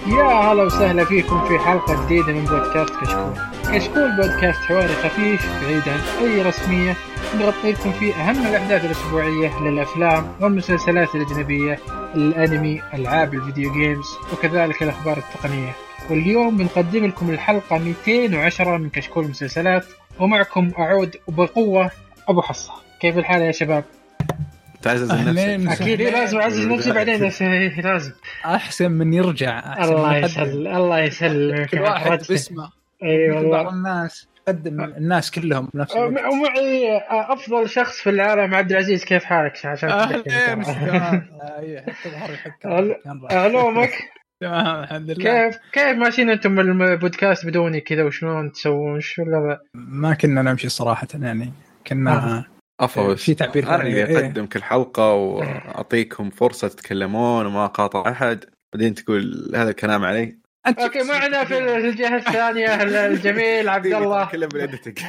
يا هلا وسهلا فيكم في حلقة جديدة من بودكاست كشكول. كشكول بودكاست حواري خفيف بعيد عن أي رسمية، نغطي لكم فيه أهم الأحداث الأسبوعية للأفلام والمسلسلات الأجنبية، الأنمي، ألعاب الفيديو جيمز، وكذلك الأخبار التقنية. واليوم بنقدم لكم الحلقة 210 من كشكول المسلسلات، ومعكم أعود وبقوة أبو حصة. كيف الحال يا شباب؟ تعزز نفسك. أكيد لازم أعزز نفسي بعدين، لازم أحسن من يرجع. أحسن الله من يسلم الله يسلمك. كل واحد باسمه. أي والله. بعض الناس قدم الناس كلهم بنفس الوقت. ومعي أفضل شخص في العالم عبد العزيز. كيف حالك؟ عشان أهلين تمام. حتى ظهري حك علومك. تمام الحمد لله. كيف ماشيين أنتم البودكاست بدوني كذا؟ وشلون تسوون؟ شو لا ما كنا نمشي صراحة، يعني كنا في تعبير أنا اللي أقدم كل حلقة وأعطيكم فرصة تتكلمون وما قاطع أحد، بعدين تقول هذا الكلام علي. اوكي، معنا في الجهة الثانية الجميل عبد الله. كله بالإدتك.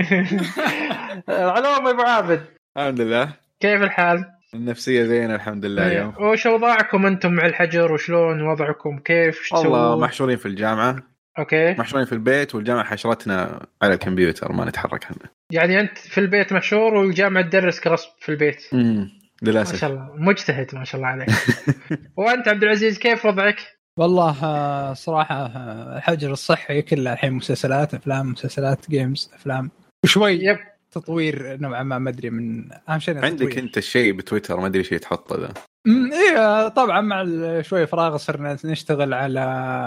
علوم ابو عابد. الحمد لله. كيف الحال؟ النفسية زينة الحمد لله. يوم وش وضعكم انتم مع الحجر؟ وشلون وضعكم؟ كيف والله محشورين في الجامعة. اوكي، محشورين في البيت، والجامعة حشرتنا على الكمبيوتر ما نتحرك عنه. يعني انت في البيت محشور والجامعة تدرس كغصب في البيت. للأسف. ما شاء الله مجتهد، ما شاء الله عليك. وانت عبد العزيز كيف وضعك؟ والله صراحة الحجر الصحي كله الحين مسلسلات، أفلام، مسلسلات، جيمز، أفلام، وشوي تطوير نوعا ما أدري من أهم شيء. عندك أنت الشيء بتويتر ما أدري شيء تحطه ذا. إيه طبعا مع شوي فراغ صرنا نشتغل على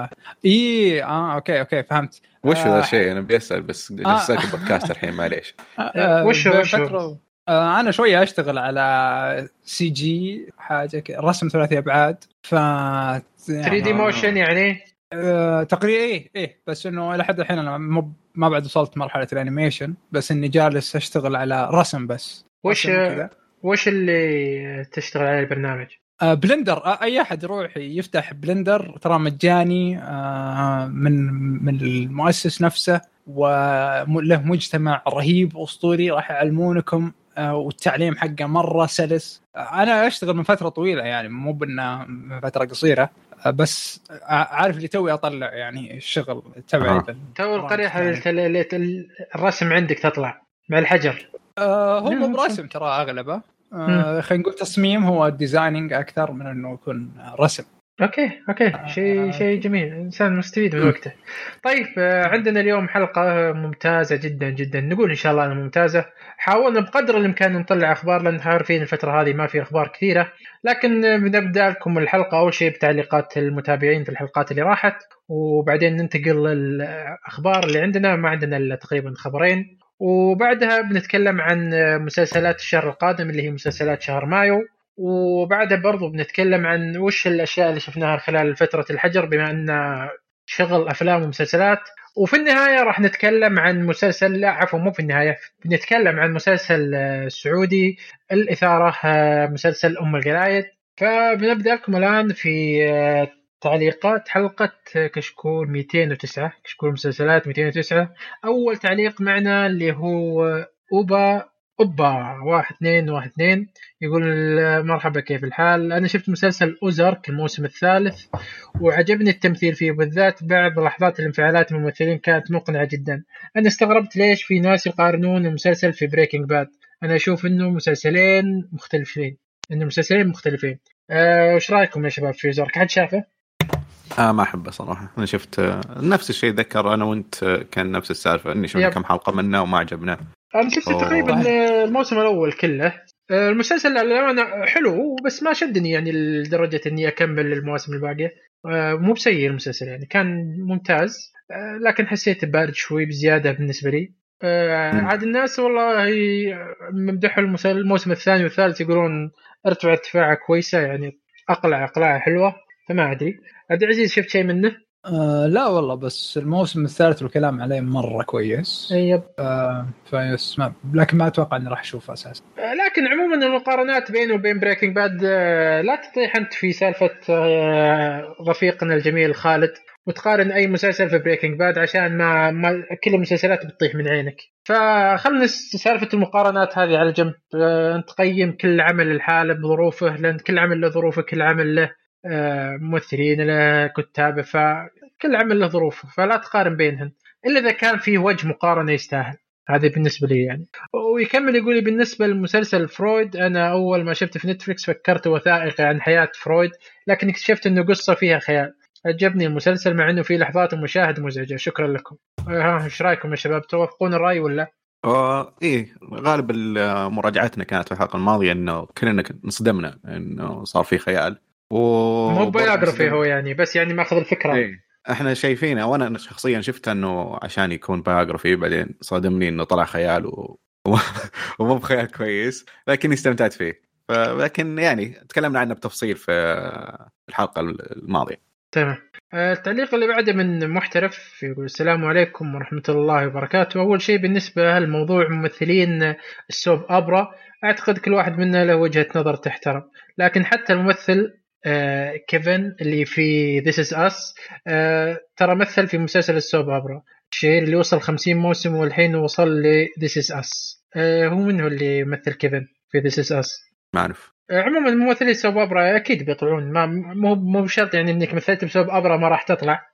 أوكي فهمت. وش هذا الشيء؟ أنا بيسأل بس جلسك بودكاست الحين معليش. وش أنا شوية أشتغل على CG حاجة رسم ثلاثي أبعاد 3D موشن يعني تقريبا إيه بس إنه إلى حد الحين أنا ما بعد وصلت مرحلة الأنيميشن، بس إني جالس أشتغل على رسم بس. وش اللي تشتغل على البرنامج؟ بلندر. أي أحد يروح يفتح بلندر ترى مجاني من المؤسس نفسه، وله مجتمع رهيب أسطوري راح يعلمونكم، والتعليم حقه مرة سلس. أنا أشتغل من فترة طويلة، يعني مو من فترة قصيرة، بس عارف اللي توي أطلع يعني الشغل تبعي. تو القريحة الرسم عندك تطلع مع الحجر. هو مو برسم ترى أغلبه، خلينا نقول تصميم، هو ديزايننج أكثر من إنه يكون رسم. اوكي شيء جميل، انسان مستفيد من وقته. طيب عندنا اليوم حلقه ممتازه جدا جدا، نقول ان شاء الله انها ممتازه. حاولنا بقدر الامكان نطلع اخبار، لان عارفين الفتره هذه ما في اخبار كثيره، لكن بنبدا لكم الحلقه اول شيء بتعليقات المتابعين في الحلقات اللي راحت، وبعدين ننتقل للاخبار اللي عندنا. ما عندنا الا تقريبا خبرين، وبعدها بنتكلم عن مسلسلات الشهر القادم اللي هي مسلسلات شهر مايو، وبعدها برضو بنتكلم عن وش الأشياء اللي شفناها خلال فترة الحجر بما أن شغل أفلام ومسلسلات. وفي النهاية راح نتكلم عن مسلسل، لا عفوا مو في النهاية، بنتكلم عن مسلسل سعودي الإثارة، مسلسل أم القلايد. فبنبدأ لكم الآن في تعليقات حلقة كشكول 209، كشكول مسلسلات 209. أول تعليق معنا اللي هو أوبا 1212 يقول مرحبا كيف الحال؟ أنا شفت مسلسل أوزارك الموسم الثالث وعجبني التمثيل فيه، بالذات بعض لحظات الانفعالات من الممثلين كانت مقنعة جدا. أنا استغربت ليش في ناس يقارنون المسلسل في بريكنج باد. أنا أشوف إنه مسلسلين مختلفين. وش رأيكم يا شباب في أوزارك؟ حد شافه؟ ما أحبه صراحة. أنا شفت نفس الشيء، ذكر أنا وأنت كان نفس السالفة، إني شفت كم حلقة منه وما عجبنا. أنا شفت تقريبا الموسم الأول كله. المسلسل للأمانة حلو، بس ما شدني يعني لدرجة إني أكمل المواسم الباقية. مو بسيء المسلسل، يعني كان ممتاز، لكن حسيت بارد شوي بزيادة بالنسبة لي. عاد الناس والله ممدحوا الموسم الثاني والثالث، يقولون ارتفاع كويسة، يعني أقلع حلوة. فما أدري. عبد العزيز شفت شيء منه؟ لا والله، بس الموسم الثالث والكلام عليه مرة كويس. يب. فيسمع، لكن ما أتوقع أني راح أشوفه أساسا. لكن عموما المقارنات بينه وبين بريكنج باد لا تطيح أنت في سالفة رفيقنا الجميل خالد وتقارن أي مسلسل في بريكنج باد، عشان ما كل المسلسلات بتطيح من عينك. فخلنا سالفة المقارنات هذه على جنب. نتقيم كل عمل الحالة بظروفه، لأن كل عمل له ظروفه، كل عمل له ممثلين له كتابه، فكل عمل له ظروفه، فلا تقارن بينهم الا اذا كان فيه وجه مقارنه يستاهل. هذا بالنسبه لي يعني. ويكمل يقول بالنسبه لمسلسل فرويد، انا اول ما شفته في نتفليكس فكرت وثائقي عن حياه فرويد، لكن اكتشفت انه قصه فيها خيال. عجبني المسلسل مع انه فيه لحظات المشاهد مزعجه. شكرا لكم. ايش رايكم يا شباب؟ توافقون الراي ولا؟ ايه غالب مراجعتنا كانت في الحلقه الماضيه انه كلنا انصدمنا انه صار في خيال مو بايوغرافي هو يعني، بس يعني ماخذ الفكره. إيه. احنا شايفينه، وانا شخصيا شفت انه عشان يكون بايوغرافي، بعدين صادمني انه طلع خيال ومو بخيال كويس، لكن استمتعت فيه. لكن يعني تكلمنا عنه بتفصيل في الحلقه الماضيه. تمام. التعليق اللي بعده من محترف يقول السلام عليكم ورحمة الله وبركاته. أول شيء بالنسبة للموضوع ممثلين السوب أبرا، أعتقد كل واحد منا له وجهة نظر تحترم، لكن حتى الممثل كيفن اللي في This Is Us ترى مثل في مسلسل السوب أبرا، الشيء اللي وصل 50 موسم والحين وصل ل This Is Us. هو منه اللي مثل كيفن في This Is Us؟ ما أعرف. عموما ممثلي سوب أبرا أكيد بيطلعون، مو بشرط يعني إنك مثلت بسوب أبرا ما راح تطلع.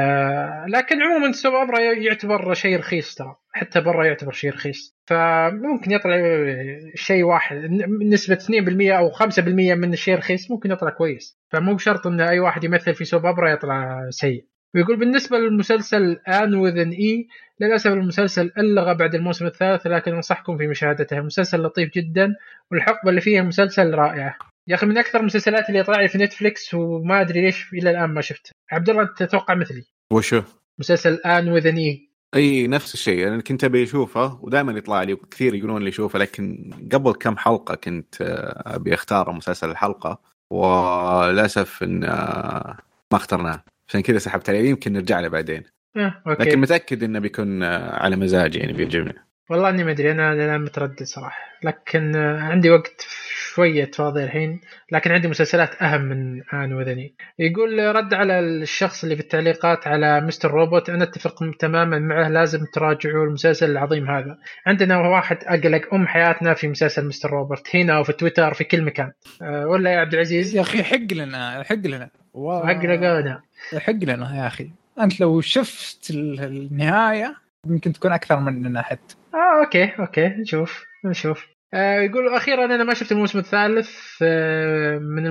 لكن عموما سوب أبرا يعتبر شيء رخيص، ترى حتى برا يعتبر شيء رخيص، فممكن يطلع شيء واحد نسبة 2% أو 5% من الشيء رخيص ممكن يطلع كويس، فمو بشرط إن أي واحد يمثل في سوب أبرا يطلع سيء. ويقول بالنسبة للمسلسل آن وذن إي، للأسف المسلسل ألغى بعد الموسم الثالث، لكن أنصحكم في مشاهدته، المسلسل لطيف جدا والحقبة اللي فيها مسلسل رائعة. يا أخي من أكثر المسلسلات اللي طلع لي في نتفليكس وما أدري ليش إلى الآن ما شفته. عبد الله تتوقع مثلي؟ وشو؟ مسلسل آن وذن إي. اي نفس الشيء، انا كنت ابي اشوفه ودائما يطلع لي وكثير يقولون لي شوفه، لكن قبل كم حلقه كنت ابي اختار مسلسل الحلقه، وللاسف ان ما اخترناه، عشان كذا سحبت عليه. يمكن نرجع له بعدين. أوكي. لكن متاكد انه بيكون على مزاجي، يعني بيعجبني. والله اني ما ادري، انا متردد صراحه، لكن عندي وقت شويه فاضي الحين، لكن عندي مسلسلات اهم من آن وذني. يقول رد على الشخص اللي في التعليقات على مستر روبوت، انا اتفق تماما معه، لازم تراجعوا المسلسل العظيم هذا. عندنا واحد اقلق حياتنا في مسلسل مستر روبوت، هنا وفي تويتر في كل مكان. ولا يا عبد العزيز؟ يا اخي حق لنا حق لنا يا اخي. انت لو شفت النهايه يمكن تكون اكثر مننا حتى. اوكي نشوف. يقول اخيرا انا ما شفت الموسم الثالث من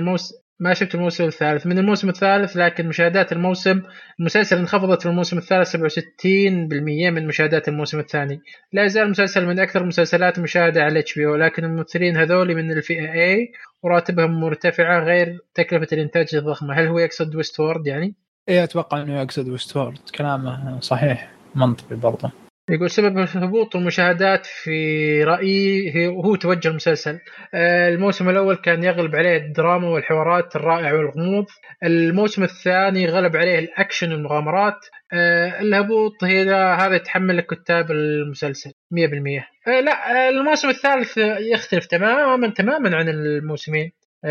الموسم الثالث، لكن مشاهدات المسلسل انخفضت في الموسم الثالث 67% من مشاهدات الموسم الثاني. لا يزال المسلسل من اكثر المسلسلات مشاهده على HBO، لكن الممثلين هذول من الفئه A وراتبهم مرتفعه غير تكلفه الانتاج الضخمه. هل هو يقصد ويستورد يعني؟ ايه اتوقع انه يقصد ويستورد، كلامه صحيح منطقي برضه. يقول سبب هبوط المشاهدات في رأيي هو توجه المسلسل. الموسم الأول كان يغلب عليه الدراما والحوارات الرائعة والغموض، الموسم الثاني غلب عليه الأكشن والمغامرات. الهبوط هذا يتحمل كتاب المسلسل 100%. لا الموسم الثالث يختلف تماما عن الموسمين.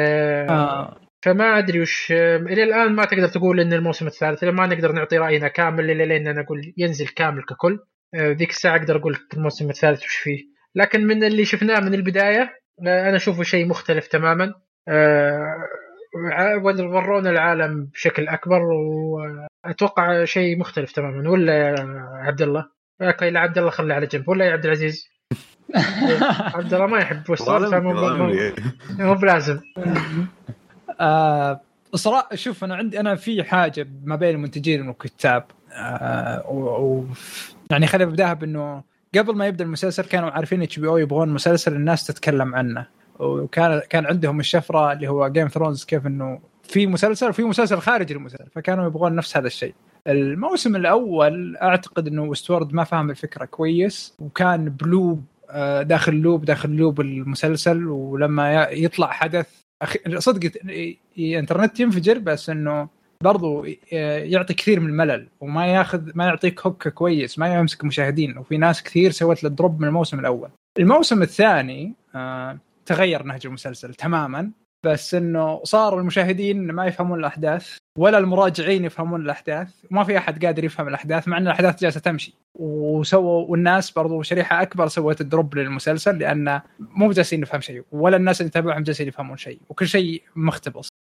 فما أدري وش إلى الآن ما تقدر تقول إن الموسم الثالث، ما نقدر نعطي رأينا كامل لين أنا أقول ينزل كامل ككل. ذيك الساعة أقدر أقول الموسم الثالث وش فيه، لكن من اللي شفناه من البداية أنا أشوفه شيء مختلف تماما. ورونا العالم بشكل أكبر، وأتوقع شيء مختلف تماما. ولا يا عبد الله؟ لا عبد الله خلي على جنب. ولا يا عبد العزيز؟ عبد الله ما يحب وستورد، مو بلازم. صراحة شوف أنا في حاجة ما بين المنتجين والكتاب، يعني خلينا نبداها بأنه قبل ما يبدأ المسلسل كانوا عارفين HBO يبغون مسلسل الناس تتكلم عنه، وكان عندهم الشفرة اللي هو Game of Thrones، كيف إنه في مسلسل وفي مسلسل خارج المسلسل، فكانوا يبغون نفس هذا الشيء. الموسم الأول أعتقد إنه وستورد ما فهم الفكرة كويس، وكان بلوب داخل لوب المسلسل، ولما يطلع حدث صدق الانترنت ينفجر، بس انه برضو يعطي كثير من الملل، وما ما يعطيك هوك كويس، ما يمسك مشاهدين، وفي ناس كثير سوت له دروب من الموسم الاول. الموسم الثاني تغير نهج المسلسل تماما، بس انه صار المشاهدين ما يفهمون الاحداث ولا المراجعين يفهمون الاحداث، وما في احد قادر يفهم الاحداث مع ان الاحداث جالسه تمشي. والناس برضو شريحه اكبر سوت الدروب للمسلسل، لان مو جالسين نفهم شيء، ولا الناس اللي يتابعهم جالسين يفهمون شيء، وكل شيء مختبص.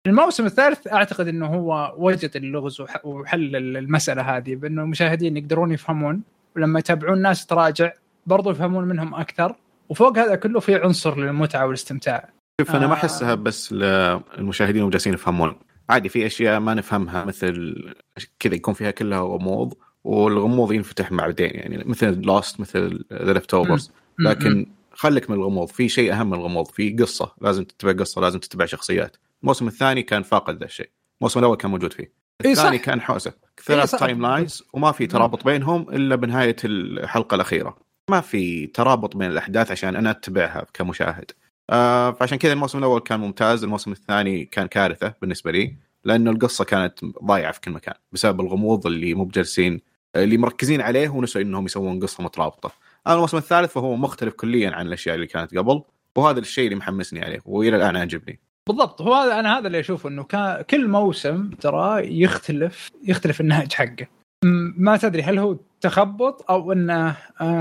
الموسم الثالث اعتقد انه هو وجد اللغز وحل المساله هذه، بانه المشاهدين يقدرون يفهمون، ولما يتابعون ناس تراجع برضو يفهمون منهم اكثر، وفوق هذا كله في عنصر للمتعه والاستمتاع. شوف انا ما احسها بس للمشاهدين وجالسين يفهمون، عادي في اشياء ما نفهمها مثل كذا يكون فيها كلها غموض، والغموض ينفتح بعدين يعني مثل لاست مثل ذا ليفتوفرز، لكن خليك من الغموض، في شيء اهم من الغموض، في قصه لازم تتبع قصه، لازم تتبع شخصيات. الموسم الثاني كان فاقد ذا الشيء، الموسم الاول كان موجود فيه، الثاني كان حوسه 3 تايم لاينز وما في ترابط بينهم الا بنهايه الحلقه الاخيره، ما في ترابط بين الاحداث عشان انا اتبعها كمشاهد. فعشان كذا الموسم الأول كان ممتاز، الموسم الثاني كان كارثة بالنسبة لي، لأنه القصة كانت ضايعة في كل مكان بسبب الغموض اللي مو بجالسين اللي مركزين عليه ونسوا إنهم يسوون قصة مترابطة. الموسم الثالث فهو مختلف كليا عن الأشياء اللي كانت قبل، وهذا الشيء اللي محمسني عليه وإلى الآن عجبني. بالضبط، هو أنا هذا اللي أشوفه، إنه كل موسم ترى يختلف النهج حقه. ما تدري هل هو تخبط أو إنه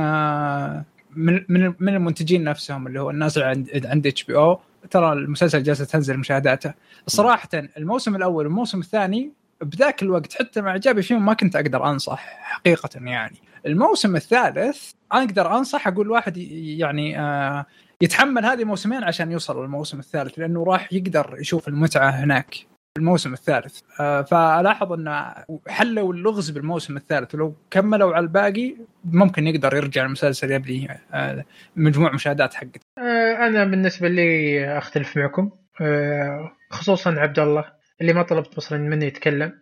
من المنتجين نفسهم اللي هو الناس اللي عند HBO، ترى المسلسل جالسة تنزل مشاهداته. صراحة الموسم الأول والموسم الثاني بذاك الوقت حتى مع إعجابي فيهم ما كنت أقدر أنصح حقيقة يعني. الموسم الثالث أقدر أنصح، أقول واحد يعني يتحمل هذه موسمين عشان يوصل للموسم الثالث، لأنه راح يقدر يشوف المتعة هناك الموسم الثالث. فألاحظ أن حلوا اللغز بالموسم الثالث، ولو كملوا على الباقي ممكن يقدر يرجع المسلسل يبني مجموع مشاهدات حقته. أنا بالنسبة لي أختلف معكم، خصوصا عبد الله اللي ما طلبت مصرا مني يتكلم.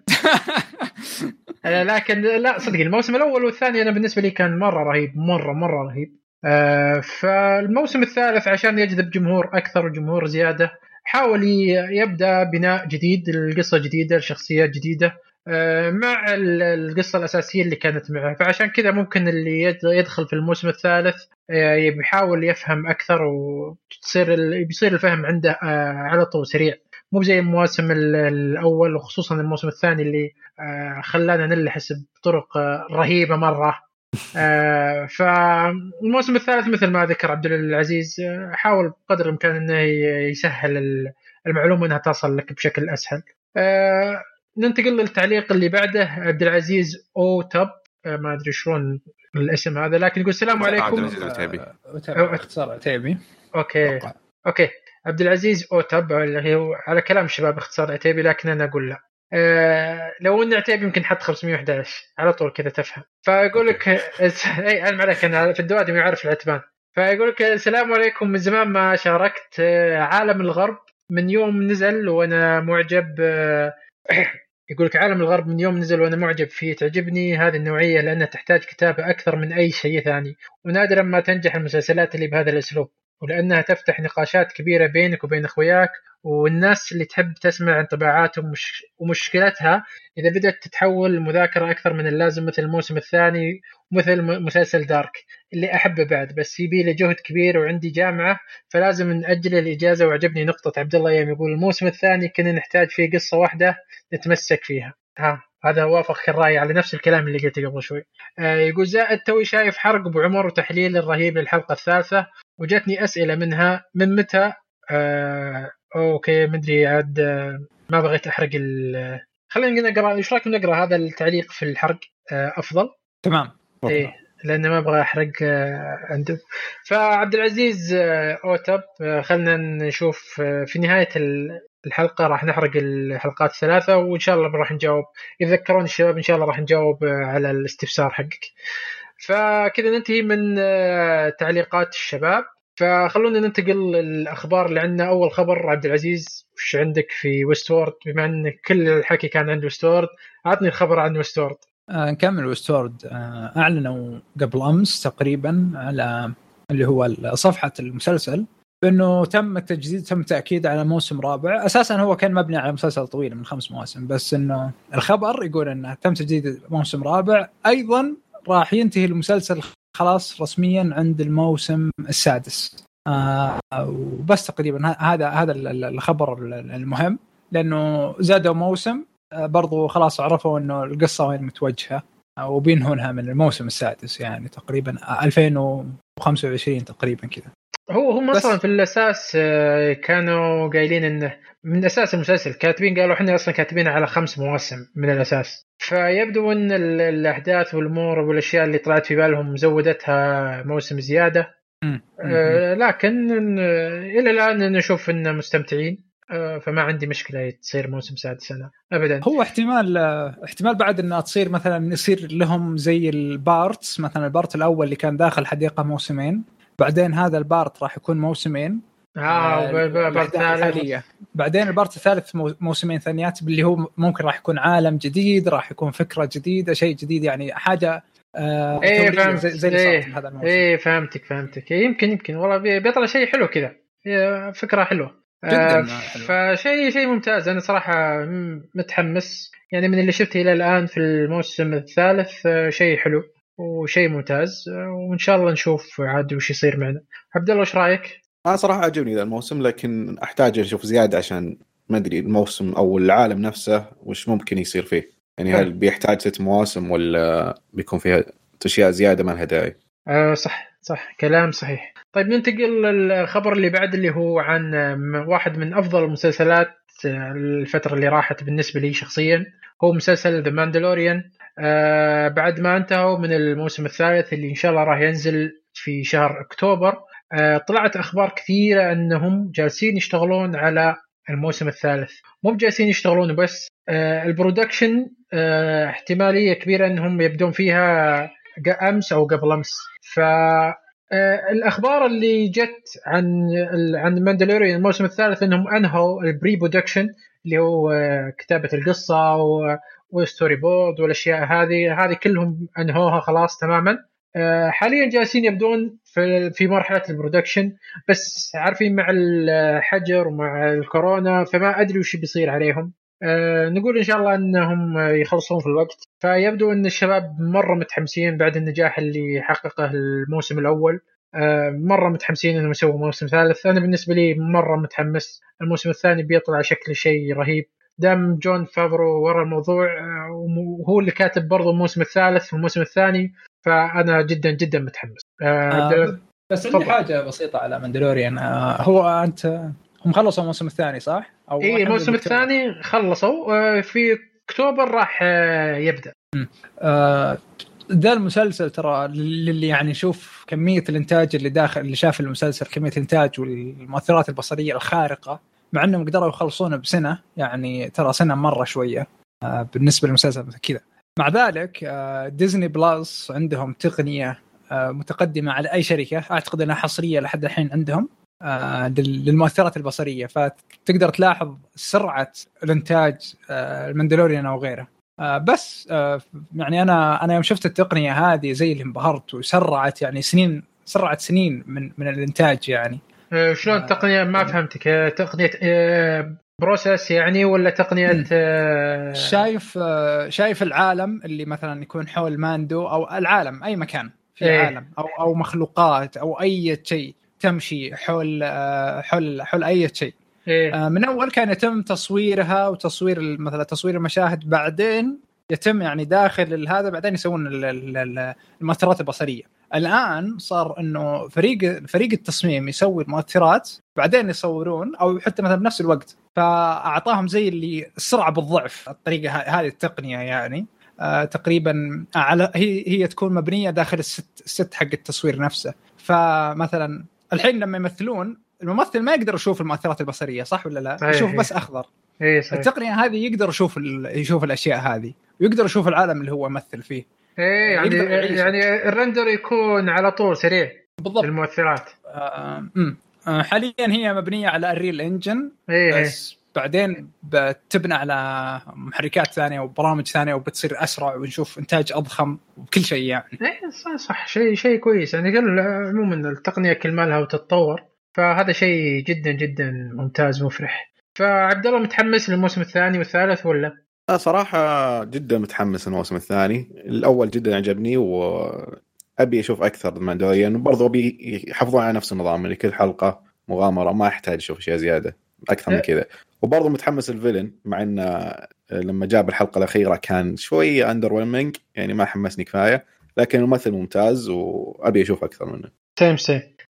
لكن لا صدق الموسم الأول والثاني أنا بالنسبة لي كان مرة رهيب، مرة رهيب. فالموسم الثالث عشان يجذب جمهور أكثر وجمهور زيادة حاول يبدأ بناء جديد، القصة جديدة، الشخصيات جديدة مع القصة الأساسية اللي كانت معه. فعشان كذا ممكن اللي يدخل في الموسم الثالث يحاول يفهم أكثر، وبيصير الفهم عنده على طول سريع، مو زي المواسم الأول وخصوصا الموسم الثاني اللي خلانا نلحس بطرق رهيبة مرة. فالموسم الثالث مثل ما ذكر عبد العزيز حاول بقدر الإمكان أنه يسهل المعلومة أنها تصل لك بشكل أسهل. ننتقل للتعليق اللي بعده، عبد العزيز أوتب، ما أدري شلون الاسم هذا، لكن يقول السلام عليكم. اختصار عتيبي. أوكي عبد العزيز أوتب، على كلام الشباب اختصار عتيبي، لكن أنا أقول لا. لو ان عتيبي يمكن حط 511 على طول كذا تفهم. فيقول لك اي علم عليك انا في الدوادم يعرف العتبان. فيقول لك السلام عليكم، من زمان ما شاركت عالم الغرب، من يوم نزل وانا معجب. يقول لك عالم الغرب من يوم نزل وانا معجب فيه، تعجبني هذه النوعيه لانها تحتاج كتابه اكثر من اي شيء ثاني، ونادرا ما تنجح المسلسلات اللي بهذا الاسلوب، ولانها تفتح نقاشات كبيره بينك وبين اخوياك والناس اللي تحب تسمع عن طباعاتهم. ومشكلتها إذا بدأت تتحول المذاكرة أكثر من اللازم، مثل الموسم الثاني ومثل مسلسل دارك اللي أحبه بعد، بس يبي له جهد كبير وعندي جامعة فلازم نأجل الإجازة. وعجبني نقطة عبد الله يوم يقول الموسم الثاني كنا نحتاج فيه قصة واحدة نتمسك فيها. هذا وافق الرأي على نفس الكلام اللي قلته قبل شوي. يقول زائد توي شايف حرق أبو عمر وتحليل الرهيب للحلقة الثالثة، وجتني أسئلة منها من متى اوكي مدري عاد ما بغيت احرق خلينا نقرا. ايش رايكم نقرا هذا التعليق في الحرق افضل؟ تمام. ايه لان ما ابغى احرق عنده. فعبد العزيز اوتب، خلينا نشوف في نهايه الحلقه راح نحرق الحلقات الثلاثه، وان شاء الله راح نجاوب اذا ذكروني الشباب، ان شاء الله راح نجاوب على الاستفسار حقك. فكذا ننتهي من تعليقات الشباب، فخلونا ننتقل للأخبار اللي عندنا. أول خبر عبد العزيز، وش عندك في ويستورد؟ بما أن كل الحكي كان عند ويستورد، عطني الخبر عن ويستورد. نكمل ويستورد. أعلنوا قبل أمس تقريبا على اللي هو صفحة المسلسل بأنه تم التجديد، تم تأكيد على موسم رابع. أساسا هو كان مبني على مسلسل طويل من 5 مواسم، بس إنه الخبر يقول إنه تم تجديد موسم رابع. أيضا راح ينتهي المسلسل خلاص رسميا عند الموسم السادس. وبس تقريبا هذا الخبر المهم، لأنه زادوا موسم برضو خلاص عرفوا إنه القصة وين متوجهة، وبينهونها من الموسم السادس يعني تقريبا 2025 تقريبا كذا. هم اصلا في الاساس كانوا قايلين انه من اساس المسلسل كاتبين قالوا احنا اصلا كاتبينها على 5 مواسم من الاساس. فيبدو ان الاحداث والامور والاشياء اللي طلعت في بالهم زودتها موسم زياده. لكن الى الان نشوف ان مستمتعين. فما عندي مشكله تصير موسم سادس انا ابدا. هو احتمال بعد انها تصير مثلا يصير لهم زي البارتس، مثلا البارت الاول اللي كان داخل حديقه موسمين، بعدين هذا البارت راح يكون موسمين بارت ثالث، بعدين البارت الثالث موسمين ثانيات، باللي هو ممكن راح يكون عالم جديد، راح يكون فكره جديده، شيء جديد يعني، حاجه زي هذا الموسم. فهمتك. يمكن والله بيطلع شيء حلو كذا، فكره حلوه جدا. فشيء ممتاز. انا صراحه متحمس يعني من اللي شفته الى الان في الموسم الثالث. شيء حلو وشيء ممتاز، وان شاء الله نشوف عاد وش يصير معنا. عبد الله ايش رايك؟ انا صراحه عجبني ذا الموسم، لكن احتاج اشوف زياده عشان ما ادري الموسم او العالم نفسه وش ممكن يصير فيه يعني. هل بيحتاج 6 مواسم ولا بيكون فيها اشياء زياده ما لها داعي؟ صح كلام صحيح. طيب ننتقل للخبر اللي بعد، اللي هو عن واحد من أفضل المسلسلات الفترة اللي راحت بالنسبة لي شخصيا، هو مسلسل The Mandalorian. بعد ما انتهوا من الموسم الثالث اللي إن شاء الله راح ينزل في شهر أكتوبر، طلعت أخبار كثيرة أنهم جالسين يشتغلون على الموسم الثالث. مو جالسين يشتغلون بس، البرودكشن احتمالية كبيرة أنهم يبدون فيها أمس أو قبل أمس. الأخبار اللي جت عن ماندلوريان الموسم الثالث أنهم أنهوا البري برودكشن، اللي هو كتابة القصة وستوري بورد والأشياء هذه كلهم أنهوها خلاص تماما. حاليا جالسين يبدون في مرحلة البرودكشن، بس عارفين مع الحجر ومع الكورونا فما أدري وش بيصير عليهم. نقول إن شاء الله أنهم يخلصون في الوقت. فيبدو أن الشباب مرة متحمسين بعد النجاح اللي حققه الموسم الأول، مرة متحمسين أنهم يسووا موسم ثالث. أنا بالنسبة لي مرة متحمس. الموسم الثاني بيطلع شكل شيء رهيب دام جون فافرو ورا الموضوع، وهو اللي كاتب برضو الموسم الثالث والموسم الثاني. فأنا جدا جدا متحمس. بس عندي حاجة بسيطة على ماندلوريان. هو أنت هم خلصوا الموسم الثاني صح؟ أو الموسم الثاني خلصوا في أكتوبر راح يبدأ. ده المسلسل ترى اللي يعني شوف كمية الإنتاج اللي داخل، اللي شاف المسلسل كمية الإنتاج والمؤثرات البصرية الخارقة، مع أنهم قدروا يخلصونه بسنة، يعني ترى سنة مرة شوية بالنسبة للمسلسل كذا. مع ذلك ديزني بلاس عندهم تقنية متقدمة على أي شركة، أعتقد أنها حصرية لحد الحين عندهم للمؤثرات البصرية، فتقدر تلاحظ سرعة الإنتاج الماندلوريان أو غيره. بس يعني أنا يوم شفت التقنية هذه زي اللي انبهرت، وسرعت يعني سرعت سنين من الإنتاج يعني. شلون التقنية؟ ما فهمتك. تقنية بروسيس يعني ولا تقنية؟ شايف العالم اللي مثلا يكون حول ماندو، أو العالم أي مكان في عالم أو مخلوقات أو أي شيء تمشي حول أي شيء. من أول كان يتم تصويرها وتصوير مثلا تصوير المشاهد، بعدين يتم يعني داخل هذا، بعدين يسوون المؤثرات البصرية. الآن صار إنه فريق التصميم يسوي المؤثرات بعدين يصورون، أو حتى مثلا بنفس الوقت، فأعطاهم زي اللي السرعة بالضعف الطريقة هذه التقنية يعني. تقريبا على هي تكون مبنية داخل الست حق التصوير نفسه. فمثلا الحين لما يمثلون، الممثل ما يقدر يشوف المؤثرات البصرية صح ولا لا؟ يشوف بس أخضر. التقنية هذه يقدر يشوف الأشياء هذه، ويقدر يشوف العالم اللي هو يمثل فيه. يعني الرندر يكون على طول سريع بالضبط. المؤثرات حاليا هي مبنية على الريل انجن، بس بعدين بتبنى على محركات ثانية وبرامج ثانية، وبتصير أسرع ونشوف إنتاج أضخم وكل شيء يعني. صح شيء كويس يعني. عموما التقنية كل ما لها وتتطور، فهذا شيء جدا جدا ممتاز مفرح. فعبد الله متحمس للموسم الثاني والثالث ولا؟ صراحة جدا متحمس الموسم الثاني. الأول جدا عجبني وأبي أشوف أكثر من دوريان، وبرضه أبي يحافظون على نفس النظام اللي كل حلقة مغامرة، ما أحتاج أشوف أشياء زيادة أكثر من كذا. وبرضه متحمس الفيلن، مع إنه لما جاب الحلقة الأخيرة كان شوي أندرويلمينج يعني، ما حمسني كفاية، لكن الممثل ممتاز وأبي أشوف أكثر منه. سيم.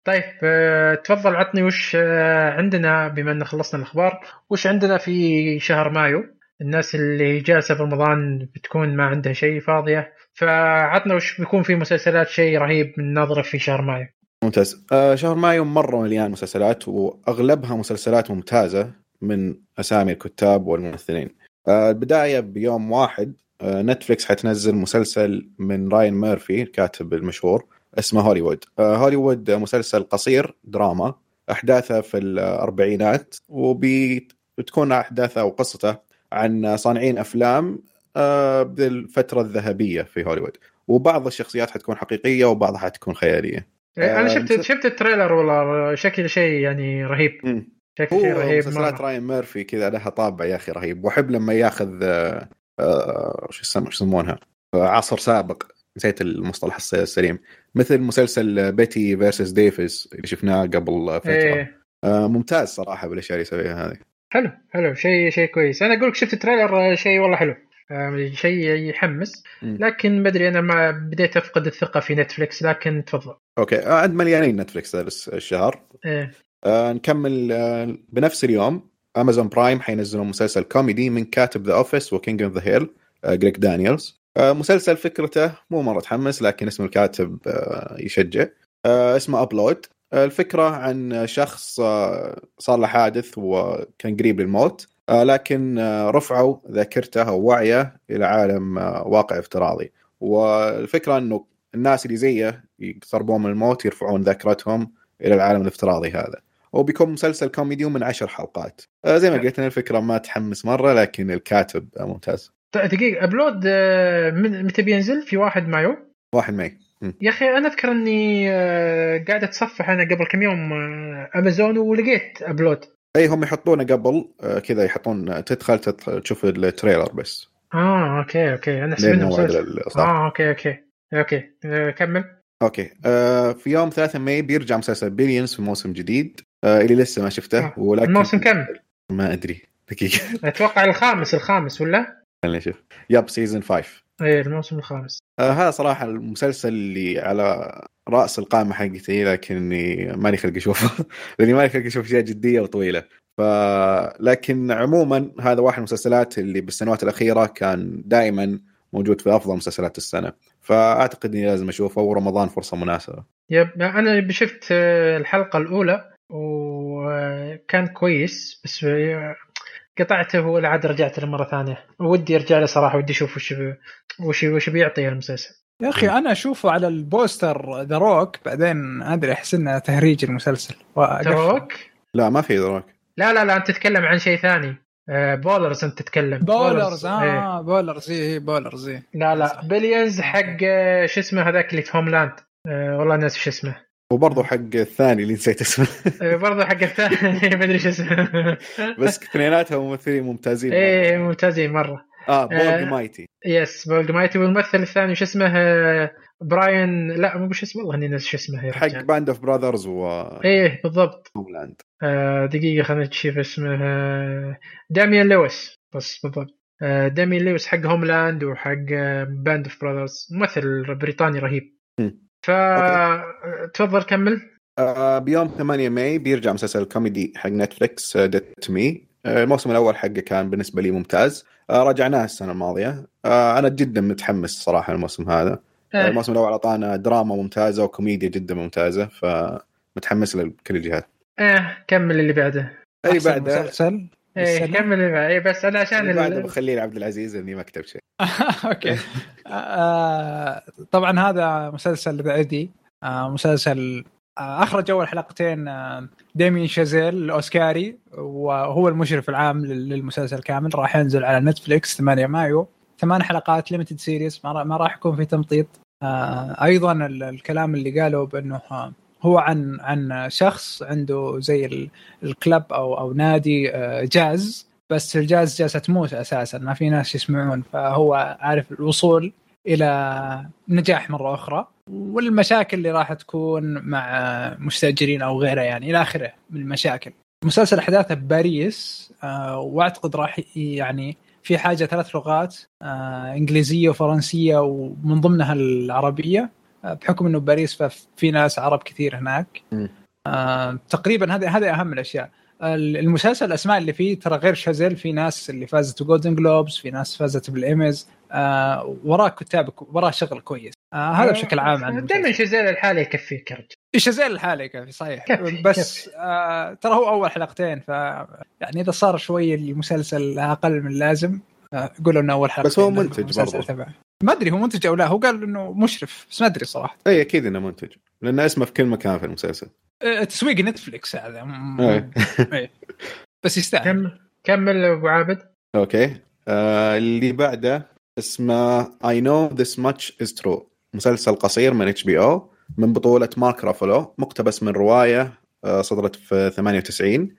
طيب تفضل عطني وش عندنا بما أن خلصنا الأخبار. وش عندنا في شهر مايو؟ الناس اللي جالسة في رمضان بتكون ما عندها شيء فاضية، فعطنا وش بيكون في مسلسلات شيء رهيب من نظرة في شهر مايو. ممتاز. شهر مايو مرة مليان مسلسلات، وأغلبها مسلسلات ممتازة من أسامي الكتاب والممثلين. البداية بيوم 1 نتفليكس حتنزل مسلسل من راين ميرفي الكاتب المشهور اسمه هوليوود. هوليوود مسلسل قصير دراما أحداثه في الأربعينات، وبتكون أحداثه وقصته عن صانعين أفلام بالفترة الذهبية في هوليوود، وبعض الشخصيات حتكون حقيقية وبعضها حتكون خيالية. أنا شفت التريلر والله شكل شيء يعني رهيب. شكل شيء رهيب. مسلسلات راين ميرفي كذا لها طابع يا أخي رهيب، وأحب لما ياخذ شو يسمونها عصر سابق، نسيت المصطلح السليم، مثل مسلسل بيتي فيرسس ديفيس اللي شفناه قبل فترة. ممتاز صراحة بالأشياء اللي يسويها هذه. حلو شيء كويس. أنا أقولك شفت التريلر شيء والله حلو، شيء يحمس. لكن ما أدري أنا ما بديت أفقد الثقة في نتفليكس. لكن تفضل. أوكي عاد مليانين نتفليكس الشهر. نكمل بنفس اليوم أمازون برايم حينزلون مسلسل كوميدي من كاتب ذا أوفيس وكينج أوف ذا هيل غريك دانييلز. مسلسل فكرته مو مرة تحمس، لكن اسم الكاتب يشجع. اسمه أبلود. الفكرة عن شخص صار له حادث وكان قريب للموت، لكن رفعوا ذاكرته أو وعيه إلى عالم واقع افتراضي. والفكرة أنه الناس اللي زيه يقتربون من الموت يرفعون ذاكرتهم إلى العالم الافتراضي هذا. وبيكون مسلسل كوميدي من 10 حلقات. زي ما قلت أنا الفكرة ما تحمس مرة، لكن الكاتب ممتاز. دقيقة أبلود متى بينزل؟ في 1 مايو. 1 ماي. يا أخي أنا أذكر أني قاعد أتصفح أنا قبل كم يوم أمازون ولقيت أبلود. أي هم يحطونه قبل كذا، يحطون تدخل تشوف التريلر بس. أوكي أنا حسبت مسلسل. أوكي كمل. اوكي في يوم 3 ماي بيرجع مسلسل بيليونز في موسم جديد اللي لسه ما شفته. ولكن الموسم كم؟ ما ادري دقيقه. اتوقع الخامس ولا؟ خلينا نشوف. ياب سيزون 5. ايه الموسم الخامس. هذا صراحه المسلسل اللي على راس القائمه حقتي، لكني ماني خلق اشوفه لاني ماني خلق اشوف اشياء جديه وطويله. لكن عموما هذا واحد من المسلسلات اللي بالسنوات الاخيره كان دائما موجود في افضل مسلسلات السنه، فاعتقد اني لازم اشوفه، ورمضان فرصه مناسبه. انا شفت الحلقه الاولى وكان كويس، بس قطعته ولا عاد رجعت له مره ثانيه. ودي ارجع له صراحه، ودي اشوف وش بيعطي المسلسل. يا اخي انا اشوفه على البوستر ذا روك، بعدين ادري احس انه تهريج المسلسل. ذا روك؟ لا ما في ذا روك. لا انت تتكلم عن شيء ثاني. بولرز انت تتكلم. بولرز بولرز هي بولرز. لا بليونز حق شو اسمه هذاك اللي في هوملاند. والله ناس شو اسمه. وبرضه حق الثاني اللي نسيت اسمه. برضه حق الثاني ما ادري شو اسمه. بس اثنيناتهم ممثلين ممتازين. ايه ممتازين مره. بول جمايتي. يس بول جمايتي. والممثل الثاني شو اسمه براين. لا مو شو اسمه والله اني ناسي شو اسمه. حق باند اوف براذرز ايه بالضبط. هوملاند. دقيقه خلينا نشوف اسمه. داميان لويس. بس بالضبط داميان لويس حق هوملاند وحق باند اوف براذرز. ممثل بريطاني رهيب. تفضل كمل. بيوم 8 ماي بيرجع مسلسل كوميدي حق نتفليكس ديت مي. الموسم الأول حقه كان بالنسبة لي ممتاز. راجعناه السنة الماضية. أنا جدا متحمس صراحة الموسم هذا. الموسم الأول أعطانا دراما ممتازة وكوميديا جدا ممتازة، فمتحمس لكل الجهات. كمل اللي بعده. أي بعده مسلسل. كمل اللي بعده. بس أنا عشان بعده بخليه عبد العزيز إني ما كتبت شيء. أوكي. طبعا هذا مسلسل بعدي. مسلسل أخرج أول حلقتين ديمين شازيل الأوسكاري، وهو المشرف العام للمسلسل كامل. راح ينزل على نتفليكس 8 مايو. 8 حلقات ليميتد سيريس، ما راح يكون في تمطيط. أيضا الكلام اللي قالوا بأنه هو عن شخص عنده زي الكلب أو نادي جاز، بس الجاز جالسة تموت أساسا، ما في ناس يسمعون، فهو عارف الوصول إلى نجاح مرة أخرى، والمشاكل اللي راح تكون مع مستأجرين أو غيره، يعني إلى آخره من المشاكل. مسلسل أحداثه بباريس، وأعتقد راح يعني في حاجة 3 لغات، إنجليزية وفرنسية ومن ضمنها العربية. بحكم انه باريس ففي ناس عرب كثير هناك. تقريبا هذه اهم الاشياء. المسلسل الاسماء اللي فيه ترى غير شازيل، في ناس اللي فازت بجولدن جلوبز، في ناس فازت بالايميز. وراه كتاب، وراه شغل كويس. هذا بشكل عام عن دائما شازيل الحالة يكفيك يا رجل. شازيل الحالة يكفي صحيح. كفي بس ترى هو اول حلقتين، ف يعني اذا صار شويه المسلسل اقل من اللازم قولوا انه اول حلقه. بس هو منتج برضه، ما ادري هو منتج او لا، هو قال انه مشرف بس ما ادري صراحه. اي اكيد انه منتج لانه اسمه في كل مكان في المسلسل. تسويق نتفليكس هذا. بس يستاهل. كمل ابو عابد. اوكي. اللي بعده اسمه I know this much is true، مسلسل قصير من HBO من بطولة مارك رافالو، مقتبس من رواية صدرت في 98.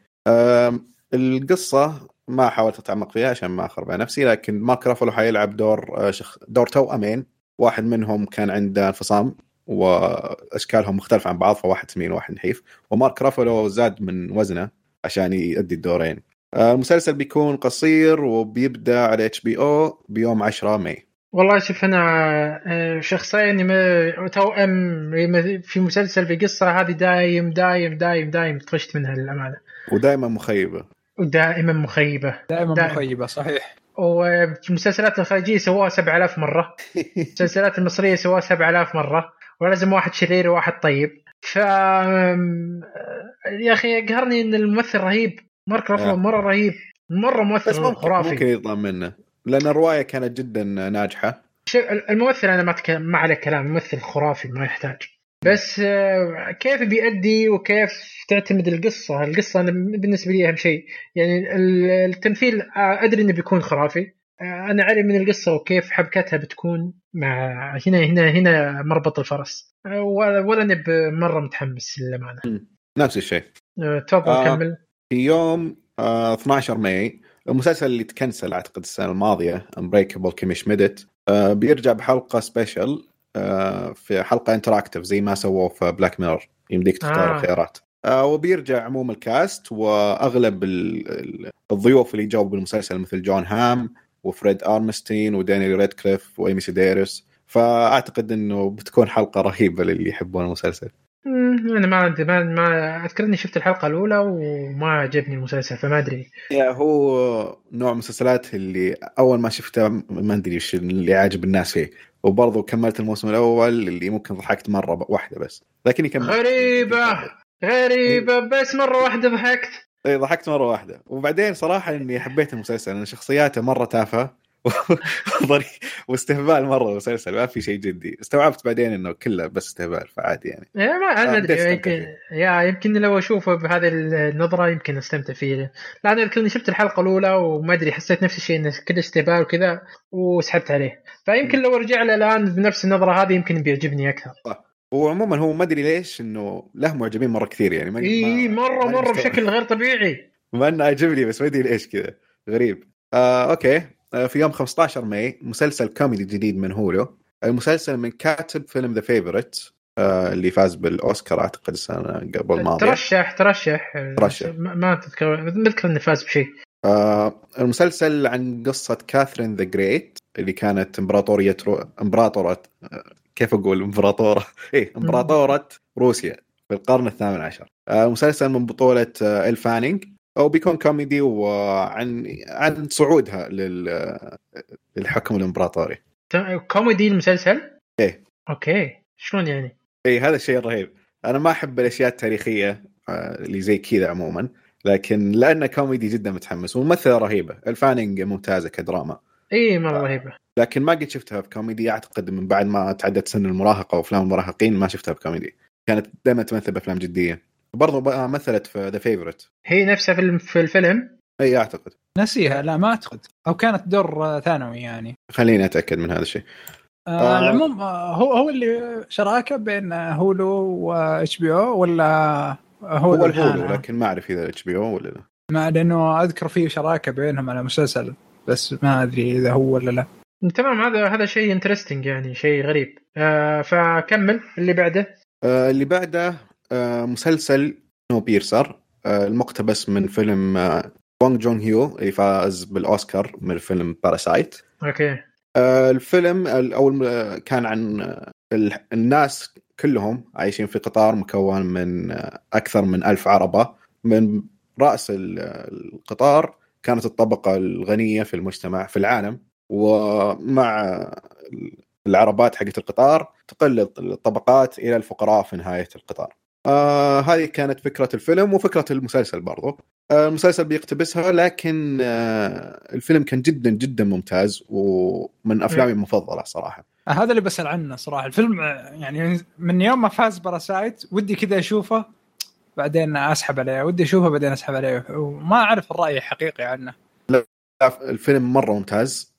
القصة ما حاولت أتعمق فيها عشان ما أخرب على نفسي، لكن مارك رافالو حيلعب دور توأمين، واحد منهم كان عنده انفصام وأشكالهم مختلفة عن بعض، فواحد سمين وواحد نحيف، ومارك رافالو زاد من وزنه عشان يؤدي الدورين. المسلسل بيكون قصير وبيبدأ على HBO بيوم 10 ماي. والله شوف أنا شخصيا توأم في مسلسل بقصة هذه دايم دايم دايم دايم طفشت منها للأمانة، ودائما مخيبة. دائما مخيبة صحيح. وفي المسلسلات الخارجية سواها 7000 مرة، المسلسلات المصرية سواها 7000 مرة، ولازم واحد شرير وواحد طيب. يا أخي يقهرني إن الممثل رهيب، مارك رافالو مرة رهيب، مرة ممثل خرافي. ممكن يطلع منه لأن الرواية كانت جدا ناجحة. الممثل أنا ما عليه كلام، الممثل خرافي ما يحتاج، بس كيف بيأدي وكيف تعتمد القصة أنا بالنسبة لي أهم شيء. يعني التمثيل أدري إنه بيكون خرافي، أنا عارف من القصة وكيف حبكتها بتكون مع هنا مربط الفرس، ولا نب مرة متحمس للأمانة. نفس الشيء. تفضل كمل. في يوم 12 ماي المسلسل اللي تكنسل أعتقد السنة الماضية Unbreakable Kimmy Schmidt بيرجع بحلقة سبيشل، في حلقة انتراكتيف زي ما سووا في بلاك ميرور، يمديك تختار خيارات. وبيرجع عموم الكاست واغلب الضيوف اللي جاوا بالمسلسل مثل جون هام وفريد ارمستين ودانيال ريدكليف وايمي سيديرس، فاعتقد انه بتكون حلقة رهيبة للي يحبون المسلسل. انا ما اذكر اني شفت الحلقة الاولى وما عجبني المسلسل، فما ادري. هو نوع مسلسلات اللي اول ما شفته ما ادري ايش اللي عاجب الناس فيه، وبرضه كملت الموسم الأول اللي ممكن ضحكت مرة واحدة بس، لكني كملت. غريبة بس مرة واحدة ضحكت. ضحكت مرة واحدة، وبعدين صراحة إني حبيت المسلسل، أن شخصياته مرة تافهة واستهبال مرة المسلسل، ما في شيء جدي. استوعبت بعدين إنه كله بس استهبال، فعادي يعني. ما أدري يمكن لو أشوفه بهذه النظرة يمكن أستمتع فيه، لأن أذكرني شفت الحلقة الأولى وما أدري حسيت نفس الشيء إنه كده استهبال وكذا وسحبت عليه، فيمكن لو رجع له الآن بنفس النظرة هذه يمكن بيعجبني أكثر. وعموما هو ما أدري ليش إنه له معجبين مرة كثير يعني مرة بشكل غير طبيعي، ما أنه عجبني بس ما أدري ليش كذا غريب. أوكي. في يوم 15 ماي مسلسل كوميدي جديد من هولو، المسلسل من كاتب فيلم ذا فيفورت اللي فاز بالأوسكار أعتقد السنة قبل الماضية. ترشح ما تذكر إنه فاز بشيء. المسلسل عن قصة كاثرين ذا جريت اللي كانت إمبراطورة كيف أقول إمبراطورة روسيا في القرن الثامن عشر. مسلسل من بطولة الفانينج، أو بيكون كوميدي وعن صعودها للحكم الإمبراطوري. كوميدي المسلسل؟ إيه. أوكي شلون يعني؟ إيه هذا الشيء الرهيب. أنا ما أحب الأشياء التاريخية اللي زي كذا عموما، لكن لأنه كوميدي جدا متحمس، والممثلة رهيبة. الفانينج ممتازة كدراما. إيه مرة رهيبة. لكن ما قد شفتها في كوميدي أعتقد من بعد ما تعدت سن المراهقة وأفلام المراهقين ما شفتها في كوميدي، كانت دائما تمثل بأفلام جدية. برضو مثلت في The Favorite. هي نفسها في الفيلم؟ أي أعتقد نسيها، لا ما أعتقد، أو كانت دور ثانوي يعني. خليني أتأكد من هذا الشيء. العموم هو اللي شراكة بين هولو و HBO ولا هو الهولو، لكن ما أعرف إذا HBO ولا لا. ما لأنه أذكر فيه شراكة بينهم على مسلسل، بس ما أدري إذا هو ولا لا. تمام، هذا شيء انترستينج يعني، شيء غريب. فكمل اللي بعده. اللي بعده مسلسل نو بيرسر، المقتبس من فيلم بونغ جون هيو اللي فاز بالأوسكار من فيلم باراسايت. أوكي. الفيلم كان عن الناس كلهم عايشين في قطار مكون من أكثر من 1000 عربة. من رأس القطار كانت الطبقة الغنية في المجتمع في العالم، ومع العربات حقت القطار تقل الطبقات إلى الفقراء في نهاية القطار. هذه كانت فكرة الفيلم وفكرة المسلسل برضو. المسلسل بيقتبسها، لكن الفيلم كان جدا جدا ممتاز ومن أفلامي المفضلة صراحة. هذا اللي بسأل عنه صراحة. الفيلم يعني من يوم ما فاز باراسايت ودي كذا أشوفه بعدين أسحب عليه، ودي أشوفه بعدين أسحب عليه، وما أعرف الرأي حقيقي عنه. لا الفيلم مرة ممتاز.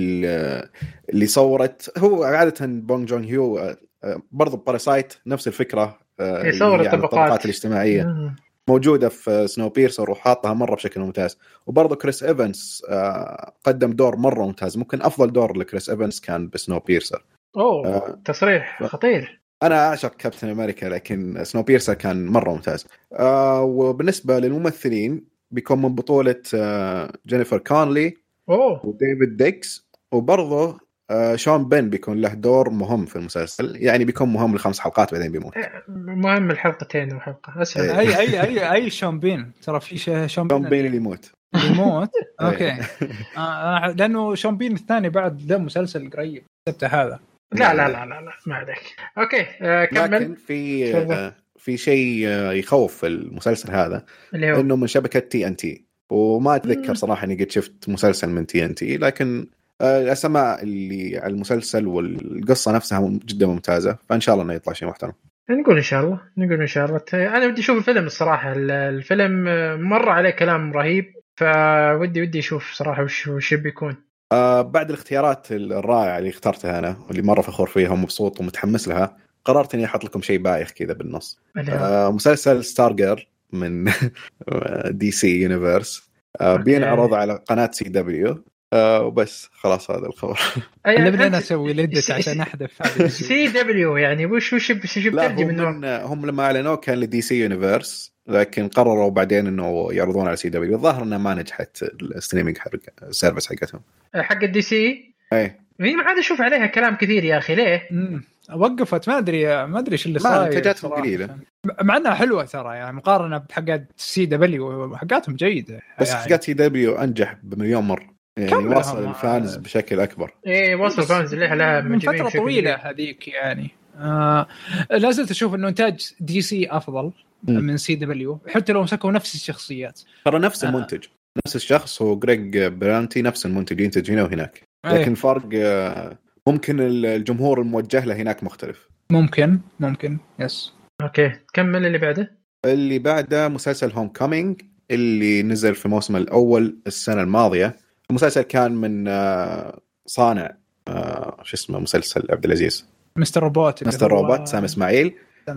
اللي صورت هو عادة بونغ جون هيو، برضو باراسايت نفس الفكرة، يصور الطبقات الاجتماعية موجودة في سنو بيرسر وحاطها مرة بشكل ممتاز. وبرضو كريس إيفنس قدم دور مرة ممتاز، ممكن أفضل دور لكريس إيفنس كان بسنو بيرسر. تصريح خطير. أنا أعشق كابتن أمريكا، لكن سنو بيرسر كان مرة ممتاز. وبالنسبة للممثلين بيكون من بطولة جينيفر كونلي وديفيد ديكس، وبرضه شون بين بيكون له دور مهم في المسلسل، يعني بيكون مهم ل5 حلقات بعدين بيموت. مهم الحلقتين وحلقة أسهل. أي شون بين، ترى في شون بين اللي يموت أوكي. لأنه شون بين الثاني بعد ده مسلسل قريب سبته هذا. لا ما عليك. أوكي كمل. لكن في شيء يخوف في المسلسل هذا، إنه من شبكة TNT، وما أتذكر صراحة إني قد شفت مسلسل من TNT، لكن الأسماء اللي على المسلسل والقصة نفسها جدا ممتازة، فإن شاء الله إنه يطلع شيء محترم. نقول إن شاء الله. أنا بدي أشوف الفيلم الصراحة. الفيلم مر عليه كلام رهيب، فودي أشوف صراحة وش بيكون. بعد الاختيارات الرائعة اللي اخترتها أنا واللي مرة فخور فيها ومبسوط ومتحمس لها، قررت إني أحط لكم شيء بايخ كذا بالنص. مسلسل ستارجر من DC يونيفرس بينعرض على قناة CW، وبس خلاص هذا الخبر. اللي بدنا نسوي ليدت عشان نحذف هذه CW يعني وش بترجم هم لما أعلنوا كان لDC يونيفرس، لكن قرروا بعدين إنه يعرضون على CW. الظاهر إنه ما نجحت الستريمينج حق السيرفس حقتهم حق DC. أي مين ما عاد أشوف عليها كلام كثير يا أخي، ليه وقفت؟ ما أدري إيش اللي صار. انتاجاتهم قليلة مع انها حلوه ترى، يعني مقارنه بحقات CW حقاتهم جيده، بس يعني حقات CW انجح بمليون مره، يعني وصل الفانز بشكل اكبر. وصل الفانز اللي لها من فتره طويله هذيك يعني. لازلت اشوف انه انتاج DC افضل من CW، حتى لو مسكوا نفس الشخصيات. ترى نفس المنتج، نفس الشخص هو غريغ برانتي، نفس المنتج ينتج هنا وهناك، لكن فرق ممكن الجمهور الموجه له هناك مختلف. ممكن يس. اوكي كمل. اللي بعده مسلسل هوم كومينج اللي نزل في الموسم الأول السنة الماضية. المسلسل كان من صانع شو اسمه مسلسل عبد العزيز، مستر روبوت سام إسماعيل.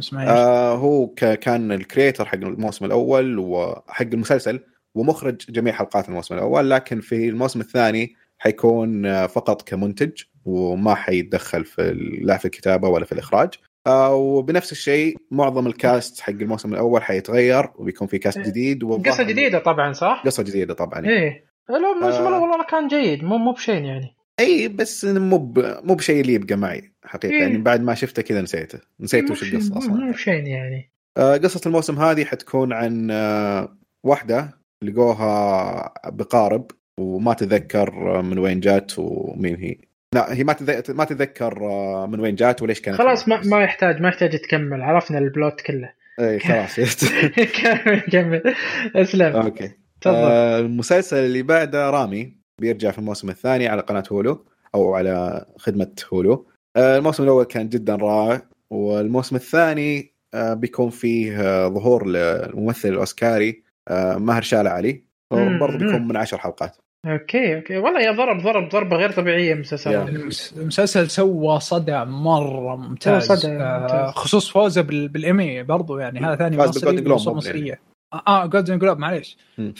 هو كان الكرياتور حق الموسم الأول وحق المسلسل ومخرج جميع حلقات الموسم الأول، لكن في الموسم الثاني حيكون فقط كمنتج وما حيتدخل لا في الكتابة ولا في الإخراج. وبنفس الشيء معظم الكاست حق الموسم الأول حيتغير وبيكون في كاست جديد قصة جديدة طبعا. صح قصة جديدة طبعا. إيه لا الموسم الأول والله كان جيد، مو بشين يعني. أي بس مو بشيء اللي يبقى معي حقيقة. يعني بعد ما شفته كذا نسيت وش القصة أصلا. مو بشين يعني. قصة الموسم هذه حتكون عن واحدة لقوها بقارب وما تذكر من وين جات ومين هي. لا هي ما تذكر من وين جات وليش كانت. خلاص ما يحتاج تكمل، عرفنا البلوت كله. اي خلاص كمل اسلم. اوكي المسلسل اللي بعده رامي بيرجع في الموسم الثاني على قناة هولو او على خدمة هولو. الموسم الاول كان جدا رائع، والموسم الثاني بيكون فيه ظهور للممثل الأوسكاري ماهر شالة علي، وبرضه بيكون من 10 حلقات. اوكي والله يا ضربه غير طبيعيه. المسلسل سوى صدى مره ممتاز، خصوص فوزه بالإيمي برضو، يعني هذا ثاني مصريه. جولدن جلوب معليش.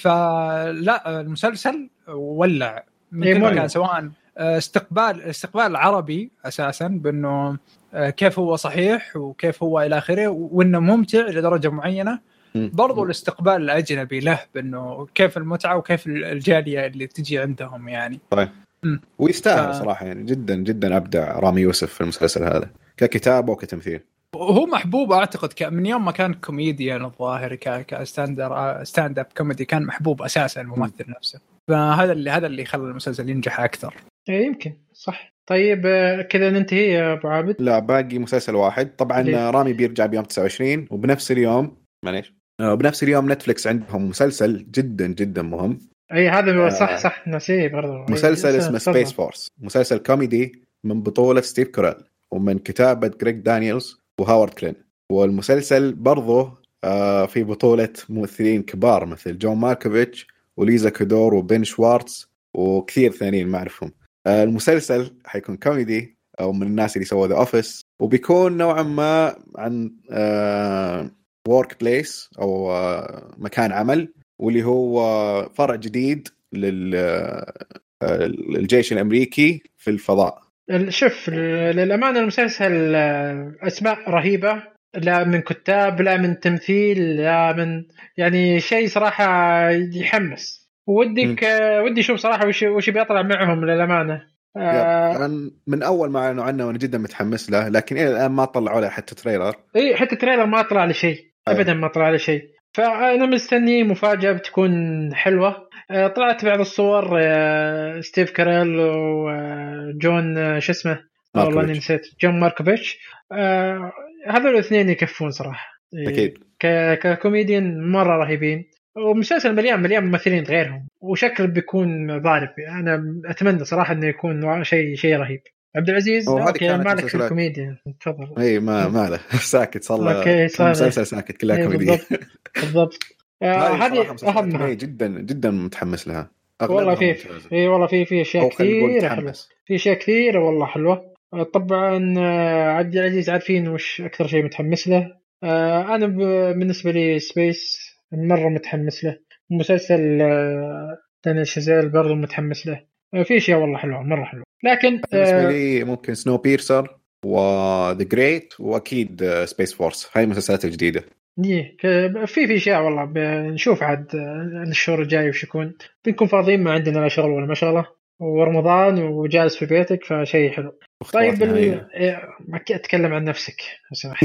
فلا المسلسل ولع كان سواء استقبال عربي اساسا بانه كيف هو صحيح وكيف هو الى اخره، وانه ممتع لدرجه معينه. برضو الاستقبال الأجنبي له بأنه كيف المتعة وكيف الجالية اللي تجي عندهم يعني. طيب ويستاهل صراحه يعني جدا جدا ابدع رامي يوسف في المسلسل هذا ككتابه وكتمثيل. هو محبوب اعتقد من يوم ما كان كوميديان الظاهر ستاند اب كوميدي كان محبوب اساسا الممثل نفسه. فهذا اللي خلى المسلسل ينجح اكثر. يمكن صح. طيب كذا ننتهي يا ابو عابد؟ لا باقي مسلسل واحد طبعا ليه؟ رامي بيرجع بيوم 29 وبنفس اليوم بنفس اليوم نتفليكس عندهم مسلسل جدا جدا مهم. اي هذا صح نسيه برضه. مسلسل اسمه سبيس فورس، مسلسل كوميدي من بطولة ستيف كوريل ومن كتابة غريغ دانييلز وهاورد كلين. والمسلسل برضه في بطولة ممثلين كبار مثل جون ماركوفيتش وليزا كودور وبن شوارتز وكثير ثانيين ما أعرفهم. المسلسل حيكون كوميدي أو من الناس اللي سووا ذا أوفيس، وبيكون نوعا ما عن work place أو مكان عمل، واللي هو فرع جديد للجيش الأمريكي في الفضاء. شوف للأمانة المسلسل أسماء رهيبة، لا من كتاب لا من تمثيل لا من يعني شيء صراحة يحمس. ودي شوف صراحة وش بيطلع معهم للأمانة. من أول ما أعلنوا عنه وأنا جدا متحمس له، لكن إلى الآن ما طلعوا له حتى تريلر. إيه حتى تريلر ما طلع له شيء أبدا، ما طلع له شيء. فأنا مستني مفاجأة بتكون حلوة. طلعت بعض الصور ستيف كاريل وجون شو اسمه والله نسيت، جون ماركوفيتش. هذول الاثنين يكفون صراحة أكيد ككوميديان مرة رهيبين، ومسلسل مليان ممثلين غيرهم، وشكل بيكون ضارب. أنا أتمنى صراحة إنه يكون شيء رهيب. عبد العزيز مالك في الكوميديا تفضل. اي ما له ساكت صار مسلسل ساكت كلها كوميديا. بالضبط. هذه اهم جدا جدا متحمس لها والله. في اشياء كثيره حلوه، في اشياء كثيره والله حلوه. طبعا عبد العزيز عارفين وش اكثر شيء متحمس له. انا بالنسبه لي سبيس مره متحمس له. مسلسل دانيال شازيل برضه متحمس له. في اشياء والله حلوه مره حلوه. لكن بالنسبه لي ممكن سنو بيرسر وذا جريت واكيد سبيس فورس، هاي المسلسلات الجديده. في اشياء والله بنشوف عاد الشهر الجاي وش يكون. بنكون فاضيين ما عندنا لا شغل ولا مشغله، ورمضان وجالس في بيتك فشيء حلو. طيب ما اتكلم عن نفسك لو سمحت.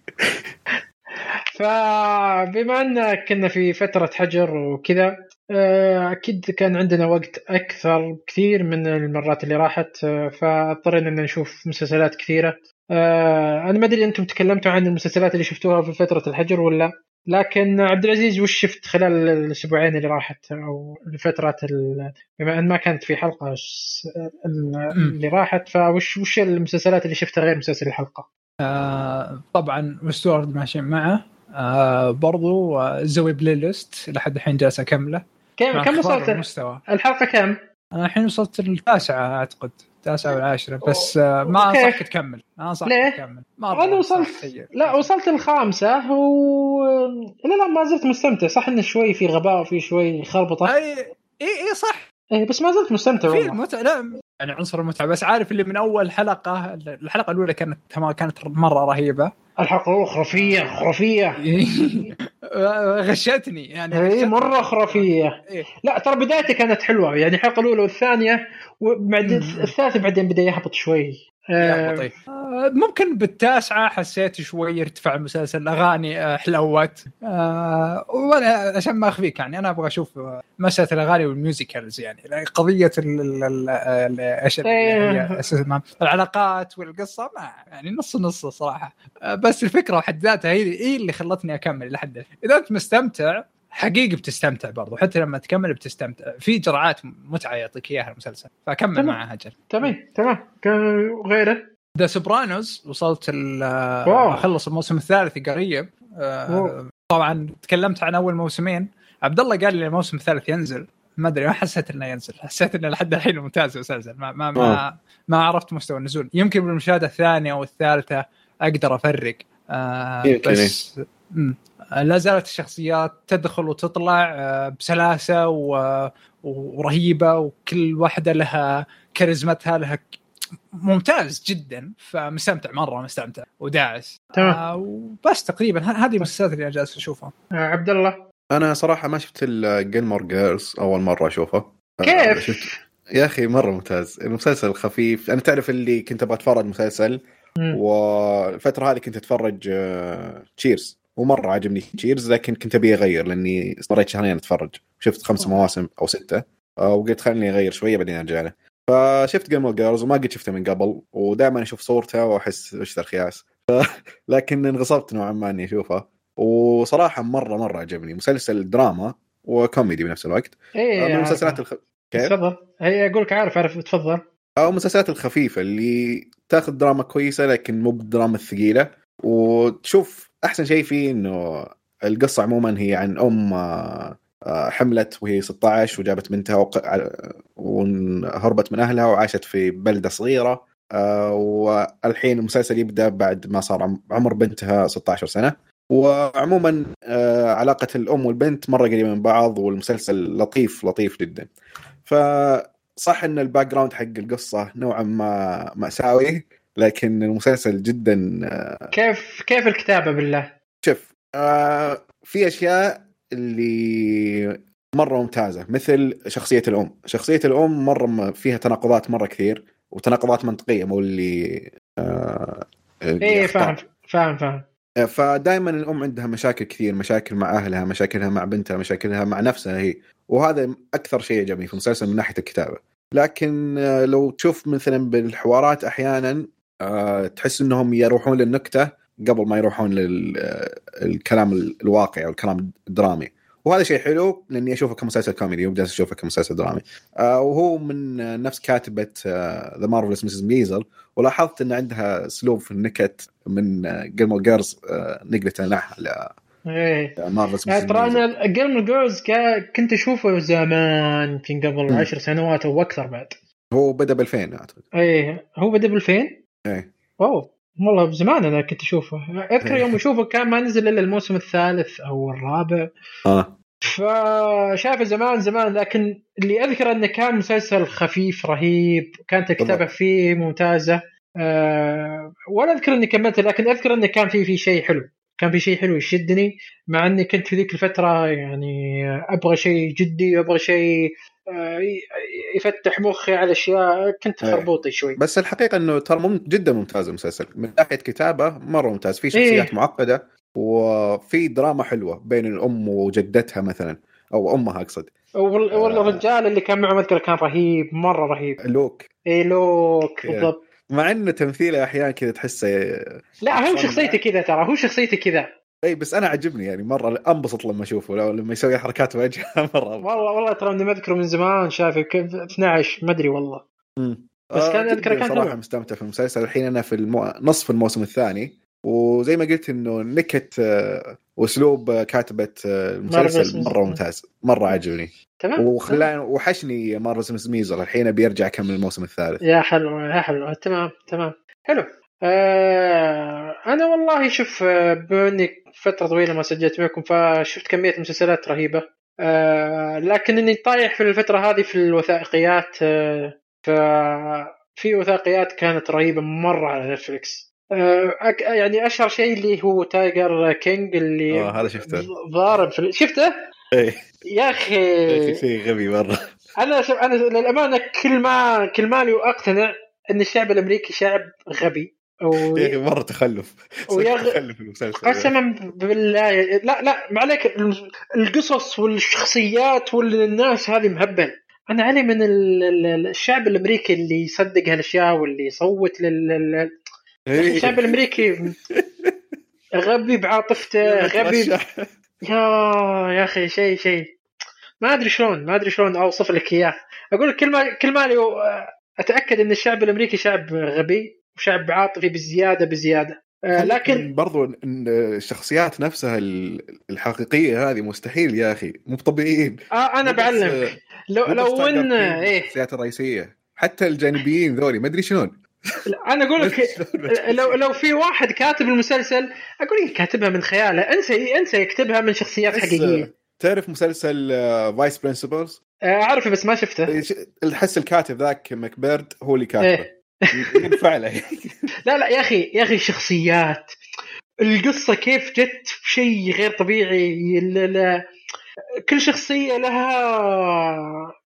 فبما أن كنا في فترة حجر وكذا أكيد كان عندنا وقت أكثر كثير من المرات اللي راحت، فاضطرينا أن نشوف مسلسلات كثيرة. أنا ما أدري أنتم تكلمتوا عن المسلسلات اللي شفتوها في فترة الحجر ولا، لكن عبد العزيز وش شفت خلال الأسبوعين اللي راحت أو الفترة بما أن ما كانت في حلقة اللي راحت، فوش المسلسلات اللي شفتها غير مسلسل الحلقة؟ طبعا وستورد ماشي معه. برضو زوي بلاي ليست لحد الحين جالس أكمله. كم وصلت المستوى الحلقة كم؟ أنا الحين وصلت التاسعة أعتقد، 9 أو 10 بس. ما أنصحك تكمل. أنا وصلت الخامسة لا ما زلت مستمتع. صح إنه شوي في غباء وفي شوي خربطة. إيه صح. بس ما زلت مستمتع في المتعة. لا يعني عنصر المتعة، بس عارف اللي من أول حلقة، الحلقة الأولى كانت مرة رهيبة. الحلقة خرافية غشتني يعني مرة خرافية. لا ترى بدايتها كانت حلوة يعني، الحلقة الأولى والثانية وبعد الثالثة بعدين بدأ يهبط شوي. ممكن بالتاسعة حسيت شوي يرتفع المسلسل، الأغاني حلوت. وأنا عشان ما أخفيك يعني أنا أبغى أشوف مسألة الأغاني والميوزيكالز، يعني قضية العلاقات والقصة ما يعني نص صراحة. بس الفكرة وحد ذاتها هي اللي خلتني أكمل لحد. إذا أنت مستمتع حقيقي بتستمتع برضو، حتى لما تكمل بتستمتع. في جرعات متعة يعطيك إياها المسلسل، فأكمل معها هجر. تمام. غيره ذا سوبرانوس وصلت أخلص الموسم الثالث قريب. طبعا تكلمت عن أول موسمين. عبد الله قال لي الموسم الثالث ينزل، ما أدري، ما حسيت إنه ينزل، حسيت إنه لحد الحين ممتاز المسلسل. ما عرفت مستوى النزول. يمكن بالمشاهدة الثانية أو الثالثة أقدر أفرق. بس لا زالت الشخصيات تدخل وتطلع بسلاسة ورهيبة، وكل واحدة لها كاريزمتها، لها ممتاز جدا. فمستمتع مرة مستمتع وداعس. وبس تقريبا هذه المسلسلات اللي جالس أشوفها. عبد الله أنا صراحة ما شفت الجيلمور جيرلز، أول مرة أشوفها. كيف؟ يا اخي مره ممتاز المسلسل، خفيف. انا تعرف اللي كنت ابغى اتفرج مسلسل والفتره هذه كنت اتفرج تشيرز، ومره عجبني تشيرز، لكن كنت ابي اغير لاني استمريت شهرين اتفرج، شفت 5 مواسم او 6 وقلت خليني اغير شويه بعدين ارجع له. فشفت جيم جيرلز وما قد شفته من قبل، ودائما اشوف صورته واحس وش ذا الخياس لكن انغصبت نوعا ما اني اشوفه، وصراحه مره عجبني. مسلسل دراما وكوميدي بنفس الوقت. ايه من المسلسلات كيف تفضل. هي اقولك عارف تفضل. او المسلسلات الخفيفه اللي تاخذ دراما كويسه لكن مو بالدراما الثقيله. وتشوف احسن شيء فيه انه القصه عموما هي عن حملت وهي 16 وجابت بنتها وهربت من اهلها وعاشت في بلده صغيره. والحين المسلسل يبدا بعد ما صار عمر بنتها 16 سنه. وعموما علاقه الام والبنت مره قريبه من بعض، والمسلسل لطيف جدا. فصح ان الباك جراوند حق القصه نوعا ما مأساوي، لكن المسلسل جدا كيف الكتابه بالله. شوف في اشياء اللي مره ممتازه، مثل شخصيه الام مره فيها تناقضات مره كثير، وتناقضات منطقيه، مو اللي ايه فاهم. فدائما الام عندها مشاكل كثير، مشاكل مع اهلها، مشاكلها مع بنتها، مشاكلها مع نفسها هي، وهذا اكثر شيء عجبني في المسلسل من ناحيه الكتابه. لكن لو تشوف مثلا بالحوارات احيانا تحس انهم يروحون للنكته قبل ما يروحون للكلام الواقعي او الكلام الدرامي، وهذا شيء حلو لاني اشوفه كمسلسل كوميدي وبدأ اشوفه كمسلسل درامي. وهو من نفس كاتبة ذا مارفلس مسز ميزل، ولاحظت ان عندها اسلوب في النكت من جيلمور جيرلز نقلته نحو مارفلس مسز ترى انا جيلمور جيرلز كنت اشوفه زمان في قبل 10 سنوات او اكثر. بعد هو بدا ب2000 اعتقد. ايه هو بدا ب2000. ايه واو والله بزمان انا كنت اشوفه. اذكر يوم اشوفه كان ما نزل الا الموسم الثالث او الرابع. فشافه زمان، لكن اللي اذكر انه كان مسلسل خفيف رهيب، كانت الكتابه فيه ممتازه. ولا اذكر اني كملت، لكن اذكر انه كان فيه شيء حلو، كان في شيء حلو يشدني، مع اني كنت في ذيك الفتره يعني ابغى شيء جدي، ابغى شيء يفتح مخي على اشياء، كنت خربوطي شوي. بس الحقيقه انه ترى جدا ممتاز المسلسل من ناحيه كتابه، مره ممتاز، في شخصيات معقده، وفي دراما حلوه بين الام وجدتها مثلا، او امها اقصد. والرجال اللي كان معه اذكر كان رهيب، مره رهيب. لوك بالضبط. مع انه تمثيله احيانا كذا تحسه لا هو شخصيته كذا، ترى هو شخصيته كذا. اي بس انا عجبني يعني، مره انبسط لما اشوفه، لما يسوي حركات وجهه مره والله ترى اني ما اذكره من زمان، شايفه كيف 12 ما ادري والله. بس كان اذكر كان صراحه مستمتع في المسلسل. الحين انا في نصف الموسم الثاني، وزي ما قلت انه نكت واسلوب كاتبه المسلسل مره ممتاز، مره عجبني. تمام. وخلاني وحشني مارفلس مسز ميزل، الحين بيرجع كمل الموسم الثالث. يا حلو تمام حلو. انا والله شوف، باني فتره طويله ما سجلت معكم، فشفت كميه مسلسلات رهيبه. لكن اني طايح في الفتره هذه في الوثائقيات. ففي وثائقيات كانت رهيبه مره على نتفليكس. يعني اشهر شيء اللي هو تايجر كينج، اللي هذا شفته ضارب شفته. ايه يا اخي شيء غبي مره. انا للامانه كل ما لي اقتنع ان الشعب الامريكي شعب غبي يا اخي مره تخلف المسلسل قسما بالله. لا ما عليك، القصص والشخصيات والناس هذه مهبل. انا علي من الشعب الامريكي اللي يصدق هالاشياء واللي يصوت الشعب الامريكي غبي بعاطفته، غبي يا اخي شيء ما ادري شلون اوصف لك اياه. اقول لك كل ما اتاكد ان الشعب الامريكي شعب غبي وشعب عاطفي بزياده. لكن برضو ان الشخصيات نفسها الحقيقيه هذه مستحيل يا اخي، مو طبيعيين. انا بعلمك لو ان الشخصيات الرئيسيه حتى الجانبيين ذولي ما ادري شلون. انا اقول لك لو في واحد كاتب المسلسل، اقول لك كاتبها من خياله، انسى يكتبها من شخصيات حقيقيه. تعرف مسلسل فايس برينسيبلز؟ اعرفه بس ما شفته. الحس الكاتب ذاك مكبرد هو اللي كاتبه. فعلا لا يا اخي شخصيات، القصه كيف جت شيء غير طبيعي. كل شخصيه لها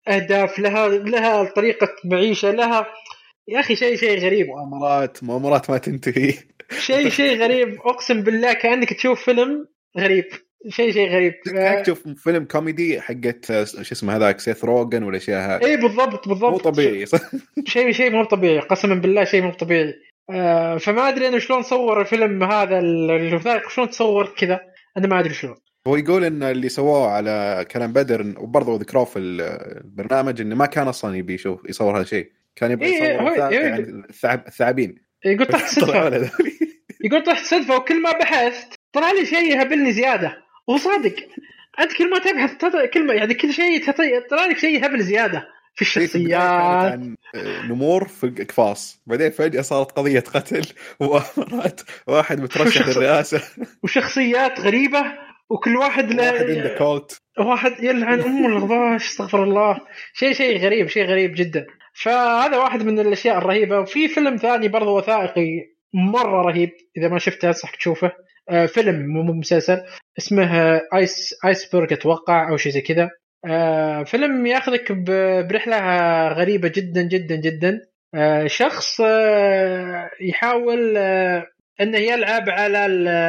اهداف، لها طريقه معيشه، لها يا اخي شيء غريب، مؤامرات ما تنتهي. شيء غريب اقسم بالله، كانك تشوف فيلم غريب، شيء غريب. كانك تشوف فيلم كوميدي حقت شو اسمه هذاك سيث روجن ولا شيء هذا. اي بالضبط مو طبيعي. شيء مو طبيعي قسما بالله، شيء مو طبيعي. فما ادري انا شلون صور الفيلم هذا الوثائقي، شلون تصور كذا، انا ما ادري شلون. هو يقول ان اللي سووه على كلام بدر وبرضه ذكروه في البرنامج انه ما كان اصلا يبي يصور هذا الشيء، كان يبي يصور يعني الثعابين. يقول تحت صدفه يقول تحت صدفه، وكل ما بحثت طلع لي شيء يهبلني زياده. وصادق انت كل ما تبحث كلمه يعني كل شيء طلع لك شيء هبل زياده في الشخصيات. عن نمور في القفاص، بعدين فجأة صارت قضية قتل وأمرات واحد مترشح للرئاسة وشخصيات غريبة، وكل واحد له واحد عنده كوت، واحد يلعن الغباش، استغفر الله. شيء غريب جدا. فهذا واحد من الأشياء الرهيبة. وفي فيلم ثاني برضه وثائقي مرة رهيب، إذا ما شفته أنصحك تشوفه. فيلم مو مسلسل، اسمه آيسبرغ أتوقع أو شيء زي كذا. فيلم ياخذك برحلة غريبة جدا. شخص يحاول أنه يلعب على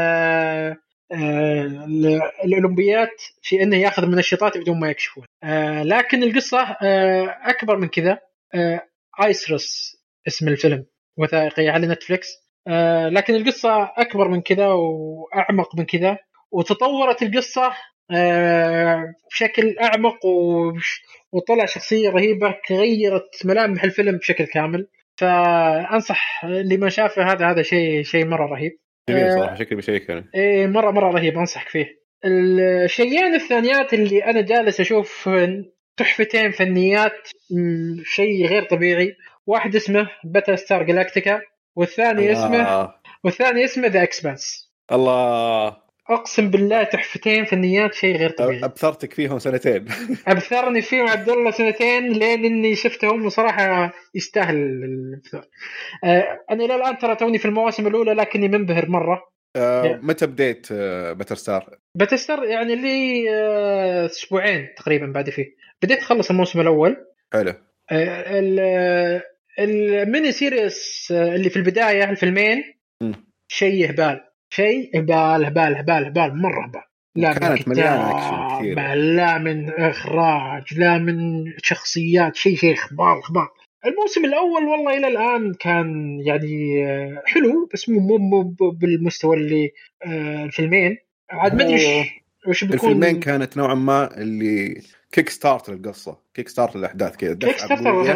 الأولمبيات في أنه يأخذ منشطات بدون ما يكشفون. لكن القصة أكبر من كذا. آيسروس اسم الفيلم، وثائقي على نتفليكس. لكن القصة أكبر من كذا وأعمق من كذا، وتطورت القصة بشكل أعمق، وطلع شخصية رهيبة غيرت ملامح الفيلم بشكل كامل. فأنصح اللي ما شافه هذا شيء مرة رهيب. صراحة شكل بشيء كان مرة رهيب، أنصحك فيه. الشيئين الثانيات اللي أنا جالس أشوف تحفتين فنيات، شيء غير طبيعي. واحد اسمه باتل ستار جالاكتيكا، والثاني اسمه ذا إكسبانس. الله، أقسم بالله تحفتين فنيات، شيء غير طبيعي. أبثرتك فيهم سنتين. أبثرني فيهم عبد الله سنتين، لين إني شفتهم وصراحة يستاهل الابثار. أنا إلى الآن ترى توني في المواسم الأولى، لكني منبهر مرة. متى بديت باتل ستار؟ يعني اللي أسبوعين تقريبا بعد فيه بديت أخلص الموسم الأول. حلو. الميني سيريس اللي في البداية الفيلمين شيء هبال مرة هبال. لا كانت مليانة أكشن كثير، لا من إخراج، لا من شخصيات، شيء خبال. الموسم الأول والله إلى الآن كان يعني حلو، بس مو بالمستوى اللي الفيلمين. عاد ما أدري وش بيكون. الفيلمين كانت نوعا ما اللي كيك ستارت للقصة، كيك ستارت للأحداث كذا، كيك ستارت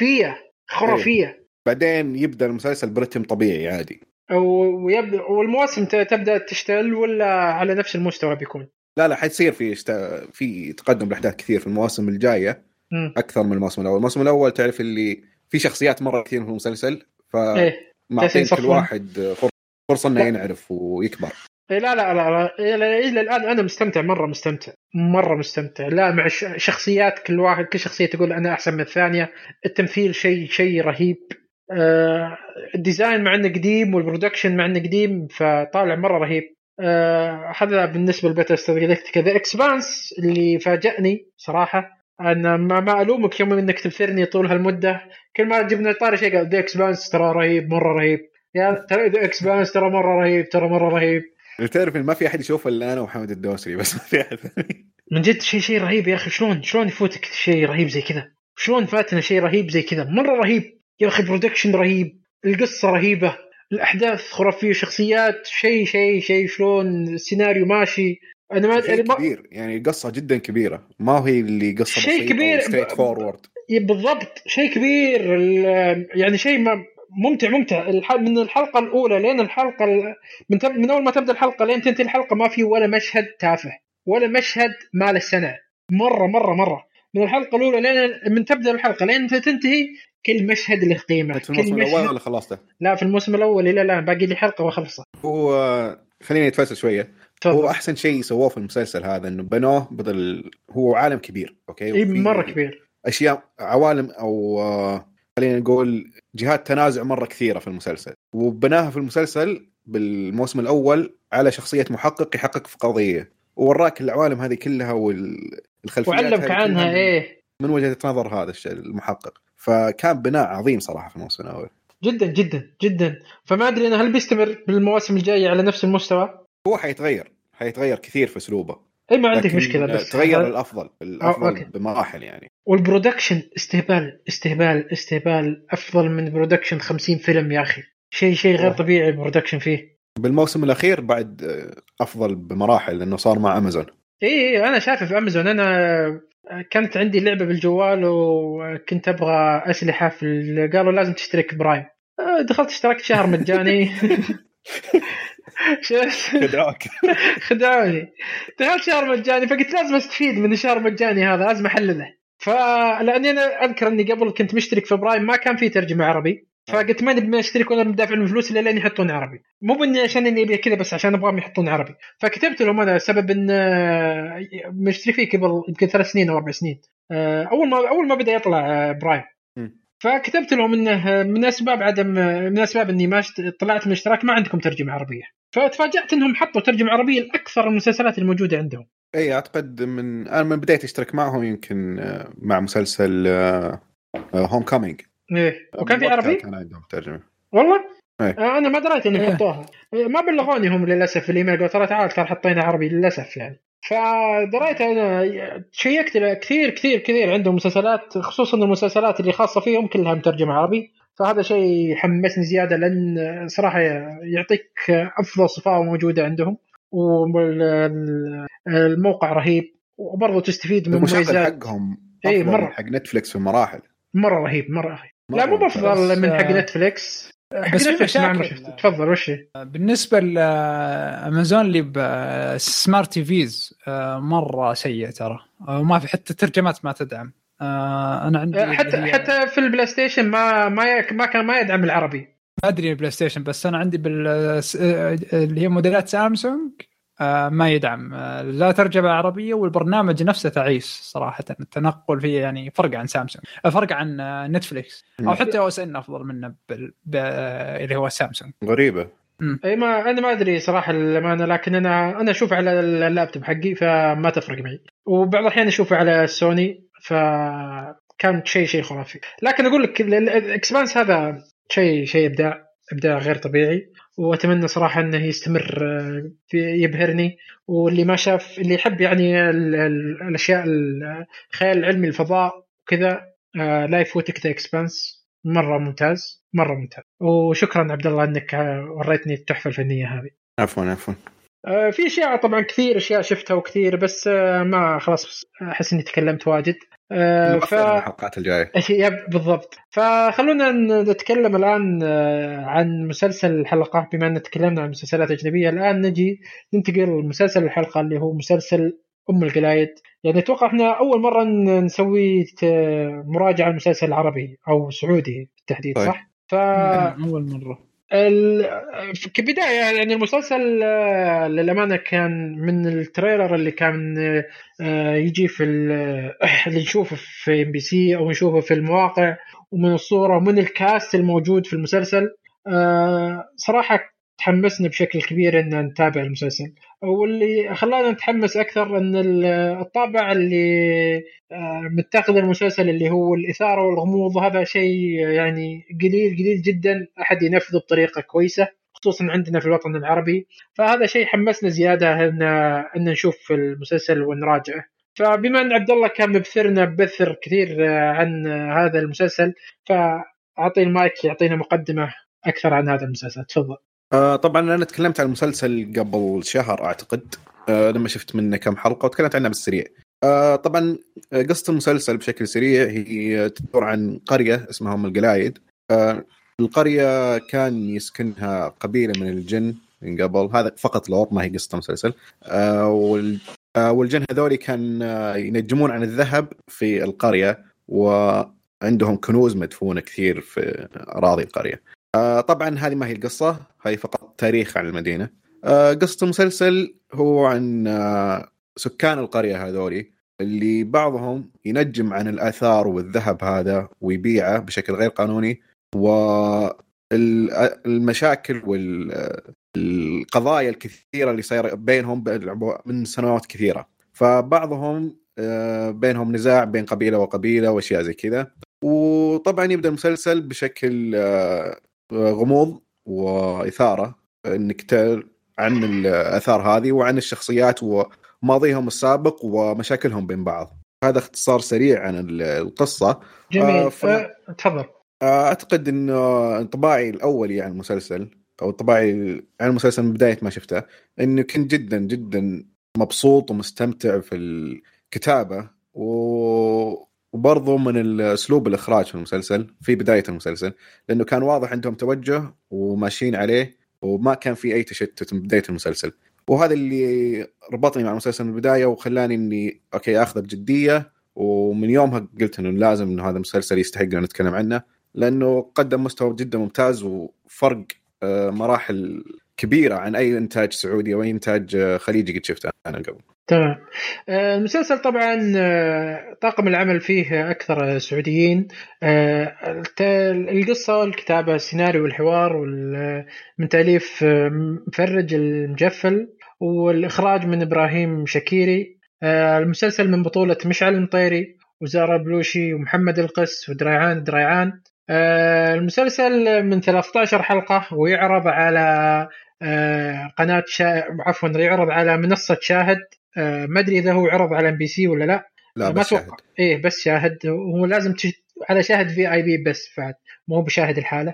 خرافية. بعدين يبدأ المسلسل برتم طبيعي عادي، والمواسم تبدأ تشتغل ولا على نفس المستوى بيكون؟ لا حيصير في تقدم بالأحداث كثير في المواسم الجاية أكثر من الموسم الأول. الموسم الأول تعرف اللي في شخصيات مرة كثير في المسلسل، فمعطين كل واحد فرصة إنه ينعرف ويكبر. لا إلى الآن أنا مستمتع، مرة مستمتع. لا مع شخصيات، كل شخصية تقول أنا أحسن من الثانية. التمثيل شيء رهيب. الديزاين مع انه قديم، والبرودكشن مع انه قديم، فطالع مره رهيب. هذا بالنسبه لباتل ستار جالاكتيكا. ذا اكسبانس اللي فاجأني صراحه، انا ما الومك يوم انك تبثرني طول هالمده، كل ما جبنا طاري شيء قال ذا اكسبانس ترى رهيب، مره رهيب. يا ترى ذا اكسبانس ترى مره رهيب. تعرف ما في احد يشوفه الا انا ومحمد الدوسري، بس ما في احد من جد شيء رهيب يا اخي. شلون يفوتك شيء رهيب زي كذا؟ شلون فاتنا شيء رهيب زي كذا؟ مره رهيب يا أخي. برودكشن رهيب، القصة رهيبة، الأحداث خرافية، شخصيات شيء شلون السيناريو ماشي. أنا ما كبير يعني، القصة جدا كبيرة، ما هي اللي قصة شيء كبير ستريت فورورد. بالضبط، شيء كبير يعني، شيء ممتع. من الحلقة الأولى لين الحلقة من أول ما تبدأ الحلقة لين تنتهي الحلقة ما في ولا مشهد تافه، ولا مشهد مال السنة. مرة من الحلقة الأولى لين من تبدأ الحلقة لين تنتهي كل مشهد له قيمة. في الموسم الأول ولا خلصته؟ لا في الموسم الأول. لا باقي لي حلقة وخلصه. هو خليني أتفلسف شوية. هو أحسن شيء سووه في المسلسل هذا إنه بنوه هو عالم كبير، أوكي؟ مرة كبير، أشياء عوالم أو خلينا نقول جهات تنازع مرة كثيرة في المسلسل، وبناها في المسلسل بالموسم الأول على شخصية محقق يحقق في قضية، ووراك العوالم هذه كلها والخلفيات وعلمك عنها من وجهة نظر هذا الشيء المحقق. فكان بناء عظيم صراحة في الموسم الأول جدا جدا جدا. فما ادري انا هل بيستمر بالمواسم الجايه على نفس المستوى. هو حيتغير كثير في اسلوبه. اي ما عندك مشكله، بس تغير الافضل بمراحل يعني. والبرودكشن استهبال افضل من برودكشن 50 فيلم يا اخي. شيء غير طبيعي البرودكشن فيه. بالموسم الاخير بعد افضل بمراحل لانه صار مع امازون. اي انا شايفه في امازون. انا كانت عندي لعبه بالجوال وكنت ابغى اسلحه قالوا لازم تشترك برايم. دخلت اشتركت شهر مجاني. خدعوني. دخلت شهر مجاني فقلت لازم استفيد من الشهر المجاني هذا، لازم احلله. فلاني انا اذكر اني قبل كنت مشترك في برايم ما كان في ترجمه عربي، فقلت ما نبي اشترك ولا مدافع من فلوس الا لين يحطون عربي. مو بني عشان اني ابي كذا، بس عشان ابغاهم يحطون عربي. فكتبت لهم انا سبب ان مشترك فيه قبل يمكن 3 سنين او 4 سنين، اول ما بدا يطلع برايم. فكتبت لهم انه من اسباب اني ما طلعت من الاشتراك ما عندكم ترجمه عربيه. فتفاجأت انهم حطوا ترجمه عربيه لاكثر المسلسلات الموجوده عندهم. اي اعتقد انا من بدايه اشترك معهم يمكن مع مسلسل هوم كامينج. ايه وكان في عربي. كان عندهم ترجمه والله. انا ما دريت اني حطوها، ما بلغوني هم للاسف في الايميل. قالوا ترى تعال كان حطينا عربي للاسف يعني. فدريت انا شيكت كثير عندهم مسلسلات، خصوصا المسلسلات اللي خاصه فيهم كلها مترجمه عربي. فهذا شيء حمسني زياده، لان صراحه يعطيك افضل صفاء موجوده عندهم، والموقع رهيب، وبرضه تستفيد من مميزات حقهم. اي مره حق نتفليكس في مراحل مره رهيب. لا مو افضل من حق نتفليكس. بس في مشاكل. تفضل. وش بالنسبه لامازون اللي بسمارت تيفيز مره سيء ترى، وما في حتى ترجمات ما تدعم. انا عندي حتى في البلاي ستيشن ما يدعم العربي. ما ادري البلاي ستيشن، بس انا عندي اللي هي موديلات سامسونج ما يدعم لا ترجمة عربية، والبرنامج نفسه تعيس صراحة. التنقل فيه يعني فرق عن سامسونج، فرق عن نتفليكس أو حتى OSN أفضل منه اللي هو سامسونج. غريبة. أي أنا ما أدري صراحة الأمانة، لكن أنا أشوف على اللابتوب حقي فما تفرق معي، وبعض الأحيان أشوفه على سوني فكان شيء خرافي. لكن أقول لك الإكسبانس هذا شيء إبداع غير طبيعي، وأتمنى صراحة أنه يستمر يبهرني. واللي ما شاف، اللي يحب يعني الأشياء الخيال العلمي الفضاء وكذا، لا يفوتك ذا إكسبانس. مرة ممتاز. وشكرا عبد الله أنك وريتني التحفة الفنية هذه. عفوا. في أشياء طبعا كثير أشياء شفتها وكثير، بس ما خلاص أحس أني تكلمت واجد. الحلقات الجاية بالضبط. فخلونا نتكلم الآن عن مسلسل الحلقة. بما أن تكلمنا عن مسلسلات أجنبية، الآن نجي ننتقل لمسلسل الحلقة اللي هو مسلسل أم القلايد. يعني أتوقع إحنا أول مرة نسوي مراجعة المسلسل العربي أو سعودي بالتحديد. طيب. صح؟ أول مرة. كبداية يعني المسلسل للأمانة كان من التريلر اللي كان يجي في اللي نشوفه في MBC أو نشوفه في المواقع، ومن الصورة ومن الكاست الموجود في المسلسل. صراحة تحمسنا بشكل كبير أن نتابع المسلسل. واللي خلانا نتحمس أكثر أن الطابع اللي متاخذ المسلسل اللي هو الإثارة والغموض. هذا شيء يعني قليل جدا أحد ينفذه بطريقة كويسة، خصوصا عندنا في الوطن العربي. فهذا شيء حمسنا زيادة أن نشوف المسلسل ونراجعه. فبما أن عبد الله كان بثر كثير عن هذا المسلسل، فأعطي المايك يعطينا مقدمة أكثر عن هذا المسلسل. تفضل. طبعا أنا تكلمت عن المسلسل قبل شهر أعتقد، لما شفت منه كم حلقة وتكلمت عنه بالسريع. طبعا قصة المسلسل بشكل سريع هي تدور عن قرية اسمها أم القلايد. القرية كان يسكنها قبيلة من الجن من قبل، هذا فقط لور، ما هي قصة المسلسل. والجن هذولي كان ينجمون عن الذهب في القرية، وعندهم كنوز مدفونة كثير في أراضي القرية. طبعا هذه ما هي القصة، هاي فقط تاريخ عن المدينة. قصة المسلسل هو عن سكان القرية هذولي اللي بعضهم ينجم عن الآثار والذهب هذا ويبيعه بشكل غير قانوني، والمشاكل والقضايا الكثيرة اللي صايرة بينهم من سنوات كثيرة. فبعضهم بينهم نزاع بين قبيلة وقبيلة وأشياء زي كذا. وطبعا يبدأ المسلسل بشكل غموض وإثارة، إنك عن الآثار هذه وعن الشخصيات وماضيهم السابق ومشاكلهم بين بعض. هذا اختصار سريع عن القصة. جميل. تفضل. أعتقد إن انطباعي الأولي عن المسلسل أو انطباعي عن المسلسل من بداية ما شفته إنه كنت جدا جدا مبسوط ومستمتع في الكتابة وبرضو من الأسلوب الإخراج في المسلسل في بداية المسلسل، لأنه كان واضح عندهم توجه وماشيين عليه وما كان في أي تشتت من بداية المسلسل. وهذا اللي ربطني مع المسلسل من البداية وخلاني إني أوكي أخذ بجدية. ومن يومها قلت إنه لازم إنه هذا المسلسل يستحق أن نتكلم عنه، لأنه قدم مستوى جدا ممتاز وفرق مراحل كبيرة عن أي إنتاج سعودي أو أي إنتاج خليجي قد شفته أنا قبل. تمام. المسلسل طبعا طاقم العمل فيه أكثر سعوديين. القصة والكتابة السيناريو والحوار من تأليف مفرج المجفل، والإخراج من إبراهيم شكيري. المسلسل من بطولة مشعل المطيري وزارة بلوشي ومحمد القس ودريعان. المسلسل من 13 حلقة ويعرض على قناة يعرض على منصة شاهد. ما أدري إذا هو عرض على MBC ولا لا ما أتوقع. بس شاهد. هو لازم على شاهد VIP بس فعلا، مو بشاهد الحالة.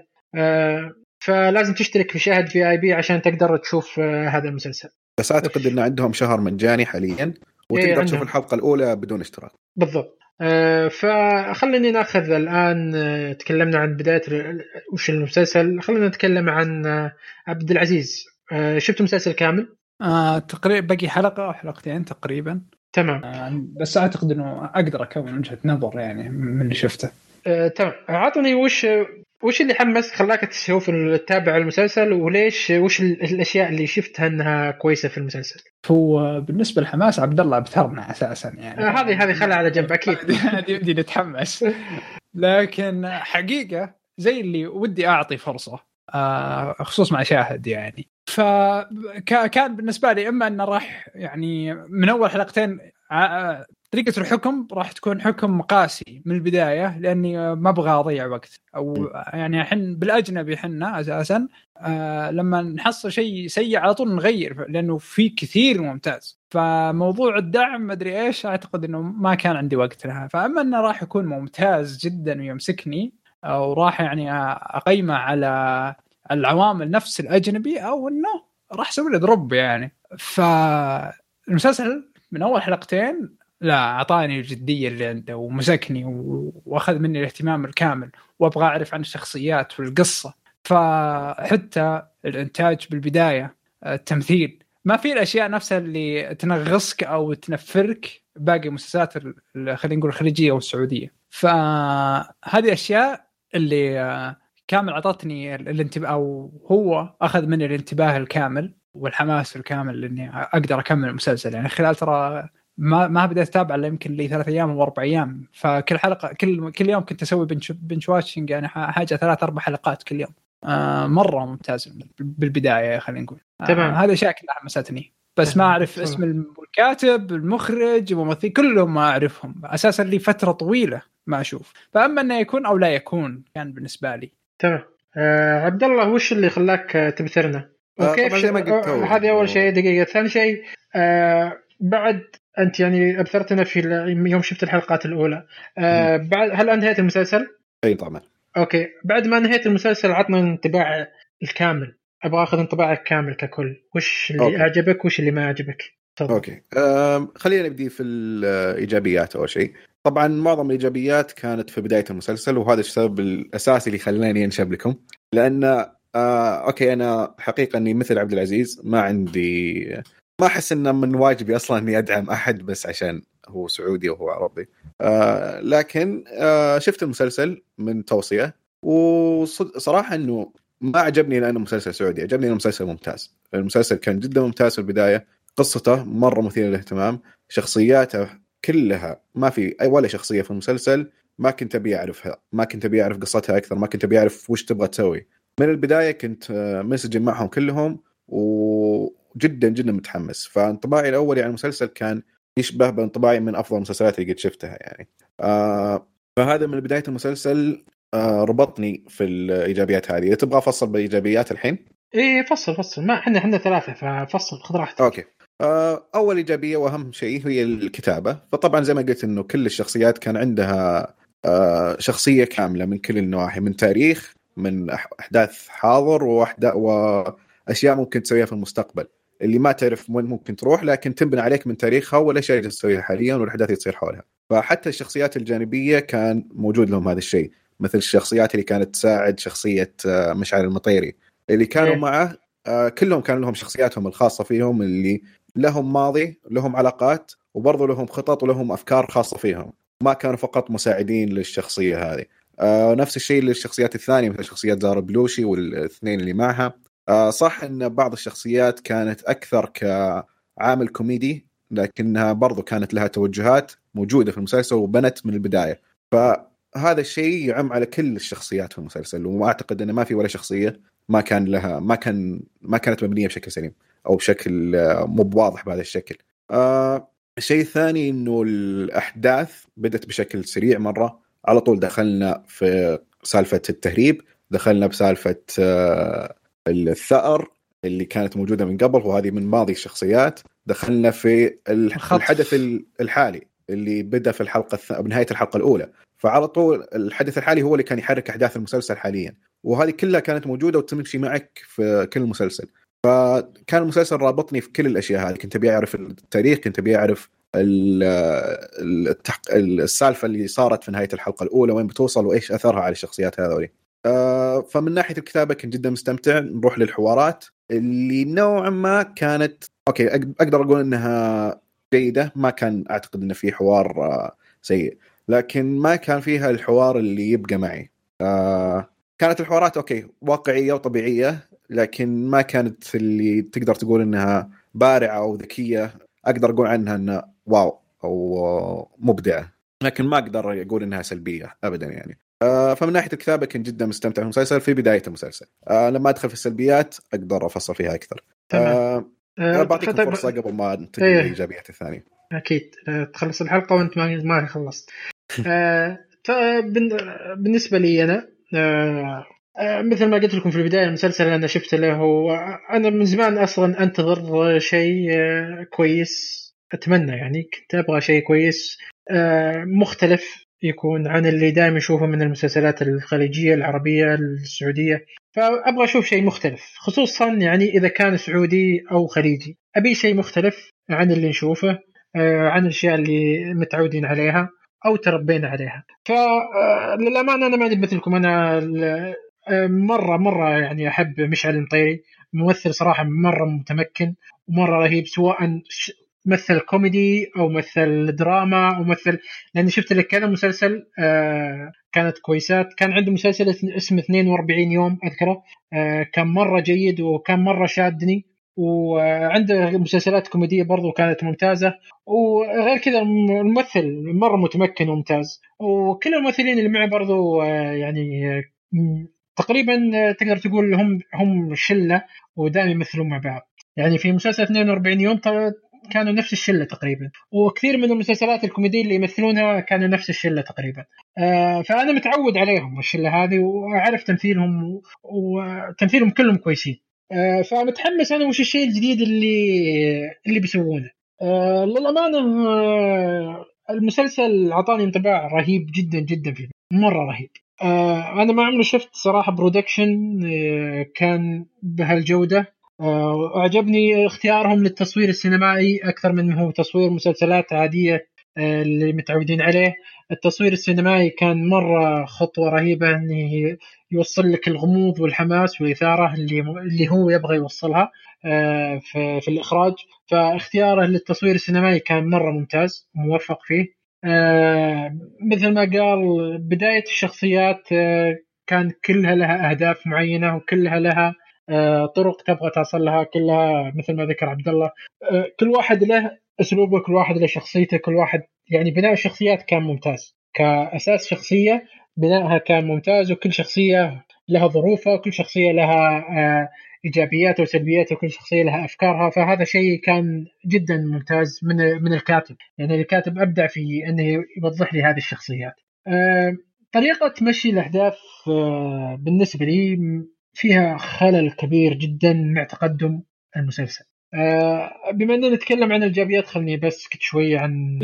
فلازم تشترك في شاهد VIP عشان تقدر تشوف هذا المسلسل. بس أعتقد إن عندهم شهر مجاني حاليا وتقدر تشوف الحلقة الأولى بدون اشتراك. بالضبط. فخلني ناخذ الآن تكلمنا عن بداية وش المسلسل. خلينا نتكلم عن عبد العزيز. شفت مسلسل كامل؟ تقريبا باقي حلقة أو حلقتين تقريبا. تمام. بس أعتقد إنه أقدر أكون وجهة نظر يعني من اللي شفته. تمام. عطني وش اللي حمس خلاك تشوف تتابع المسلسل، وليش وش الأشياء اللي شفتها أنها كويسة في المسلسل؟ هو بالنسبة للحماس عبد الله بثرنا أساسا يعني. هذه خلها على جنب أكيد. بدي نتحمس. لكن حقيقة زي اللي ودي أعطي فرصة خصوص مع شاهد يعني. فكان بالنسبة لي إما أنه راح يعني من أول حلقتين طريقة الحكم راح تكون حكم قاسي من البداية، لأني ما أبغى أضيع وقت أو يعني بالأجنبي حنا أساسا لما نحصل شيء سيء على طول نغير، لأنه في كثير ممتاز. فموضوع الدعم مدري إيش أعتقد أنه ما كان عندي وقت لها. فأما أنه راح يكون ممتاز جدا ويمسكني أو راح يعني أقيمه على العوامل نفس الأجنبي أو أنه راح أسوي له دروب يعني. فالمسلسل من أول حلقتين لا أعطاني الجدية اللي عنده ومسكني وأخذ مني الاهتمام الكامل وأبغى أعرف عن الشخصيات والقصة. فحتى الإنتاج بالبداية، التمثيل، ما في الأشياء نفسها اللي تنغصك أو تنفرك باقي المسلسلات خلينا نقول الخليجية والسعودية. فهذه أشياء اللي كامل عطتني الانتباه أو هو أخذ مني الانتباه الكامل والحماس الكامل إني أقدر أكمل المسلسل. يعني خلال ترى ما بدأت أتابع إلا يمكن لي 3 أيام أو 4 أيام. فكل حلقة كل يوم كنت أسوي بنش واتشنج يعني حاجة 3-4 حلقات كل يوم. مرة ممتاز بالبداية خلينا نقول. هذا أشياء كلها حمستني. بس ما أعرف اسم الكاتب المخرج الممثل كلهم ما أعرفهم أساسا لي فترة طويلة ما أشوف. فأما أنه يكون أو لا يكون كان بالنسبة لي تمام. عبد الله وش اللي خلاك تبثرنا وكيف هذه أول شيء. دقيقة. ثاني شيء بعد أنت يعني أبثرتنا في يوم شفت الحلقات الأولى. بعد هل أنهيت المسلسل؟ أي طبعا. أوكي. بعد ما نهيت المسلسل عطنا انطباع الكامل. أبغى أخذ انطباعك كامل ككل. وش اللي أعجبك وش اللي ما أعجبك؟ أوكي. خلينا نبدي في الإيجابيات أول شيء. طبعا معظم الإيجابيات كانت في بداية المسلسل، وهذا السبب الأساسي اللي خلاني أنشب لكم. لأن أوكي أنا حقيقة أني مثل عبد العزيز ما أحس إنه من واجبي أصلاً إني أدعم أحد بس عشان هو سعودي وهو عربي. لكن شفت المسلسل من توصية، وصراحة إنه ما عجبني لأنه مسلسل سعودي، عجبني إنه مسلسل ممتاز. المسلسل كان جدا ممتاز في البداية، قصته مرة مثيرة للاهتمام، شخصياته كلها ما في أي ولا شخصية في المسلسل ما كنت أبي أعرفها، ما كنت أبي أعرف قصتها أكثر، ما كنت أبي أعرف وش تبغى تسوي. من البداية كنت منسجم معهم كلهم وجدا جدا متحمس. فانطباعي الأولي عن المسلسل كان يشبه بانطباعي من افضل المسلسلات اللي قد شفتها يعني. فهذا من بدايه المسلسل ربطني في الايجابيات هذه. تبغى افصل بالايجابيات الحين؟ ايه فصل ما احنا ثلاثه، ففصل خذ راحتك. اوكي. اول ايجابيه واهم شيء هي الكتابه. فطبعا زي ما قلت انه كل الشخصيات كان عندها شخصيه كامله من كل النواحي، من تاريخ، من احداث حاضر واشياء ممكن تسويها في المستقبل اللي ما تعرف وين ممكن تروح، لكن تنبني عليك من تاريخها والاشياء اللي تسويها حاليا والاحداث اللي تصير حولها. فحتى الشخصيات الجانبيه كان موجود لهم هذا الشيء، مثل الشخصيات اللي كانت تساعد شخصيه مشعل المطيري اللي كانوا معه. كلهم كان لهم شخصياتهم الخاصة فيهم، اللي لهم ماضي، لهم علاقات، وبرضو لهم خطط ولهم أفكار خاصة فيهم، ما كانوا فقط مساعدين للشخصية هذه. نفس الشيء للشخصيات الثانية مثل شخصيات زارا بلوشي والاثنين اللي معها. صح أن بعض الشخصيات كانت أكثر كعامل كوميدي، لكنها برضو كانت لها توجهات موجودة في المسلسل وبنت من البداية. فهذا الشيء يعم على كل الشخصيات في المسلسل، وما أعتقد أن ما في ولا شخصية ما كانت مبنيه بشكل سليم او بشكل مو بواضح بهذا الشكل. الشيء الثاني انه الاحداث بدت بشكل سريع مره، على طول دخلنا في سالفه التهريب، دخلنا بسالفه الثأر اللي كانت موجوده من قبل وهذه من ماضي الشخصيات، دخلنا في الحدث الحالي اللي بدا في الحلقه بنهايه الحلقه الاولى. فعلى طول الحدث الحالي هو اللي كان يحرك احداث المسلسل حاليا، وهذه كلها كانت موجودة وتمشي معك في كل مسلسل. فكان المسلسل رابطني في كل الأشياء هذه. كنت أبي أعرف التاريخ، كنت أبي أعرف السالفة اللي صارت في نهاية الحلقة الأولى وين بتوصل وإيش أثرها على الشخصيات هذولي. فمن ناحية الكتابة كنت جدا مستمتع. نروح للحوارات اللي نوعا ما كانت أوكي، أقدر أقول أنها جيدة. ما كان أعتقد أن في حوار سيء، لكن ما كان فيها الحوار اللي يبقى معي. كانت الحوارات أوكي واقعية وطبيعية، لكن ما كانت اللي تقدر تقول إنها بارعة أو ذكية. أقدر أقول عنها إنها واو أو مبدعة، لكن ما أقدر أقول إنها سلبية أبدا يعني. فمن ناحية الكتابة كنت جدا مستمتع بالمسلسل في بداية المسلسل. لما أدخل في السلبيات أقدر أفصل فيها أكثر. بعطيكم فرصة قبل ما ننتقل للإيجابيات الثانية. أكيد تخلص الحلقة وأنت ما خلصت. بالنسبة لي أنا مثل ما قلت لكم في البداية، المسلسل أنا شفت له وأنا من زمان أصلا أنتظر شيء كويس. أتمنى يعني كنت أبغى شيء كويس مختلف يكون عن اللي دائما نشوفه من المسلسلات الخليجية العربية السعودية. فأبغى أشوف شيء مختلف، خصوصا يعني إذا كان سعودي أو خليجي. أبي شيء مختلف عن اللي نشوفه، عن الأشياء اللي متعودين عليها أو تربينا عليها. فللأمانة أنا ما أدري مثلكم، أنا مرة يعني أحب مشعل المطيري. ممثل صراحة مرة متمكن ومرة رهيب، سواء مثل كوميدي أو مثل دراما أو مثل، لأني شفت لك كذا مسلسل كانت كويسات. كان عنده مسلسل اسمه 42 يوم أذكره، كان مرة جيد وكان مرة شادني. وعنده مسلسلات كوميدية برضو كانت ممتازة. وغير كذا الممثل مرة متمكن وممتاز. وكل الممثلين اللي معه برضو يعني تقريبا تقدر تقول هم شلة ودائما يمثلون مع بعض. يعني في مسلسل 42 يوم كانوا نفس الشلة تقريبا، وكثير من المسلسلات الكوميدية اللي يمثلونها كانوا نفس الشلة تقريبا. فأنا متعود عليهم الشلة هذه وأعرف تمثيلهم وتمثيلهم كلهم كويسين. فمتحمس أنا وش الشيء الجديد اللي بيسوونه. للأمانة المسلسل عطاني انطباع رهيب جدا جدا فيه، مرة رهيب. أنا ما عمري شفت صراحة برودكشن كان بهالجودة. أعجبني اختيارهم للتصوير السينمائي أكثر من هو تصوير مسلسلات عادية اللي متعودين عليه. التصوير السينمائي كان مرة خطوة رهيبة، أنه يوصل لك الغموض والحماس والإثارة اللي هو يبغى يوصلها في الإخراج. فاختياره للتصوير السينمائي كان مرة ممتاز وموفق فيه. مثل ما قال بداية الشخصيات كان كلها لها أهداف معينة وكلها لها طرق تبغى تصل لها، كلها مثل ما ذكر عبد الله كل واحد له أسلوبه، كل واحد له شخصيته، كل واحد يعني بناء الشخصيات كان ممتاز. كأساس شخصية بناءها كان ممتاز، وكل شخصية لها ظروفها وكل شخصية لها إيجابيات وسلبيات، وكل شخصية لها أفكارها. فهذا شيء كان جدا ممتاز من الكاتب، يعني الكاتب أبدع في أنه يوضح لي هذه الشخصيات. طريقة مشي الأحداث بالنسبة لي فيها خلل كبير جدا مع تقدم المسلسل. بما أننا نتكلم عن الإيجابيات، خلني بس شوية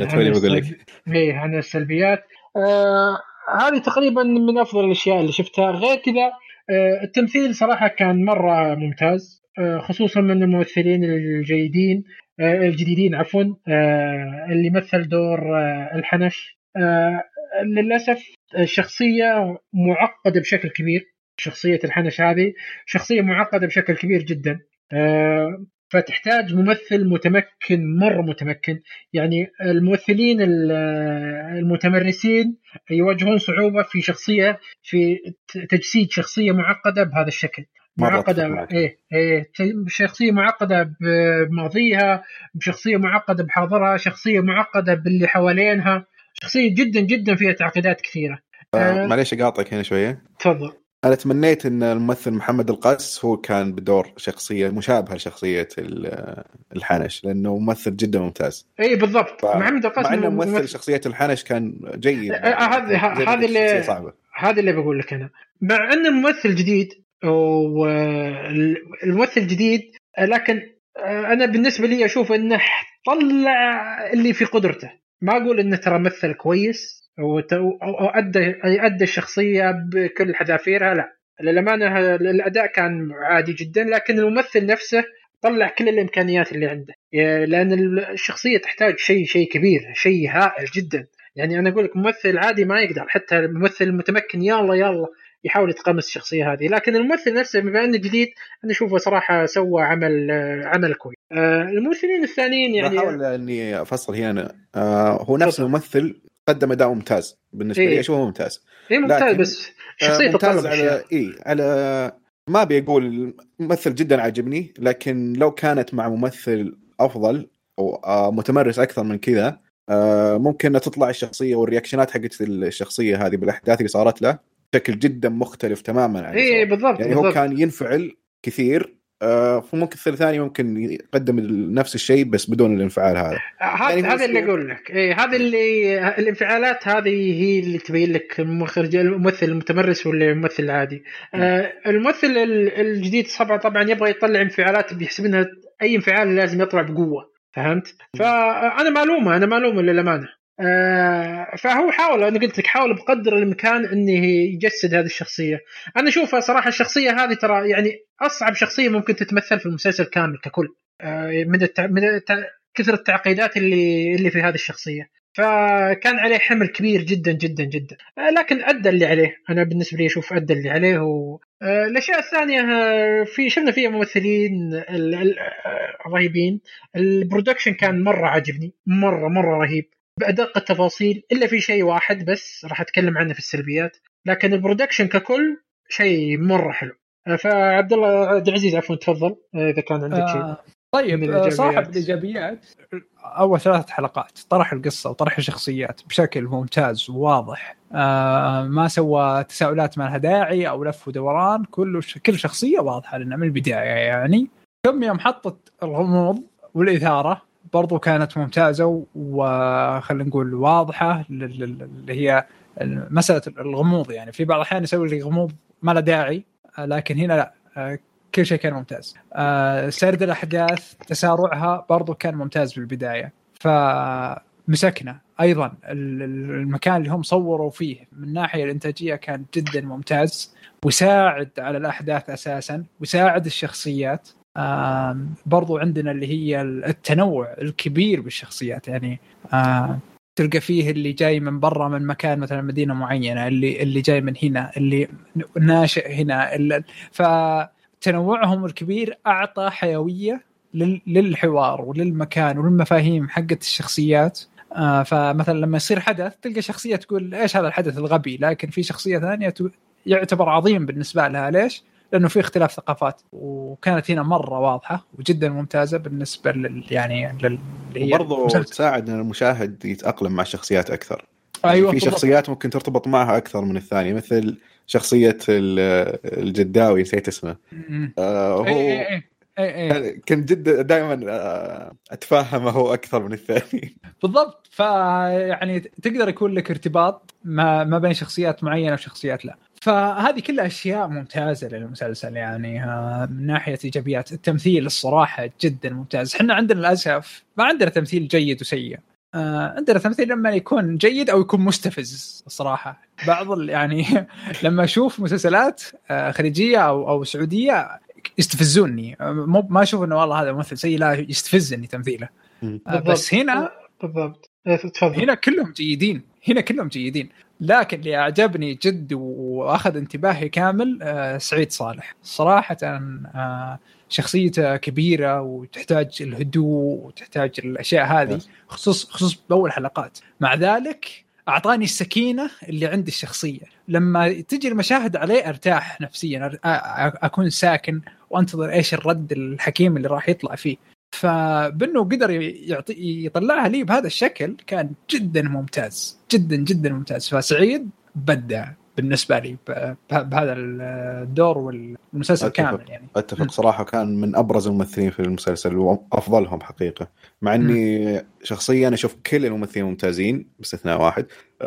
عن السلبيات. هذه تقريبا من أفضل الأشياء اللي شفتها. غير كذا التمثيل صراحة كان مرة ممتاز، خصوصا من الممثلين الجيدين الجديدين اللي مثل دور الحنش. للأسف الشخصية معقدة بشكل كبير. شخصية الحنش هذه شخصية معقدة بشكل كبير جدا، فتحتاج ممثل متمكن، مرة متمكن. يعني الممثلين المتمرسين يواجهون صعوبة في تجسيد شخصية معقدة بهذا الشكل. معقدة شخصية معقدة بماضيها، شخصية معقدة بحاضرها، شخصية معقدة باللي حوالينها، شخصية جدا جدا فيها تعقيدات كثيرة. معليش أقاطعك هنا شوية. تفضل. أنا تمنيت أن الممثل محمد القس هو كان بدور شخصية مشابهة لشخصية الحنش، لأنه ممثل جدا ممتاز. إيه بالضبط. محمد القس مع أنه ممثل شخصية الحنش كان جيد. هذا اللي بقول لك أنا، مع أنه ممثل جديد والممثل جديد، لكن أنا بالنسبة لي أشوف أنه طلع اللي في قدرته. ما أقول أنه ترى مثل كويس أدى الشخصية بكل حذافيرها، لا، للأمانة الأداء كان عادي جدا، لكن الممثل نفسه طلع كل الإمكانيات اللي عنده، لأن الشخصية تحتاج شيء كبير، شيء هائل جدا. يعني أنا أقول لك ممثل عادي ما يقدر، حتى الممثل المتمكن يلا يحاول يتقمص الشخصية هذه، لكن الممثل نفسه بما أنه جديد أنا أشوفه صراحة سوى عمل كويس. الممثلين الثانيين يعني بحاول أني أفصل هنا. هو نفس الممثل قدم أداء ممتاز بالنسبة لي، أشوفه ممتاز. ممتاز، بس شخصية ممتاز على ما بيقول ممثل جدا عجبني، لكن لو كانت مع ممثل أفضل أو متمرس أكثر من كذا ممكن تطلع الشخصية والرياكشنات حقت الشخصية هذه بالأحداث اللي صارت له بشكل جدا مختلف تماما عن بالضبط. يعني هو كان ينفعل كثير، فممكن الثاني ممكن يقدم نفس الشيء بس بدون الانفعال هذا. هذا اللي أقول لك. هذا اللي الانفعالات هذه هي اللي تبين لك الممثل المتمرس ولا الممثل العادي. الممثل الجديد طبعا يبغى يطلع انفعالات بيحسب انها اي انفعال لازم يطلع بقوة، فهمت؟ فأنا معلومة للأمانة. فهو أنا قلت لك حاول بقدر الإمكان إنه يجسد هذه الشخصية. أنا أشوفها صراحة الشخصية هذه ترى يعني أصعب شخصية ممكن تتمثل في المسلسل كامل ككل، من كثرة التعقيدات اللي في هذه الشخصية. فكان عليه حمل كبير جدا جدا جدا، لكن أدى اللي عليه. أنا بالنسبة لي أشوف أدى اللي عليه. الأشياء الثانية شفنا فيها ممثلين رهيبين. البرودكشن كان مرة عجبني، مرة رهيب بأدق التفاصيل، إلا في شيء واحد بس راح أتكلم عنه في السلبيات، لكن البرودكشن ككل شيء مرة حلو. فعبد الله عبد العزيز عفوا تفضل إذا كان عندك شيء. طيب صاحب الإيجابيات أول 3 حلقات طرح القصة وطرح الشخصيات بشكل ممتاز وواضح، ما سوى تساؤلات ما لها داعي أو لف ودوران، كل شخصية واضحة لنا من البداية. يعني كم يوم حطت الغموض والإثارة برضو كانت ممتازة، وخلينا نقول واضحة اللي هي مسألة الغموض. يعني في بعض الأحيان يسوي لي غموض ما له داعي، لكن هنا لا، كل شيء كان ممتاز. سرد الأحداث تسارعها برضو كان ممتاز بالبداية. فمسكنا أيضا المكان اللي هم صوروا فيه من ناحية الإنتاجية كان جدا ممتاز، وساعد على الأحداث أساسا، وساعد الشخصيات. برضو عندنا اللي هي التنوع الكبير بالشخصيات. يعني تلقى فيه اللي جاي من برا من مكان مثلا مدينة معينة، اللي جاي من هنا، اللي ناشئ هنا، فتنوعهم الكبير أعطى حيوية للحوار وللمكان وللمفاهيم حقت الشخصيات. فمثلا لما يصير حدث تلقى شخصية تقول إيش هذا الحدث الغبي، لكن في شخصية ثانية يعتبر عظيم بالنسبة لها. ليش؟ لأنه في اختلاف ثقافات، وكانت هنا مرة واضحة وجدا ممتازة بالنسبة يعني وبرضو تساعد أن المشاهد يتأقلم مع الشخصيات أكثر. أيوة في شخصيات ممكن ترتبط معها أكثر من الثانية، مثل شخصيه الجداوي نسيت اسمه. هو كنت جدا دائما اتفاهمه اكثر من الثاني. بالضبط. فيعني تقدر يكون لك ارتباط ما بين شخصيات معينه وشخصيات لا. فهذه كلها اشياء ممتازه للمسلسل يعني من ناحيه ايجابيات. التمثيل الصراحه جدا ممتاز. احنا عندنا للاسف ما عندنا تمثيل جيد وسيء. عندنا تمثيل لما يكون جيد او يكون مستفز الصراحه. بعض يعني لما اشوف مسلسلات خليجيه او سعوديه يستفزوني. ما اشوف انه والله هذا ممثل سيء، لا يستفزني تمثيله. بس هنا بالضبط هنا كلهم جيدين، هنا كلهم جيدين. لكن اللي أعجبني جد وأخذ انتباهي كامل سعيد صالح صراحة. شخصيته كبيرة وتحتاج الهدوء وتحتاج الأشياء هذه، خصوص بأول حلقات. مع ذلك أعطاني السكينة اللي عند الشخصية. لما تجي المشاهد عليه أرتاح نفسيا، أكون ساكن وأنتظر إيش الرد الحكيم اللي راح يطلع فيه. فبنه قدر يطلعها لي بهذا الشكل كان جدا ممتاز، جدا جدا ممتاز. فسعيد بدع بالنسبة لي بهذا الدور والمسلسل كامل يعني. أتفق صراحة، كان من أبرز الممثلين في المسلسل وأفضلهم حقيقة. مع أني شخصيا أشوف كل الممثلين ممتازين باستثناء واحد.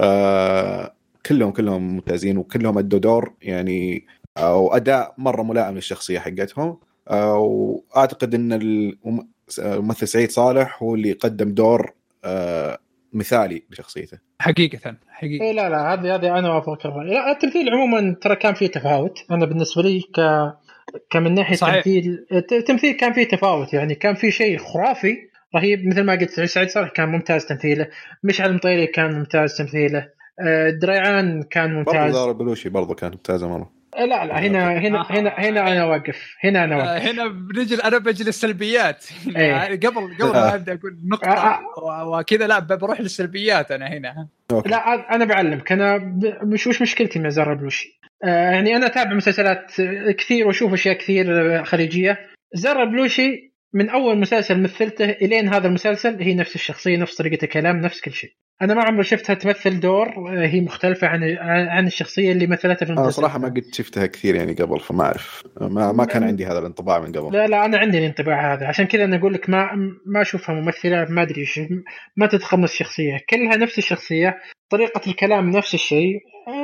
كلهم ممتازين وكلهم أدوا دور يعني أو أداء مرة ملائم للشخصية حقتهم. وأعتقد أن الممثل سعيد صالح هو اللي قدم دور مثالي لشخصيته حقيقة. لا هذه أنا أوافقك الرأي. لا التمثيل عموما ترى كان فيه تفاوت. أنا بالنسبة لي كمن ناحية التمثيل كان فيه تفاوت يعني. كان فيه شيء خرافي رهيب مثل ما قلت. سعيد صالح كان ممتاز تمثيله، مشعل المطيري كان ممتاز تمثيله، دريعان كان ممتاز، برضو زار البلوشي برضو كان ممتاز مرة. لا هنا أنا واقف. هنا بنجي أنا بجي للسلبيات. قبل ما أبدأ أقول نقطة وكذا لا بروح للسلبيات أنا هنا. لا أنا بعلمك. أنا مش مشكلتي مع زار البلوشي. يعني أنا أتابع مسلسلات كثير وأشوف أشياء كثير خليجية. زار البلوشي من أول مسلسل مثلته إلين هذا المسلسل هي نفس الشخصية، نفس طريقة الكلام، نفس كل شيء. أنا ما عمري شفتها تمثل دور هي مختلفة عن الشخصية اللي مثلتها في المسلسل. صراحة ما قد شفتها كثير يعني قبل، فما أعرف. ما كان عندي هذا الانطباع من قبل. لا أنا عندي الانطباع هذا. عشان كذا أنا أقول لك ما أشوفها ممثلة. ما أدري ما تتقمص الشخصية، كلها نفس الشخصية، طريقة الكلام نفس الشيء.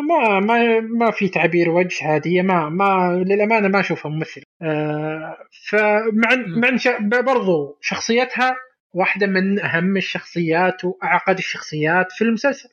ما في تعبير وجه عادية. ما للأمانة ما أشوفها ممثلة. فمع برضو شخصيتها واحدة من أهم الشخصيات وأعقد الشخصيات في المسلسل.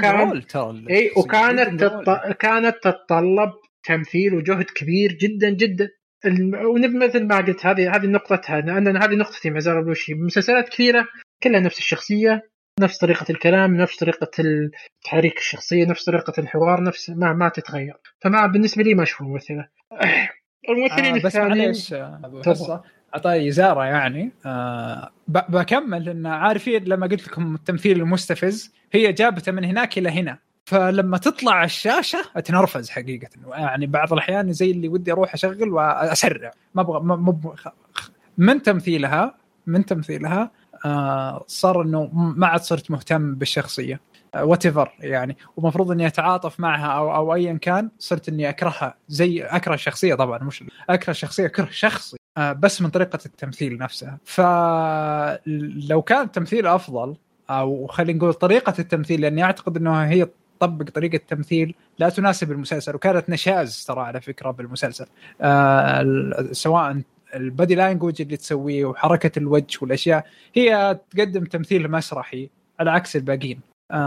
وكانت تتطلب تمثيل وجهد كبير جدا جدا. مثل ما قلت هذه نقطتها. أنا هذه نقطتي مع زار البلوشي. مسلسلات كثيرة كلها نفس الشخصية، نفس طريقة الكلام، نفس طريقة تحريك الشخصية، نفس طريقة الحوار، نفس ما تتغير. فما بالنسبة لي ما أشوف ممثلة. الممثلين بس معليش أعطي زارة يعني. بكمل لأن عارفين لما قلت لكم التمثيل المستفز هي جابته من هناك إلى هنا. فلما تطلع الشاشة أتنرفز حقيقة يعني. بعض الأحيان زي اللي ودي أروح أشغل وأسرع. ما أبغى من تمثيلها صار إنه ما عاد صرت مهتم بالشخصية whatever يعني. ومفروض إني أتعاطف معها أو أيا كان. صرت إني أكرهها زي أكره الشخصية. طبعا مش أكره الشخصية كره شخصي بس من طريقة التمثيل نفسها. فلو كان التمثيل أفضل أو خلينا نقول طريقة التمثيل، لأني أعتقد إنه هي طبق طريقة تمثيل لا تناسب المسلسل. وكانت نشاز ترى على فكرة بالمسلسل. سواء البادي لانجوج اللي تسويه وحركة الوجه والأشياء هي تقدم تمثيل مسرحي على عكس الباقين.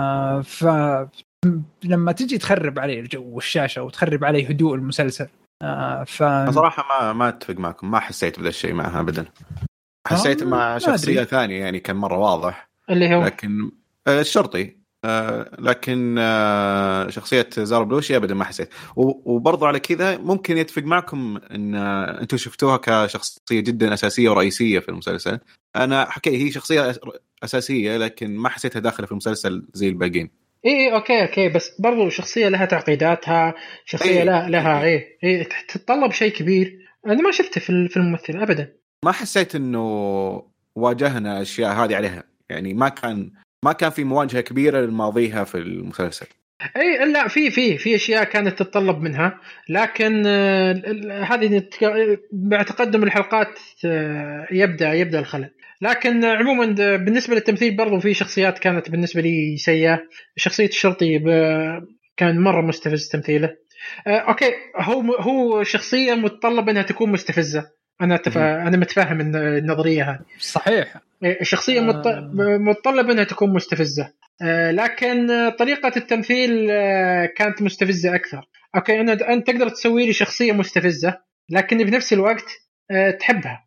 فلما تجي تخرب عليه الجو والشاشة وتخرب عليه هدوء المسلسل. صراحة ما أتفق معكم. ما حسيت بهذا الشيء معها أبدا. حسيت مع شخصية ثانية يعني كان مرة واضح اللي هو لكن الشرطي. لكن شخصية زار بلوشي أبدا ما حسيت. وبرضو على كذا ممكن يتفق معكم أن أنتم شفتوها كشخصية جدا أساسية ورئيسية في المسلسل. أنا حكي هي شخصية أساسية لكن ما حسيتها داخلة في المسلسل زي الباقين. اوكي بس برضو شخصية لها تعقيداتها، شخصية لها تتطلب شيء كبير. انا ما شفته في الممثل ابدا. ما حسيت انه واجهنا اشياء هذه عليها يعني. ما كان في مواجهة كبيرة لماضيها في المسلسل. اي لا في اشياء كانت تتطلب منها، لكن هذه مع تقدم الحلقات يبدا الخلل. لكن عموما بالنسبه للتمثيل برضو في شخصيات كانت بالنسبه لي سيئه. شخصيه الشرطي كان مره مستفز تمثيله. اوكي هو شخصيه متطلب انها تكون مستفزه، انا متفاهم النظريه هذه صحيح. الشخصيه متطلب انها تكون مستفزه، لكن طريقه التمثيل كانت مستفزه اكثر. اوكي انت تقدر تسوي لي شخصيه مستفزه لكن بنفس الوقت تحبها.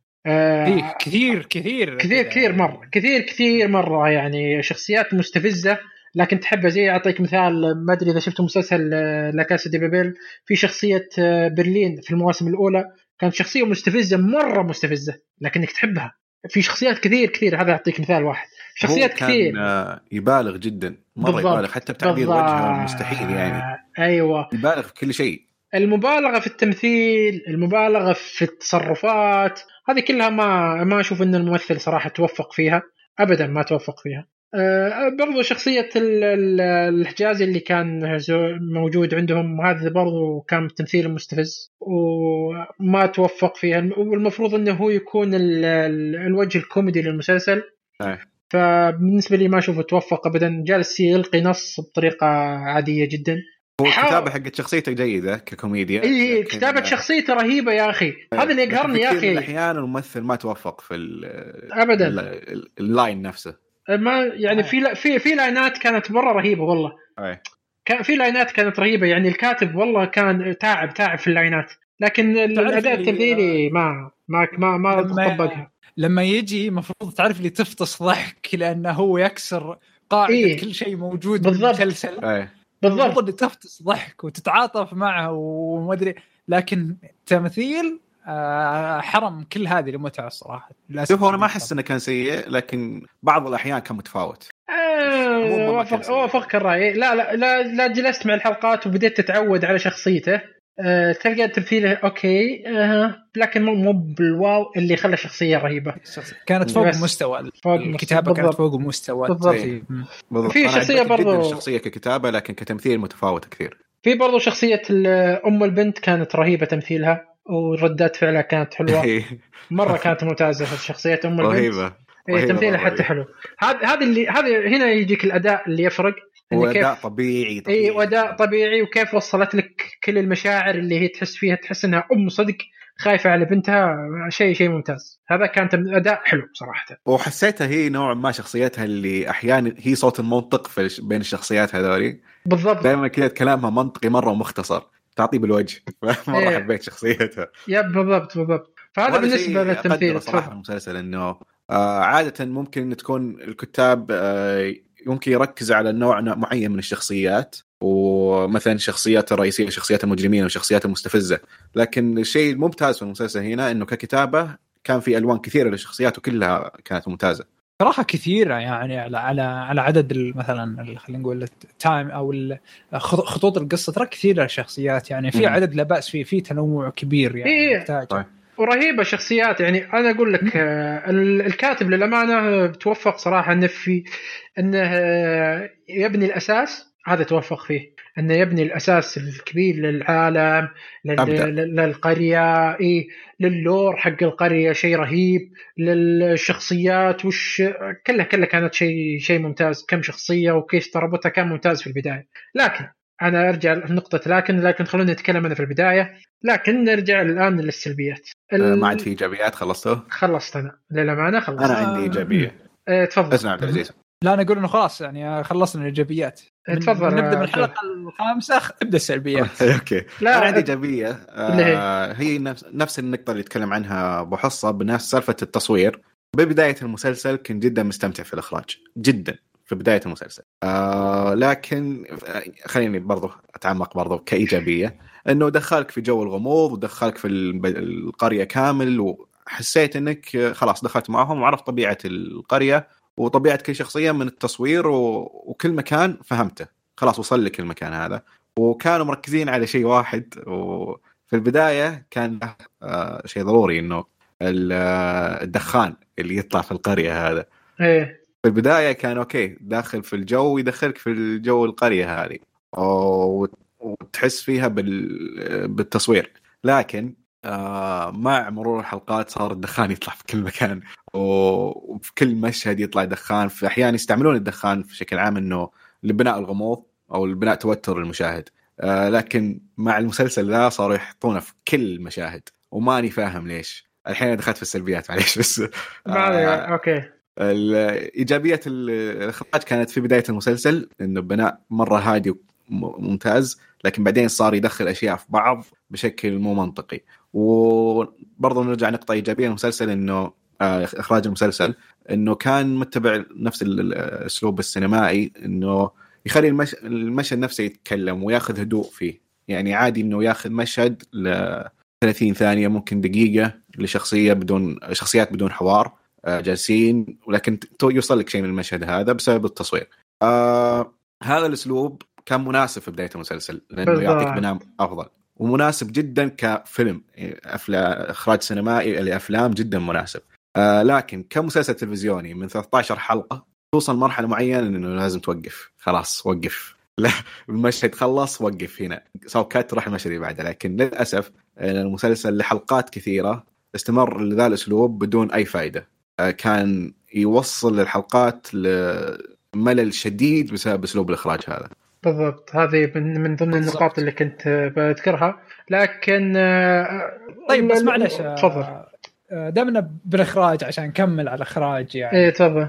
كثير مره يعني شخصيات مستفزه لكن تحبها. زي اعطيك مثال، ما ادري اذا شفتوا مسلسل لا كاسا دي بابيل، في شخصيه برلين في المواسم الاولى كانت شخصيه مستفزه مره مستفزه لكنك تحبها. في شخصيات كثير هذا اعطيك مثال واحد. شخصيات كثير يبالغ جدا مره، يبالغ حتى بتعبير وجهه مستحيل يعني. ايوه يبالغ في كل شيء، المبالغه في التمثيل، المبالغه في التصرفات، هذه كلها ما اشوف ان الممثل صراحه توفق فيها ابدا، ما توفق فيها. برضو شخصيه الحجازي اللي كان موجود عندهم، هذا برضو كان تمثيل مستفز وما توفق فيها. والمفروض انه هو يكون الوجه الكوميدي للمسلسل، فبالنسبه لي ما اشوفه توفق ابدا. جالس يلقي نص بطريقه عاديه جدا. هو الكتابه حقت شخصيته جيده ككوميديا، اي كتابه شخصيته رهيبه يا اخي. هذا اللي يقهرني يا اخي، احيانا الممثل ما توفق في ابدا اللاين نفسه. ما يعني في لاينات كانت مره رهيبه والله. كان في لاينات كانت رهيبه، يعني الكاتب والله كان تعب في اللاينات، لكن الاداء التمثيلي ما طبقها. لما يجي مفروض تعرف لي تفطس ضحك لانه هو يكسر قاعده كل شيء موجود بالمسلسل. بالضبط اللي تفطس ضحك وتتعاطف معه وما ادري، لكن تمثيل حرم كل هذه المتعه الصراحه. شوف انا ما احس انه كان سيء، لكن بعض الاحيان كان متفاوت. وافق الراي. لا جلست مع الحلقات وبديت تتعود على شخصيته، تلقى تمثيله اوكي، لكن مو بالواو اللي خلى شخصيه رهيبه. كانت فوق المستوى، الكتابه كانت فوق المستوى. بالضبط. في شخصيه برضو الشخصيه ككتابه، لكن كتمثيل متفاوت كثير. في برضو شخصيه ام البنت كانت رهيبه تمثيلها، وردات فعلها كانت حلوه مره، كانت ممتازه شخصيه ام البنت رهيبه. تمثيلها حتى حلو. هذا هنا يجيك الاداء اللي يفرق، واداء طبيعي. واداء طبيعي، وكيف وصلت لك كل المشاعر اللي هي تحس فيها، تحس انها ام صدق خايفه على بنتها. شيء ممتاز. هذا كان اداء حلو صراحه. وحسيتها هي نوع ما شخصيتها اللي احيانا هي صوت المنطق بين الشخصيات هذولي. بالضبط، دائما كذا كلامها منطقي مره ومختصر، تعطي بالوجه. مره حبيت شخصيتها. بالضبط. فهذا بالنسبه للتمثيل صراحه المسلسل، انه عاده ممكن ان تكون الكتاب يمكن يركز على نوع معين من الشخصيات، ومثلا الشخصيات الرئيسيه، شخصيات المجرمين وشخصيات المستفزه. لكن الشيء الممتاز في المسلسل هنا انه ككتابه كان في الوان كثيره للشخصيات وكلها كانت ممتازه صراحه، كثيره يعني على عدد مثلا خلينا نقول التايم او خطوط القصه، ترى كثيره الشخصيات يعني في عدد لا باس فيه، في تنوع كبير يعني طيب. ورهيبه شخصيات. يعني انا اقول لك الكاتب للامانه توفق صراحه انه يبني الاساس، هذا توفق فيه، انه يبني الاساس الكبير للعالم، للقريه، لللور حق القريه، شيء رهيب، للشخصيات كلها كانت شيء ممتاز. كم شخصيه وكيف تربطها كان ممتاز في البدايه. لكن أنا أرجع لنقطة لكن خلونا نتكلم أنا في البداية. لكن نرجع الآن للسلبيات. ما عاد في إيجابيات؟ خلصت أنا للأمانة خلصت. أنا عندي إيجابية. تفضل. اسمع عبد العزيز. لا أنا أقول إنه خلاص يعني خلصنا الإيجابيات. تفضل. نبدأ من الحلقة الخامسة ابدأ السلبيات. أوكي. أنا عندي إيجابية. هي نفس النقطة اللي تكلم عنها أبو حصة، بنفس سالفة التصوير. ببداية المسلسل كنت جدا مستمتع في الإخراج جدا في بداية المسلسل، لكن خليني برضو أتعمق برضو كإيجابية، إنه دخلك في جو الغموض ودخلك في القرية كامل، وحسيت إنك خلاص دخلت معهم وعرفت طبيعة القرية وطبيعة كل شخصية من التصوير وكل مكان فهمته، خلاص وصل لك المكان هذا. وكانوا مركزين على شيء واحد، وفي البداية كان شيء ضروري إنه الدخان اللي يطلع في القرية هذا. في البداية كان أوكي داخل في الجو، يدخلك في الجو القرية هذه، وتحس فيها بالتصوير. لكن مع مرور الحلقات صار الدخان يطلع في كل مكان، وفي كل مشهد يطلع دخان. في أحيان يستعملون الدخان بشكل عام إنه لبناء الغموض أو لبناء توتر المشاهد. لكن مع المسلسل ذا صاروا يحطونه في كل المشاهد، وماني فاهم ليش. الحين دخلت في السلبيات معليش بس. اوكي. الإيجابية الإخراج كانت في بداية المسلسل إنه بناء مرة هادي وممتاز، لكن بعدين صار يدخل أشياء في بعض بشكل مو منطقي. وبرضه نرجع نقطة إيجابية المسلسل إنه إخراج المسلسل إنه كان متبع نفس الأسلوب السينمائي، إنه يخلي المشهد نفسه يتكلم وياخذ هدوء فيه. يعني عادي إنه ياخذ مشهد 30 ثانية ممكن دقيقة لشخصيات بدون حوار جالسين، ولكن يوصل لك شيء من المشهد هذا بسبب التصوير. هذا الأسلوب كان مناسب في بداية المسلسل لأنه يعطيك بناء أفضل، ومناسب جدا كفيلم إخراج سينمائي لأفلام جدا مناسب. لكن كمسلسل تلفزيوني من 13 حلقة توصل مرحلة معينة إنه لازم توقف، خلاص وقف، لا المشهد خلص وقف هنا، سو كات روح المشهد اللي بعده. لكن للأسف المسلسل لحلقات كثيرة استمر لذا الأسلوب بدون أي فائدة. كان يوصل الحلقات لملل شديد بسبب أسلوب الإخراج هذا. بالضبط، هذه من ضمن النقاط اللي كنت بذكرها. لكن طيب بس معلش تفضل. دامنا بالإخراج عشان نكمل على الإخراج يعني. إيه تفضل.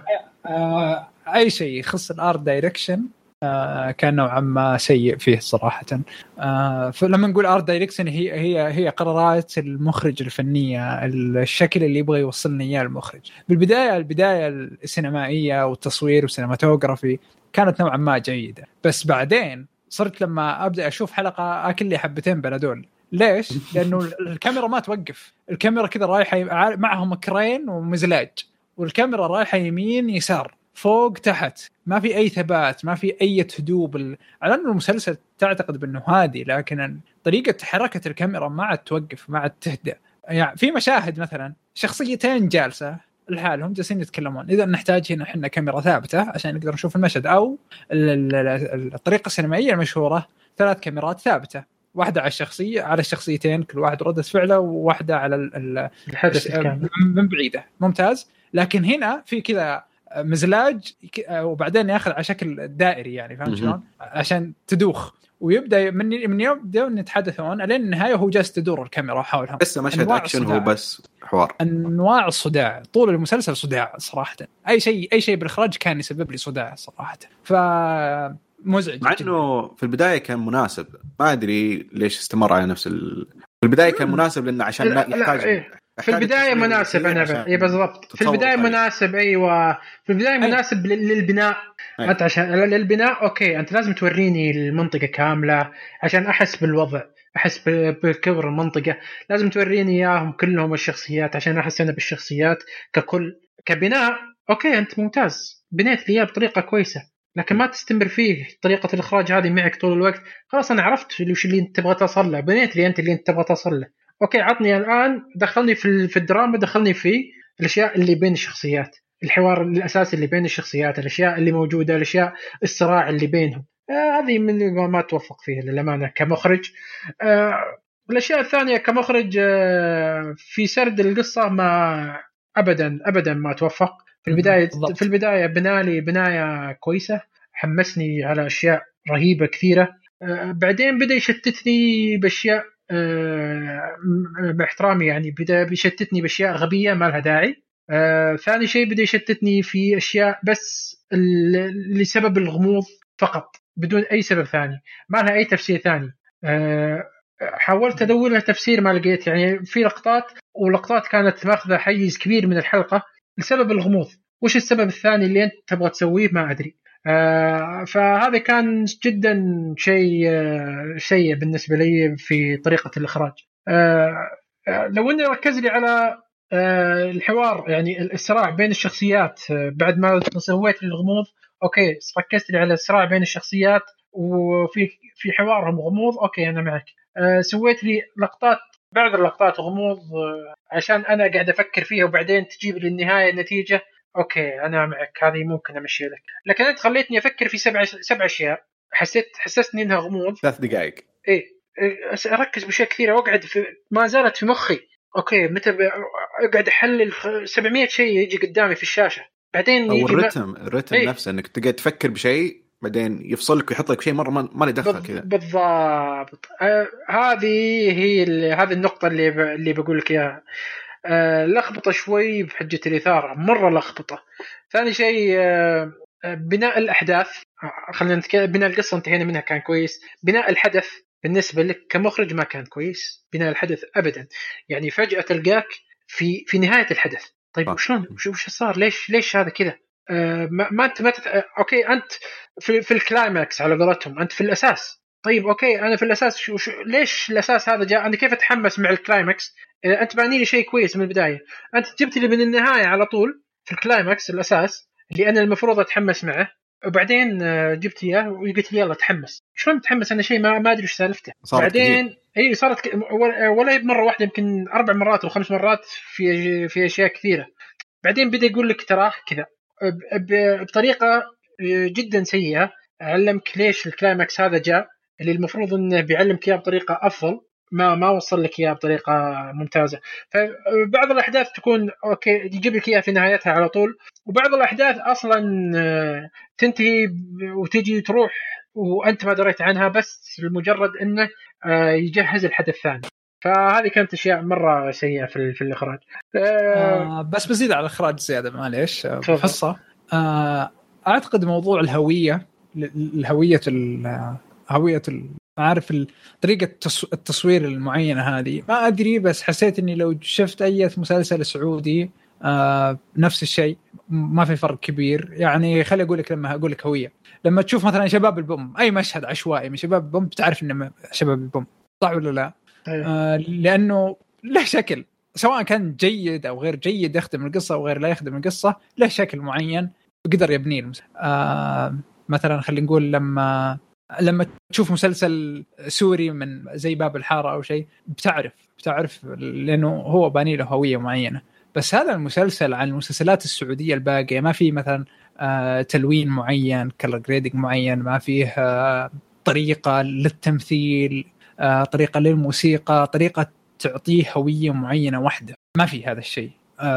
أي شيء يخص الآرت دايركشن كان نوعا ما سيء فيه صراحة. فلما نقول آرت دايركشن هي قرارات المخرج الفنية، الشكل اللي يبغى يوصلنا إياه المخرج. البداية السينمائية والتصوير والسينماتوغرافي كانت نوعا ما جيدة، بس بعدين صرت لما أبدأ أشوف حلقة أكل لي حبتين بنادول. ليش؟ لأنه الكاميرا ما توقف، الكاميرا كذا رايحة معهم كرين ومزلاج، والكاميرا رايحة يمين يسار فوق تحت، ما في أي ثبات، ما في أي هدوء على أنه المسلسل تعتقد بأنه هادي، لكن طريقة حركة الكاميرا ما عاد توقف، ما عاد تهدأ. يعني في مشاهد مثلا شخصيتين جالسة لحالهم جالسين يتكلمون، إذا نحتاج هنا إحنا كاميرا ثابتة عشان نقدر نشوف المشهد، أو الطريقة السينمائية المشهورة 3 كاميرات ثابتة، واحدة على الشخصيتين كل واحد ردة فعله، وواحدة على الحدث من بعيدة. ممتاز. لكن هنا في كذا مزلاج وبعدين ياخذ على شكل دائري، يعني فهمت شلون؟ عشان تدوخ، ويبدا من يبدا نتحدثون لين النهايه هو جالس تدور الكاميرا حولهم. بس مشهد اكشن هو بس حوار. انواع الصداع طول المسلسل صداع صراحه. اي شيء بالاخراج كان يسبب لي صداع صراحه، فمزعج. مع انه في البدايه كان مناسب، ما ادري ليش استمر على نفس في البداية كان مناسب لأنه عشان يحتاج في البداية مناسب. أنا بالضبط في البداية مناسب. أيوة في البداية مناسب للبناء. أنت عشان للبناء أوكي أنت لازم توريني المنطقة كاملة عشان أحس بالوضع، أحس بكبر المنطقة. لازم توريني إياهم كلهم الشخصيات عشان أحس أنا بالشخصيات ككل. كبناء أوكي أنت ممتاز، بنيت لي بطريقة كويسة، لكن ما تستمر فيه طريقة الإخراج هذه معك طول الوقت. خلاص أنا عرفت وش اللي أنت تبغى تصل له، بنيت لي أنت اللي أنت تبغى تصل له. أوكي عطني الآن، دخلني في الدراما، دخلني في الأشياء اللي بين الشخصيات، الحوار الأساسي اللي بين الشخصيات، الأشياء اللي موجودة، الأشياء الصراع اللي بينهم. هذه من ما توفق فيها للأمانة كمخرج. الأشياء الثانية كمخرج في سرد القصة ما أبدا ما توفق. في البداية بنالي بناية كويسة، حمسني على أشياء رهيبة كثيرة. بعدين بدأ يشتتني بأشياء باحترامي يعني بدأ يشتتني بأشياء غبية ما لها داعي. ثاني شيء بدأ يشتتني في أشياء بس لسبب الغموض فقط بدون أي سبب ثاني، ما لها أي تفسير ثاني. حاولت أدور لها تفسير ما لقيت. يعني في لقطات كانت ماخذة حيز كبير من الحلقة لسبب الغموض. وش السبب الثاني اللي أنت تبغى تسويه ما أدري. فهذا كان جدا شيء بالنسبة لي في طريقة الإخراج. لو أني ركز لي على الحوار، يعني الصراع بين الشخصيات بعد ما سويت الغموض، أوكي ركزت لي على الصراع بين الشخصيات وفي حوارهم غموض، أوكي أنا معك. سويت لي لقطات بعض اللقطات غموض عشان أنا قاعد أفكر فيها وبعدين تجيب لي النهاية النتيجة، أوكي أنا معك، هذه ممكن أمشي لك. لكن أنت خليتني أفكر في سبع أشياء حسستني انها غموض 3 دقائق. ايه اركز بشيء كثير واقعد ما زالت في مخي اوكي متى اقعد احلل 700 شيء يجي قدامي في الشاشه بعدين او يجي الرتم إيه؟ نفسه انك تقعد تفكر بشيء بعدين يفصلك ويحط لك شيء مره ما له دخل كذا. بالضبط. هذه هي هذه النقطه اللي بقول لك اياها. لخبطه شوي بحجه الاثاره مره لخبطه. ثاني شيء بناء الاحداث خلينا نتكلم. بناء القصه انتهينا منها كان كويس. بناء الحدث بالنسبه لك كمخرج ما كان كويس بناء الحدث ابدا. يعني فجاه تلقاك في نهايه الحدث. طيب وشلون وش صار ليش هذا كذا؟ ما انت اوكي انت في الكلايماكس على قولتهم انت في الاساس. طيب اوكي انا في الاساس ليش الاساس هذا جاء؟ انا كيف اتحمس مع الكلايماكس اذا انت باني لي شيء كويس من البدايه؟ انت جبت لي من النهايه على طول في الكلايماكس الاساس اللي انا المفروض اتحمس معه وبعدين جبت اياه وقلت لي يلا تحمس. شلون تحمس انا شيء ما ادري ايش سالفته. بعدين اي صارت ولا مره واحده يمكن 4 مرات و5 مرات في اشياء كثيره. بعدين بدا يقول لك تراه كذا بطريقه جدا سيئه. علمك ليش الكلايماكس هذا جاء اللي المفروض انه بيعلمك اياه بطريقه افضل ما وصل لك اياه بطريقه ممتازه. فبعض الاحداث تكون اوكي يجيب لك اياها في نهايتها على طول وبعض الاحداث اصلا تنتهي وتجي تروح وانت ما دريت عنها بس لمجرد انه يجهز الحدث الثاني. فهذه كانت اشياء مره سيئه في الاخراج. بس بزيد على الاخراج زياده معليش حصه. اعتقد موضوع الهويه هويه عارف طريقه التصوير المعينه هذه ما ادري بس حسيت اني لو شفت اي مسلسل سعودي نفس الشيء ما في فرق كبير. يعني خلي اقول لك لما اقول لك هويه لما تشوف مثلا شباب البوم اي مشهد عشوائي من شباب البوم بتعرف انه شباب البوم صح ولا لا؟ لانه له شكل سواء كان جيد او غير جيد يخدم القصه او غير لا يخدم القصه له شكل معين وقدر يبنيه. مثلا خلينا نقول لما تشوف مسلسل سوري من زي باب الحاره او شيء بتعرف لانه هو باني له هويه معينه. بس هذا المسلسل عن المسلسلات السعوديه الباقيه ما فيه مثلا تلوين معين كلر جريدنج معين ما فيه طريقه للتمثيل طريقه للموسيقى طريقه تعطيه هويه معينه واحده ما في هذا الشيء.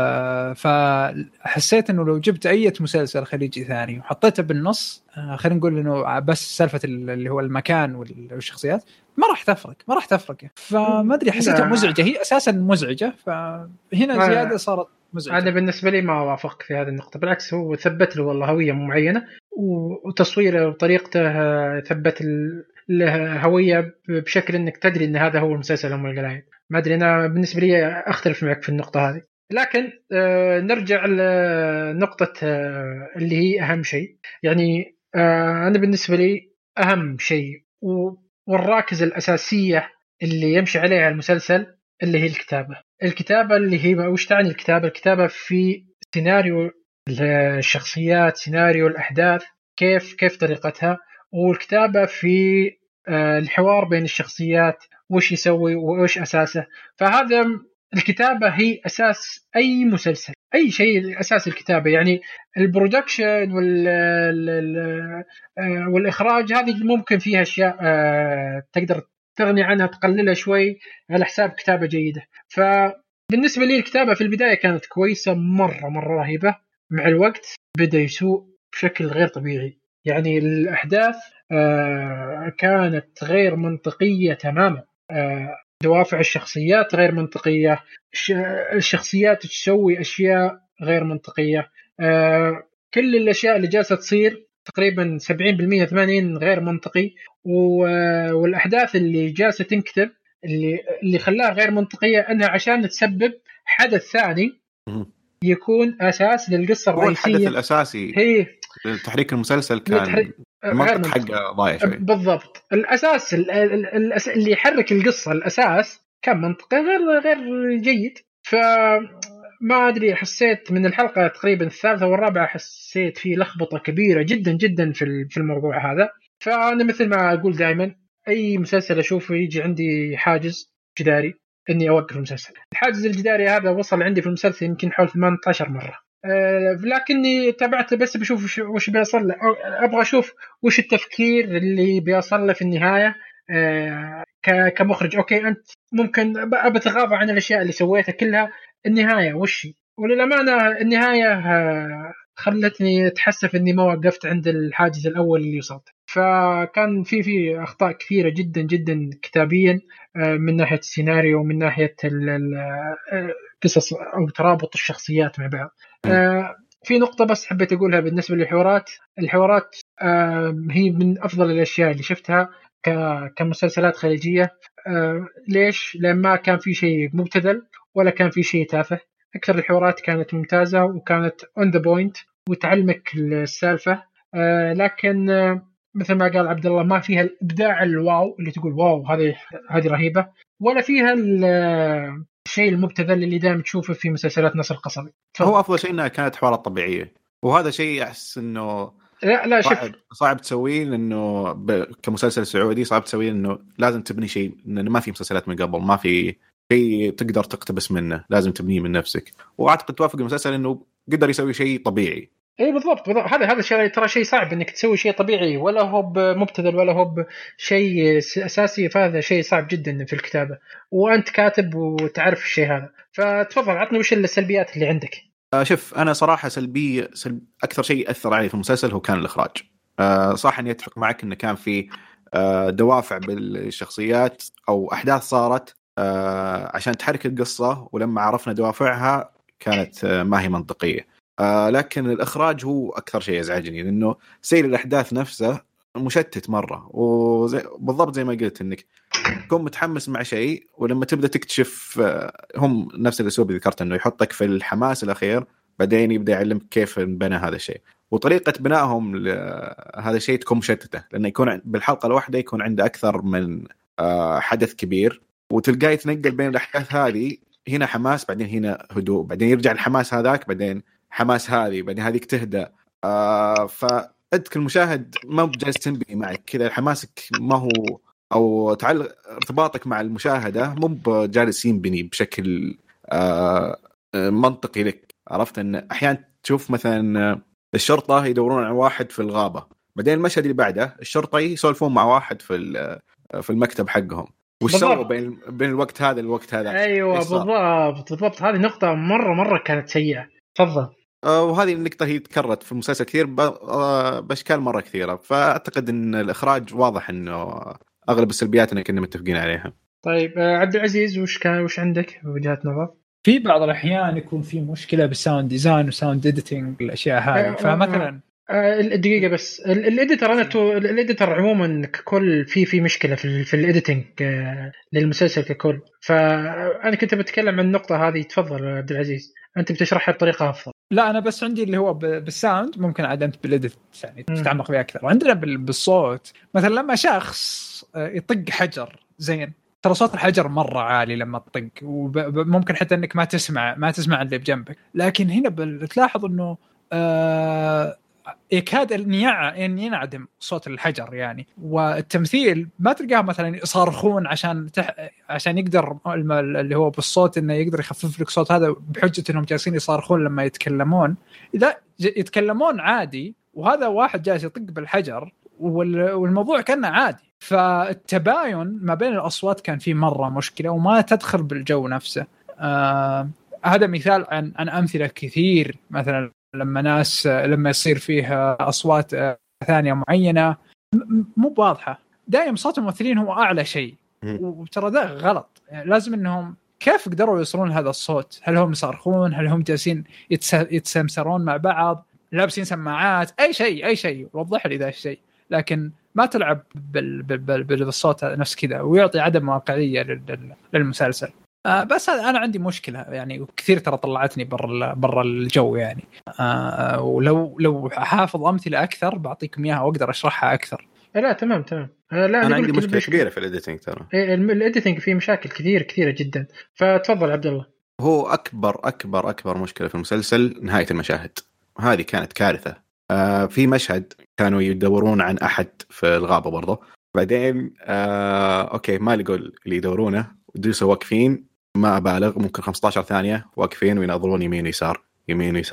فحسيت انه لو جبت اي مسلسل خليجي ثاني وحطيته بالنص خلينا نقول انه بس سالفه اللي هو المكان والشخصيات ما راح تفرق فما ادري حسيتها مزعجه. هي اساسا مزعجه فهنا زياده صارت مزعجه. انا بالنسبه لي ما وافق في هذه النقطه بالعكس هو ثبت له والله هويه معينه وتصويره وطريقته ثبت له هويه بشكل انك تدري ان هذا هو المسلسل ام القلايد. ما ادري انا بالنسبه لي اختلف معك في النقطه هذه. لكن نرجع لنقطة اللي هي أهم شيء. يعني أنا بالنسبة لي أهم شيء والراكزة الأساسية اللي يمشي عليها المسلسل اللي هي الكتابة اللي هي وش تعني الكتابة في سيناريو الشخصيات سيناريو الأحداث كيف طريقتها والكتابة في الحوار بين الشخصيات وش يسوي وش أساسه. فهذا الكتابة هي أساس أي مسلسل أي شيء أساس الكتابة. يعني البرودكشن والإخراج هذه ممكن فيها أشياء تقدر تغني عنها تقللها شوي على حساب كتابة جيدة. فبالنسبة لي الكتابة في البداية كانت كويسة مرة رهيبة. مع الوقت بدأ يسوء بشكل غير طبيعي. يعني الأحداث كانت غير منطقية تماما. دوافع الشخصيات غير منطقية. الشخصيات تسوي أشياء غير منطقية. كل الأشياء اللي جالسة تصير تقريبا 70% 80 غير منطقي. والأحداث اللي جالسة تنكتب اللي خلاها غير منطقية أنها عشان تسبب حدث ثاني يكون أساس للقصة الرئيسية. الحدث الأساسي هي تحريك المسلسل كان المنطق حقه ضايع شوي. بالضبط. الأساس اللي يحرك القصة الأساس كان منطقي غير جيد. فما أدري حسيت من الحلقة تقريبا الثالثة والرابعة حسيت فيه لخبطة كبيرة جدا جدا في الموضوع هذا. فأنا مثل ما أقول دائما أي مسلسل أشوفه يجي عندي حاجز جداري إني أوقف المسلسل. الحاجز الجداري هذا وصل عندي في المسلسل يمكن حول 18 مرة. لكني تابعته بس بشوف وش بيصل له، ابغى اشوف وش التفكير اللي بيصل له في النهايه. كمخرج اوكي انت ممكن بتغاضى عن الاشياء اللي سويتها كلها، النهايه وش؟ وللامانه النهايه خلتني اتحسف اني ما وقفت عند الحاجز الاول اللي وصلت. فكان في اخطاء كثيره جدا جدا كتابيا، من ناحيه السيناريو ومن ناحيه قصص او ترابط الشخصيات مع بعض. في نقطه بس حبيت اقولها بالنسبه للحوارات. الحوارات هي من افضل الاشياء اللي شفتها كمسلسلات خليجيه. ليش؟ لان ما كان في شيء مبتذل ولا كان في شيء تافه. اكثر الحوارات كانت ممتازه وكانت on the point وتعلمك السالفه. لكن مثل ما قال عبد الله ما فيها الابداع الواو اللي تقول واو هذه رهيبه، ولا فيها الشيء المبتذل اللي دائما تشوفه في مسلسلات نصر القصبي. هو افضل شيء انها كانت حوارات طبيعيه، وهذا شيء احس انه لا صعب تسويه، لانه كمسلسل سعودي صعب تسويه، انه لازم تبني شيء، لانه ما في مسلسلات من قبل، ما في شيء تقدر تقتبس منه، لازم تبنيه من نفسك. واعتقد توافق المسلسل انه قدر يسوي شيء طبيعي. اي بالضبط. هذا الشيء ترى شيء صعب انك تسوي شيء طبيعي، ولا هو مبتذل ولا هو شيء اساسي. فهذا شيء صعب جدا في الكتابه، وانت كاتب وتعرف الشيء هذا. فتفضل عطني وش السلبيات اللي عندك. شوف انا صراحه اكثر شيء اثر علي في المسلسل هو كان الاخراج. صح اني اتفق معك انه كان في دوافع بالشخصيات او احداث صارت عشان تحرك القصه، ولما عرفنا دوافعها كانت ما هي منطقيه. لكن الإخراج هو أكثر شيء يزعجني، لأنه سير الأحداث نفسه مشتت مرة، وبالضبط زي ما قلت إنك تكون متحمس مع شيء، ولما تبدأ تكتشف هم نفس الأسلوب اللي ذكرت، إنه يحطك في الحماس الأخير، بعدين يبدأ يعلمك كيف بنى هذا الشيء، وطريقة بنائهم هذا الشيء تكون مشتتة، لأنه يكون بالحلقة الواحدة يكون عنده أكثر من حدث كبير، وتلقاه يتنقل بين الأحداث هذه، هنا حماس بعدين هنا هدوء، بعدين يرجع الحماس هذاك، بعدين حماس هذه، بعدين هذيك تهدأ. فأنت كالمشاهد ما بجالس تنبهي معك كذا، حماسك ما هو أو ارتباطك مع المشاهدة مو بجالس ينبني بشكل منطقي لك. عرفت أن أحيانا تشوف مثلا الشرطة يدورون على واحد في الغابة، بعدين المشهد اللي بعده الشرطة يسولفون مع واحد في المكتب حقهم، وش سووا بين الوقت هذا الوقت هذا. أيوة بالضبط. هذه نقطة مرة كانت سيئة. تفضل. وهذه النقطة هي تكررت في المسلسل كثير بأشكال مرة كثيرة. فأعتقد أن الإخراج واضح أنه أغلب السلبيات أننا كنا متفقين عليها. طيب عبد العزيز وش عندك وجهة نظر؟ في بعض الأحيان يكون في مشكلة بالساوند ديزاين وساوند إديتينج الأشياء هذه. فمثلا الدقيقة بس الإديتر عموما ككل في مشكلة في الإديتينج للمسلسل ككل. فأنا كنت بتكلم عن النقطة هذه. تفضل عبد العزيز، أنت بتشرحها بطريقة أفضل. لا أنا بس عندي اللي هو بالساوند ممكن عاد أنت بالإديت يعني تتعمق فيه أكثر. عندنا بالصوت مثلا لما شخص يطق حجر زين، ترى صوت الحجر مرة عالي لما تطق، وممكن حتى أنك ما تسمع اللي بجنبك. لكن هنا بتلاحظ أنه يكاد أن ينعدم صوت الحجر يعني. والتمثيل ما تلقاه مثلا يصارخون عشان يقدر اللي هو بالصوت انه يقدر يخفف لك صوت هذا بحجة انهم جالسين يصارخون لما يتكلمون. اذا يتكلمون عادي وهذا واحد جالس يطق بالحجر والموضوع كان عادي. فالتباين ما بين الأصوات كان فيه مرة مشكلة وما تدخل بالجو نفسه. هذا مثال عن أمثلة كثير. مثلا لما يصير فيها أصوات ثانية معينة مو واضحة، دائما صوت الممثلين هو أعلى شيء، وترى ده غلط. يعني لازم إنهم كيف قدروا يوصلون هذا الصوت؟ هل هم يصرخون؟ هل هم جالسين يتسمسرون مع بعض؟ لابسين سماعات؟ أي شيء وضح لي ذا الشيء. لكن ما تلعب بالصوت نفس كذا ويعطي عدم واقعية للمسلسل. بس أنا عندي مشكلة يعني، وكثير ترى طلعتني برا الجو يعني. ولو حافظ أمثلة أكثر بعطيكم إياها وأقدر أشرحها أكثر. لا تمام. لا أنا عندي مشكلة كبيرة في الإديتينج ترى. الإديتينج فيه مشاكل كثيرة جدا. فتفضل عبد الله. هو أكبر مشكلة في المسلسل نهاية المشاهد. هذه كانت كارثة. في مشهد كانوا يدورون عن أحد في الغابة برضه، بعدين أوكي ما لقوا اللي يدورونه، ودوسوا واقفين ما أبالغ ممكن 15 ثانية واقفين ويناظرون يمين ويسار.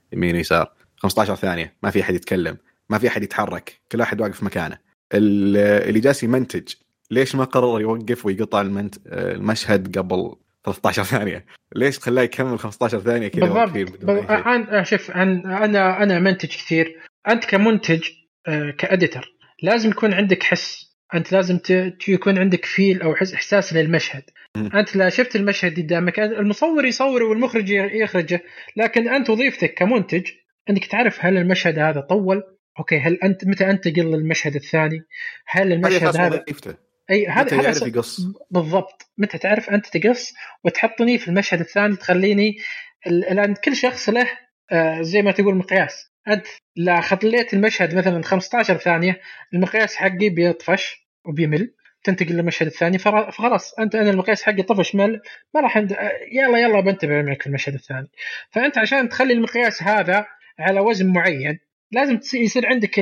يمين يسار 15 ثانيه ما في احد يتكلم ما في احد يتحرك كل واحد واقف مكانه. اللي جالس يمنتج ليش ما قرر يوقف ويقطع المشهد قبل 13 ثانيه؟ ليش خلاه يكمل 15 ثانيه كذا واقفين بدون اي شيء؟ شوف انا منتج كثير. انت كمنتج كأديتر لازم يكون عندك حس. انت لازم يكون عندك فيل او احساس للمشهد. انت لا شفت المشهد قدامك المصور يصور والمخرج يخرجه، لكن انت وظيفتك كمنتج انك تعرف هل المشهد هذا طول، اوكي، هل انت متى انتقل للمشهد الثاني، هل المشهد هذا اي هذا يقص بالضبط، متى تعرف انت تقص وتحطني في المشهد الثاني، تخليني الان كل شخص له زي ما تقول مقياس. انت لا خليت المشهد مثلا 15 ثانيه المقياس حقي بيطفش وبيمل، تنتقل للمشهد الثاني فخلاص انا المقياس حقي طفش مل، ما راح يلا بنتبه معك في المشهد الثاني. فانت عشان تخلي المقياس هذا على وزن معين لازم يصير عندك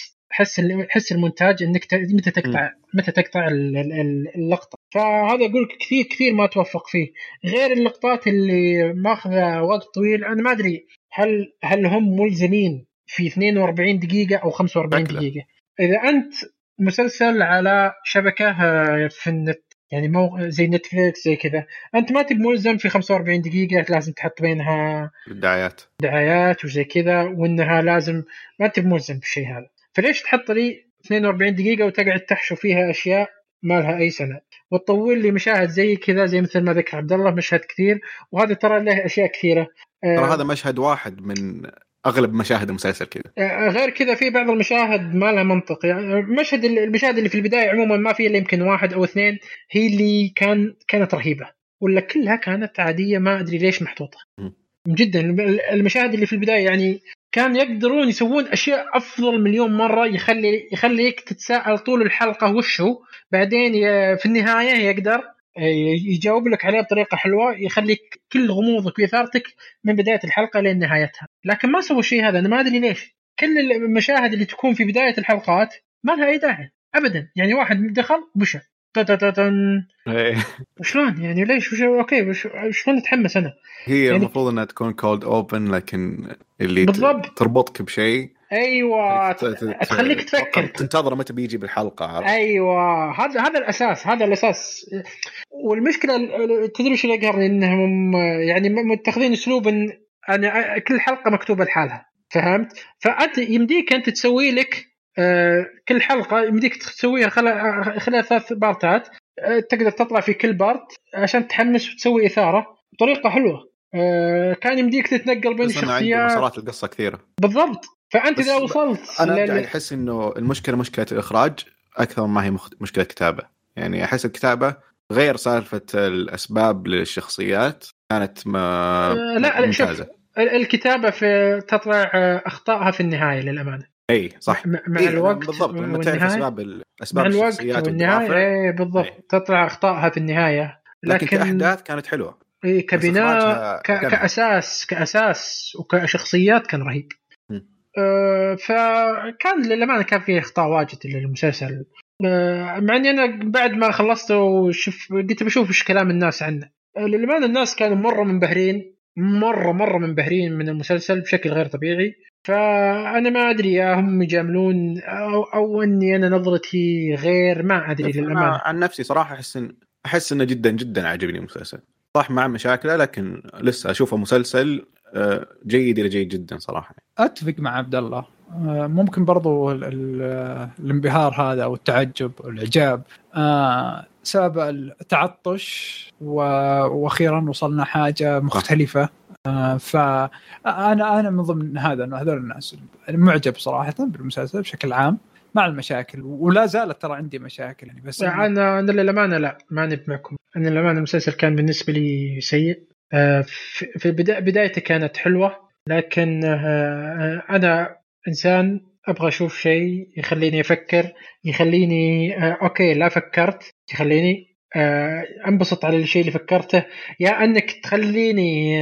حس المونتاج انك متى تقطع اللقطه. فهذا اقول كثير ما توفق فيه. غير اللقطات اللي ماخذه وقت طويل، انا ما ادري هل هم ملزمين في 42 دقيقه او 45 دقيقه. اذا انت مسلسل على شبكه في النت يعني زي نتفليكس زي كذا، انت ما تبي ملزم في 45 دقيقه لازم تحط بينها دعايات وزي كذا، وانها لازم ما تبي ملزم بالشيء هذا. فليش تحط لي 42 دقيقه وتقعد تحشو فيها اشياء ما لها اي سنه، وتطول لي مشاهد زي كذا، زي مثل ما ذكر عبد الله مشهد كثير، وهذا ترى له اشياء كثيره. ترى هذا مشهد واحد من اغلب مشاهد المسلسل كذا. غير كذا في بعض المشاهد ما لها منطق. يعني المشاهد اللي في البدايه عموما ما في الا يمكن 1 أو 2 هي اللي كانت رهيبه، ولا كلها كانت عاديه، ما ادري ليش محطوطه جدا. المشاهد اللي في البدايه يعني كان يقدرون يسوون اشياء افضل مليون مره، يخليك تتساءل طول الحلقه وشو، بعدين في النهايه يقدر يجاوب لك عليه بطريقه حلوه، يخليك كل غموضك وإثارتك من بدايه الحلقه لين نهايتها. لكن ما سووا الشيء هذا. انا ما ادري ليش كل المشاهد اللي تكون في بدايه الحلقات ما لها اي داعي ابدا. يعني واحد دخل مشى شلون يعني ليش اوكي شلون نتحمس انا؟ هي يعني المفروض انها تكون كولد اوبن، لكن اللي بالضبط تربطك بشيء. ايوه تخليك تفكر تنتظر متى بيجي بالحلقه. ايوه هذا الاساس. والمشكله تدري ايش اللي قهرني؟ انهم يعني متخذين اسلوب ان كل حلقه مكتوبه لحالها، فهمت؟ فانت يمديك انت تسوي لك كل حلقه يمديك تسويها خلال 3 بارتات، تقدر تطلع في كل بارت عشان تحمس وتسوي اثاره بطريقه حلوه. كان يمديك تتنقل بين الشخصيات، مسارات القصه كثيره بالضبط. فانت اذا وصلت انا قاعد احس انه المشكله مشكله الاخراج اكثر ما هي مشكله كتابه. يعني احس الكتابه غير سالفه الاسباب للشخصيات كانت لا ممتازه. الكتابه في تطلع اخطائها في النهايه للامانه. اي صح مع الوقت بالضبط لما تعرف اسباب الشخصيات والنهايه بالضبط تطلع اخطائها في النهايه. لكن كاحداث كانت حلوه، كبناء كاساس وكشخصيات كان رهيب. فكان للأمانة كان فيه اخطاء واجد للمسلسل. مع اني انا بعد ما خلصته قلت بشوف ايش كلام الناس عنه. للأمانة الناس كانوا مرة منبهرين من المسلسل بشكل غير طبيعي. فانا ما ادري هم يجاملون او اني انا نظرتي غير، ما ادري للأمانة. عن نفسي صراحة احس انه جدا جدا عجبني المسلسل، صح مع مشاكله لكن لسه اشوفه مسلسل جيد الى جيد جدا صراحه. اتفق مع عبد الله. ممكن برضو الانبهار هذا او التعجب والاعجاب سبب التعطش واخيرا وصلنا حاجه مختلفه. فانا من ضمن هذا انه هذول الناس معجب صراحه بالمسلسل بشكل عام مع المشاكل، ولا زالت ترى عندي مشاكل يعني. بس انا للامانه لا ما نب معكم. انا للامانه المسلسل كان بالنسبه لي سيء. في بدايته كانت حلوه، لكن انا انسان ابغى اشوف شيء يخليني افكر، يخليني اوكي لا فكرت، يخليني انبسط على الشيء اللي فكرته، يا انك تخليني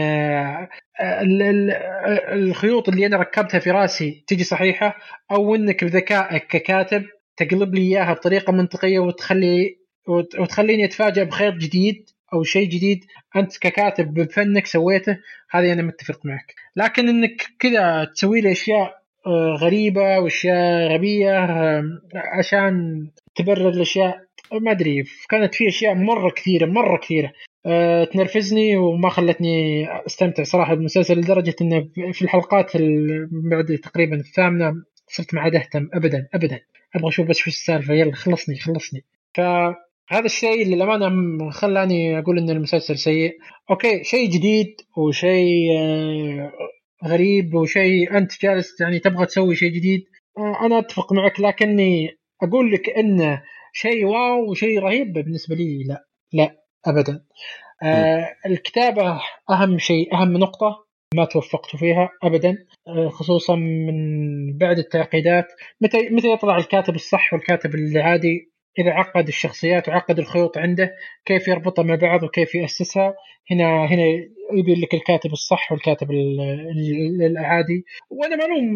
الخيوط اللي انا ركبتها في راسي تيجي صحيحه، او انك بذكائك ككاتب تقلب لي اياها بطريقه منطقيه وتخليني اتفاجئ بخيط جديد او شيء جديد انت ككاتب بفنك سويته، هذه انا متفق معك. لكن انك كذا تسوي لي اشياء غريبة واشياء غبية عشان تبرر الاشياء، ما ادري، كانت في اشياء مرة كثيرة تنرفزني وما خلتني استمتع صراحة بالمسلسل، لدرجة انه في الحلقات بعد تقريبا الثامنة صرت ما عاد اهتم ابدا ابغى اشوف بس شو السالفة، يلا خلصني. فهذا الشيء اللي للأمانة خلاني اقول ان المسلسل سيء. اوكي، شيء جديد وشيء غريب وشيء انت جالس يعني تبغى تسوي شيء جديد، انا اتفق معك، لكني اقول لك انه شيء واو وشيء رهيب بالنسبة لي لا ابدا. الكتابة أهم شيء، أهم نقطة ما توفقت فيها أبدا، خصوصا من بعد التعقيدات. متى يطلع الكاتب الصح والكاتب العادي؟ إذا عقد الشخصيات وعقد الخيوط عنده كيف يربطها مع بعض وكيف يأسسها، هنا يبين لك الكاتب الصح والكاتب العادي. وأنا معلوم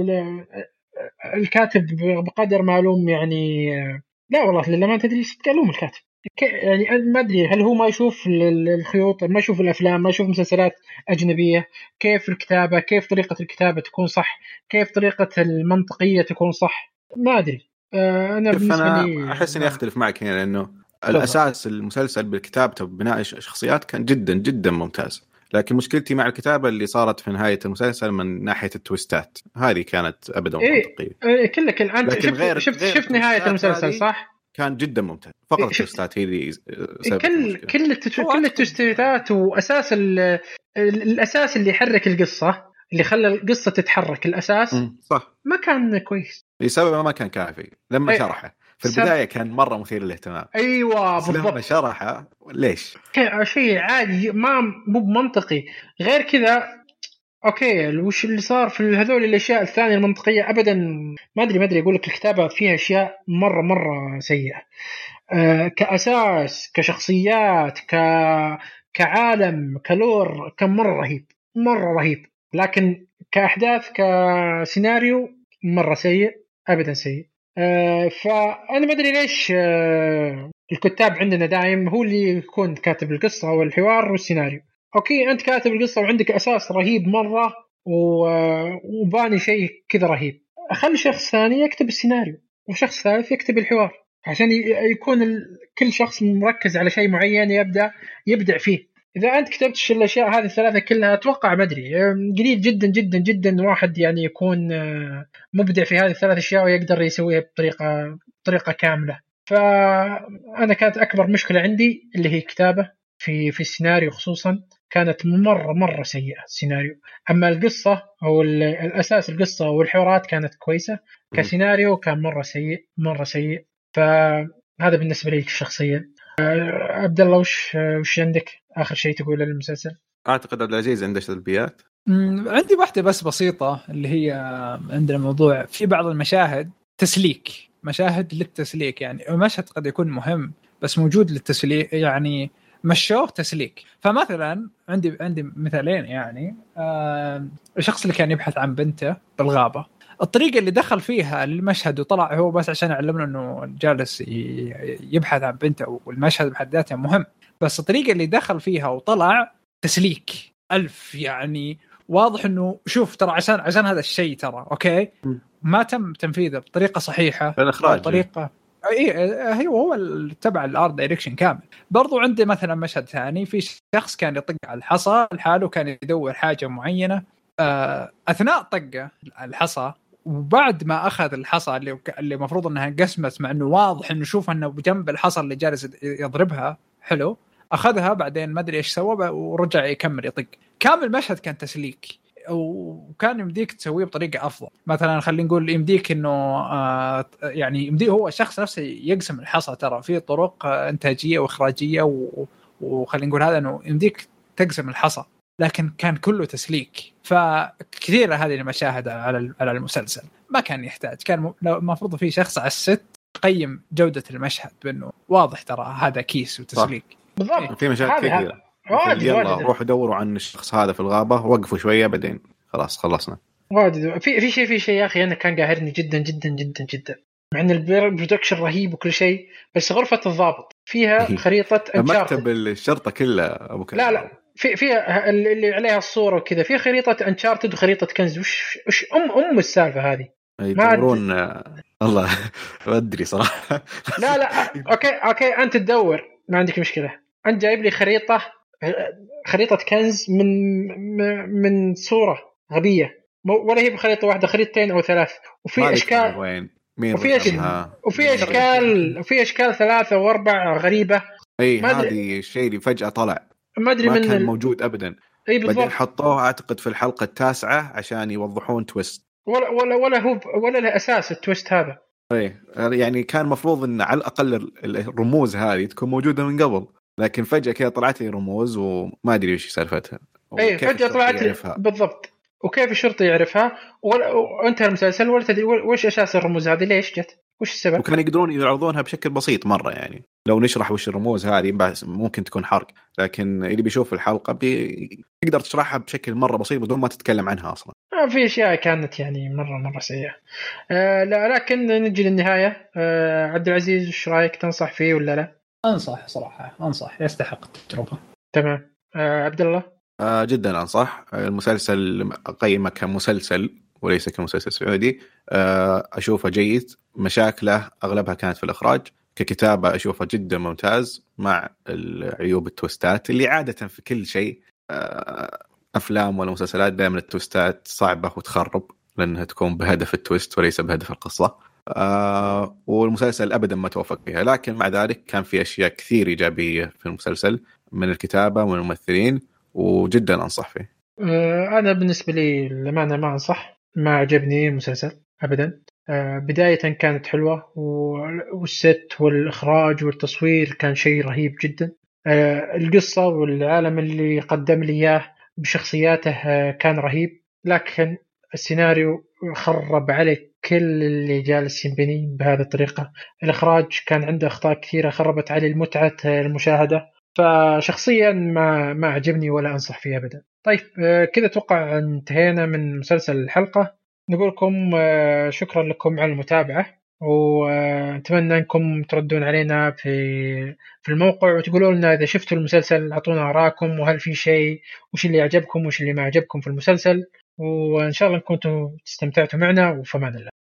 الكاتب بقدر معلوم يعني، لا والله لما ما تدري تتكلم الكاتب يعني ما أدري هل هو ما يشوف الخيوط، ما يشوف الأفلام، ما يشوف مسلسلات أجنبية، كيف الكتابة، كيف طريقة الكتابة تكون صح، كيف طريقة المنطقية تكون صح، ما أدري. أنا بالنسبة لي أحس إني أختلف معك هنا، لأنه الأساس المسلسل بكتابته وبناء الشخصيات كان جدا جدا ممتاز، لكن مشكلتي مع الكتابة اللي صارت في نهاية المسلسل من ناحية التويستات، هذه كانت أبدا منطقية. كلك أنت شفت نهاية المسلسل صح؟ كان جدا ممتاز، فقط التويستات هي اللي كل التويستات وأساس الأساس اللي يحرك القصة، اللي خلى القصة تتحرك، الأساس صح ما كان كويس، بسبب ما كان كافي. لما شرحه في البداية كان مرة مثير للاهتمام، أيوة بالضبط، لما شرحه ليش شيء عادي ما مو منطقي. غير كذا اوكي، وش اللي صار في هذول الاشياء الثانيه المنطقيه ابدا ما ادري اقول لك الكتابه فيها اشياء مره سيئه. كاساس، كشخصيات، كعالم، كلور، كان مره رهيب، لكن كاحداث كسيناريو مره سيء، ابدا سيء. فانا ما ادري ليش الكتاب عندنا دائم هو اللي يكون كاتب القصه والحوار والسيناريو. اوكي انت كاتب القصه وعندك اساس رهيب مره وباني شيء كذا رهيب، اخلي شخص ثاني يكتب السيناريو وشخص ثالث يكتب الحوار، عشان يكون كل شخص مركز على شيء معين يبدع فيه. اذا انت كتبت الاشياء هذه الثلاثه كلها، اتوقع ما ادري قليل جدا واحد يعني يكون مبدع في هذه الثلاث اشياء ويقدر يسويها بطريقه كامله. فانا كانت اكبر مشكله عندي اللي هي كتابه في السيناريو، خصوصا كانت مرة سيئة السيناريو. أما القصة أو الأساس القصة والحوارات كانت كويسة، كسيناريو كان مرة سيء. فهذا بالنسبة لي شخصيا. عبد الله وش عندك آخر شيء تقول للمسلسل؟ أعتقد عبد العزيز عنده سلبيات. عندي واحدة بس بسيطة، اللي هي عندنا موضوع في بعض المشاهد تسليك، مشاهد للتسليك، يعني مشهد قد يكون مهم بس موجود للتسليك، يعني مشوه تسليك. فمثلا عندي مثالين، يعني الشخص اللي كان يبحث عن بنته بالغابة، الطريقة اللي دخل فيها للمشهد وطلع هو بس عشان يعلمنا انه جالس يبحث عن بنته، والمشهد بحد ذاته مهم، بس الطريقة اللي دخل فيها وطلع تسليك ألف، يعني واضح انه شوف ترى عشان هذا الشيء ترى اوكي ما تم تنفيذه بطريقة صحيحة، بطريقة هي هو تبع الارت دايركشن كامل. برضو عندي مثلا مشهد ثاني، في شخص كان يطق على الحصى لحاله، كان يدور حاجة معينة أثناء طقه الحصى، وبعد ما أخذ الحصى اللي مفروض أنها انقسمت، مع أنه واضح أنه شوف أنه بجنب الحصى اللي جالس يضربها حلو، أخذها بعدين ما أدري إيش سوى ورجع يكمل يطق. كامل المشهد كان تسليك، وكان يمديك تسويه بطريقة أفضل. مثلا خلينا نقول يمديك إنه يعني يمديه هو الشخص نفسه يقسم الحصى، ترى في طرق إنتاجية وإخراجية وخلينا نقول هذا إنه يمديك تقسم الحصى، لكن كان كله تسليك. فكثيرة هذه المشاهد على المسلسل ما كان يحتاج، كان المفروض في شخص على الست يقيم جودة المشهد بأنه واضح ترى هذا كيس وتسليك. بالضبط، في مشاهد كثيرة. يلا روحوا دوروا عن الشخص هذا في الغابة، وقفوا شوية بعدين خلاص خلصنا. في شيء يا أخي أنا كان قاهرني جدا مع أن البرودكشن رهيب وكل شيء، بس غرفة الضابط فيها خريطة مكتب انشارتد. الشرطة كلها أبو كلام. لا فيها اللي عليها الصورة وكذا، في خريطة انشارتد وخريطة كنز. وش أم السالفة هذه؟ يدورون الله ما أدري صراحة. لا أوكي أنت تدور ما عندك مشكلة. أنت جايب لي خريطة كنز من صورة غبية، ولا هي بخريطة واحدة، خريطتين أو ثلاث، وفي أشكال وين وفي أشكال 3 و4 غريبة. أي هذه الشيء اللي فجأة طلع ما أدري ما كان موجود أبدا. أي بالضبط. بعدين حطوه أعتقد في الحلقة 9 عشان يوضحون تويست، ولا له أساس التويست هذا. ايه يعني كان مفروض ان على الاقل الرموز هذه تكون موجوده من قبل، لكن فجاه كذا طلعت لي رموز وما ادري ايش سالفتها. اي فجاه طلعت لي بالضبط، وكيف الشرطه يعرفها وانتهى المسلسل ولا تدري وش اساس الرموز هذه، ليش جت، وش السبب. وكان يقدرون يعرضونها بشكل بسيط مره، يعني لو نشرح وش الرموز هذه ممكن تكون حرق، لكن اللي بيشوف الحلقه تقدر تشرحها بشكل مره بسيط بدون ما تتكلم عنها اصلا. في اشياء كانت يعني مره سيئه. لكن نجي للنهايه. عبد العزيز ايش رايك، تنصح فيه ولا لا؟ انصح صراحه، انصح، يستحق التجربه. تمام. عبد الله. جدا انصح. المسلسل اقيمه كمسلسل وليس كمسلسل سعودي. اشوفه جيد، مشاكله اغلبها كانت في الاخراج. ككتابه اشوفه جدا ممتاز مع العيوب التويستات اللي عاده في كل شيء. افلام ولا مسلسلات دائما التويستات صعبه وتخرب لانها تكون بهدف التويست وليس بهدف القصه. والمسلسل ابدا ما توفق فيها، لكن مع ذلك كان في اشياء كثير ايجابيه في المسلسل من الكتابه ومن الممثلين، وجدا انصح فيه. انا بالنسبه لي للامانه ما انصح، ما عجبني المسلسل ابدا. بدايه كانت حلوه والست والاخراج والتصوير كان شيء رهيب جدا. القصه والعالم اللي قدم لي اياه بشخصياته كان رهيب، لكن السيناريو خرب عليه كل اللي جالس ينبني بهذه الطريقه. الاخراج كان عنده اخطاء كثيره خربت عليه متعه المشاهده، فشخصيا ما عجبني ولا أنصح فيه أبدا. طيب كذا توقع انتهينا من مسلسل الحلقة. نقول لكم شكرا لكم على المتابعة، ونتمنى أنكم تردون علينا في الموقع وتقولوا لنا إذا شفتوا المسلسل، أعطونا آراءكم وهل في شيء وش اللي عجبكم وش اللي ما عجبكم في المسلسل، وإن شاء الله أنكم تستمتعتوا معنا، وفمان الله.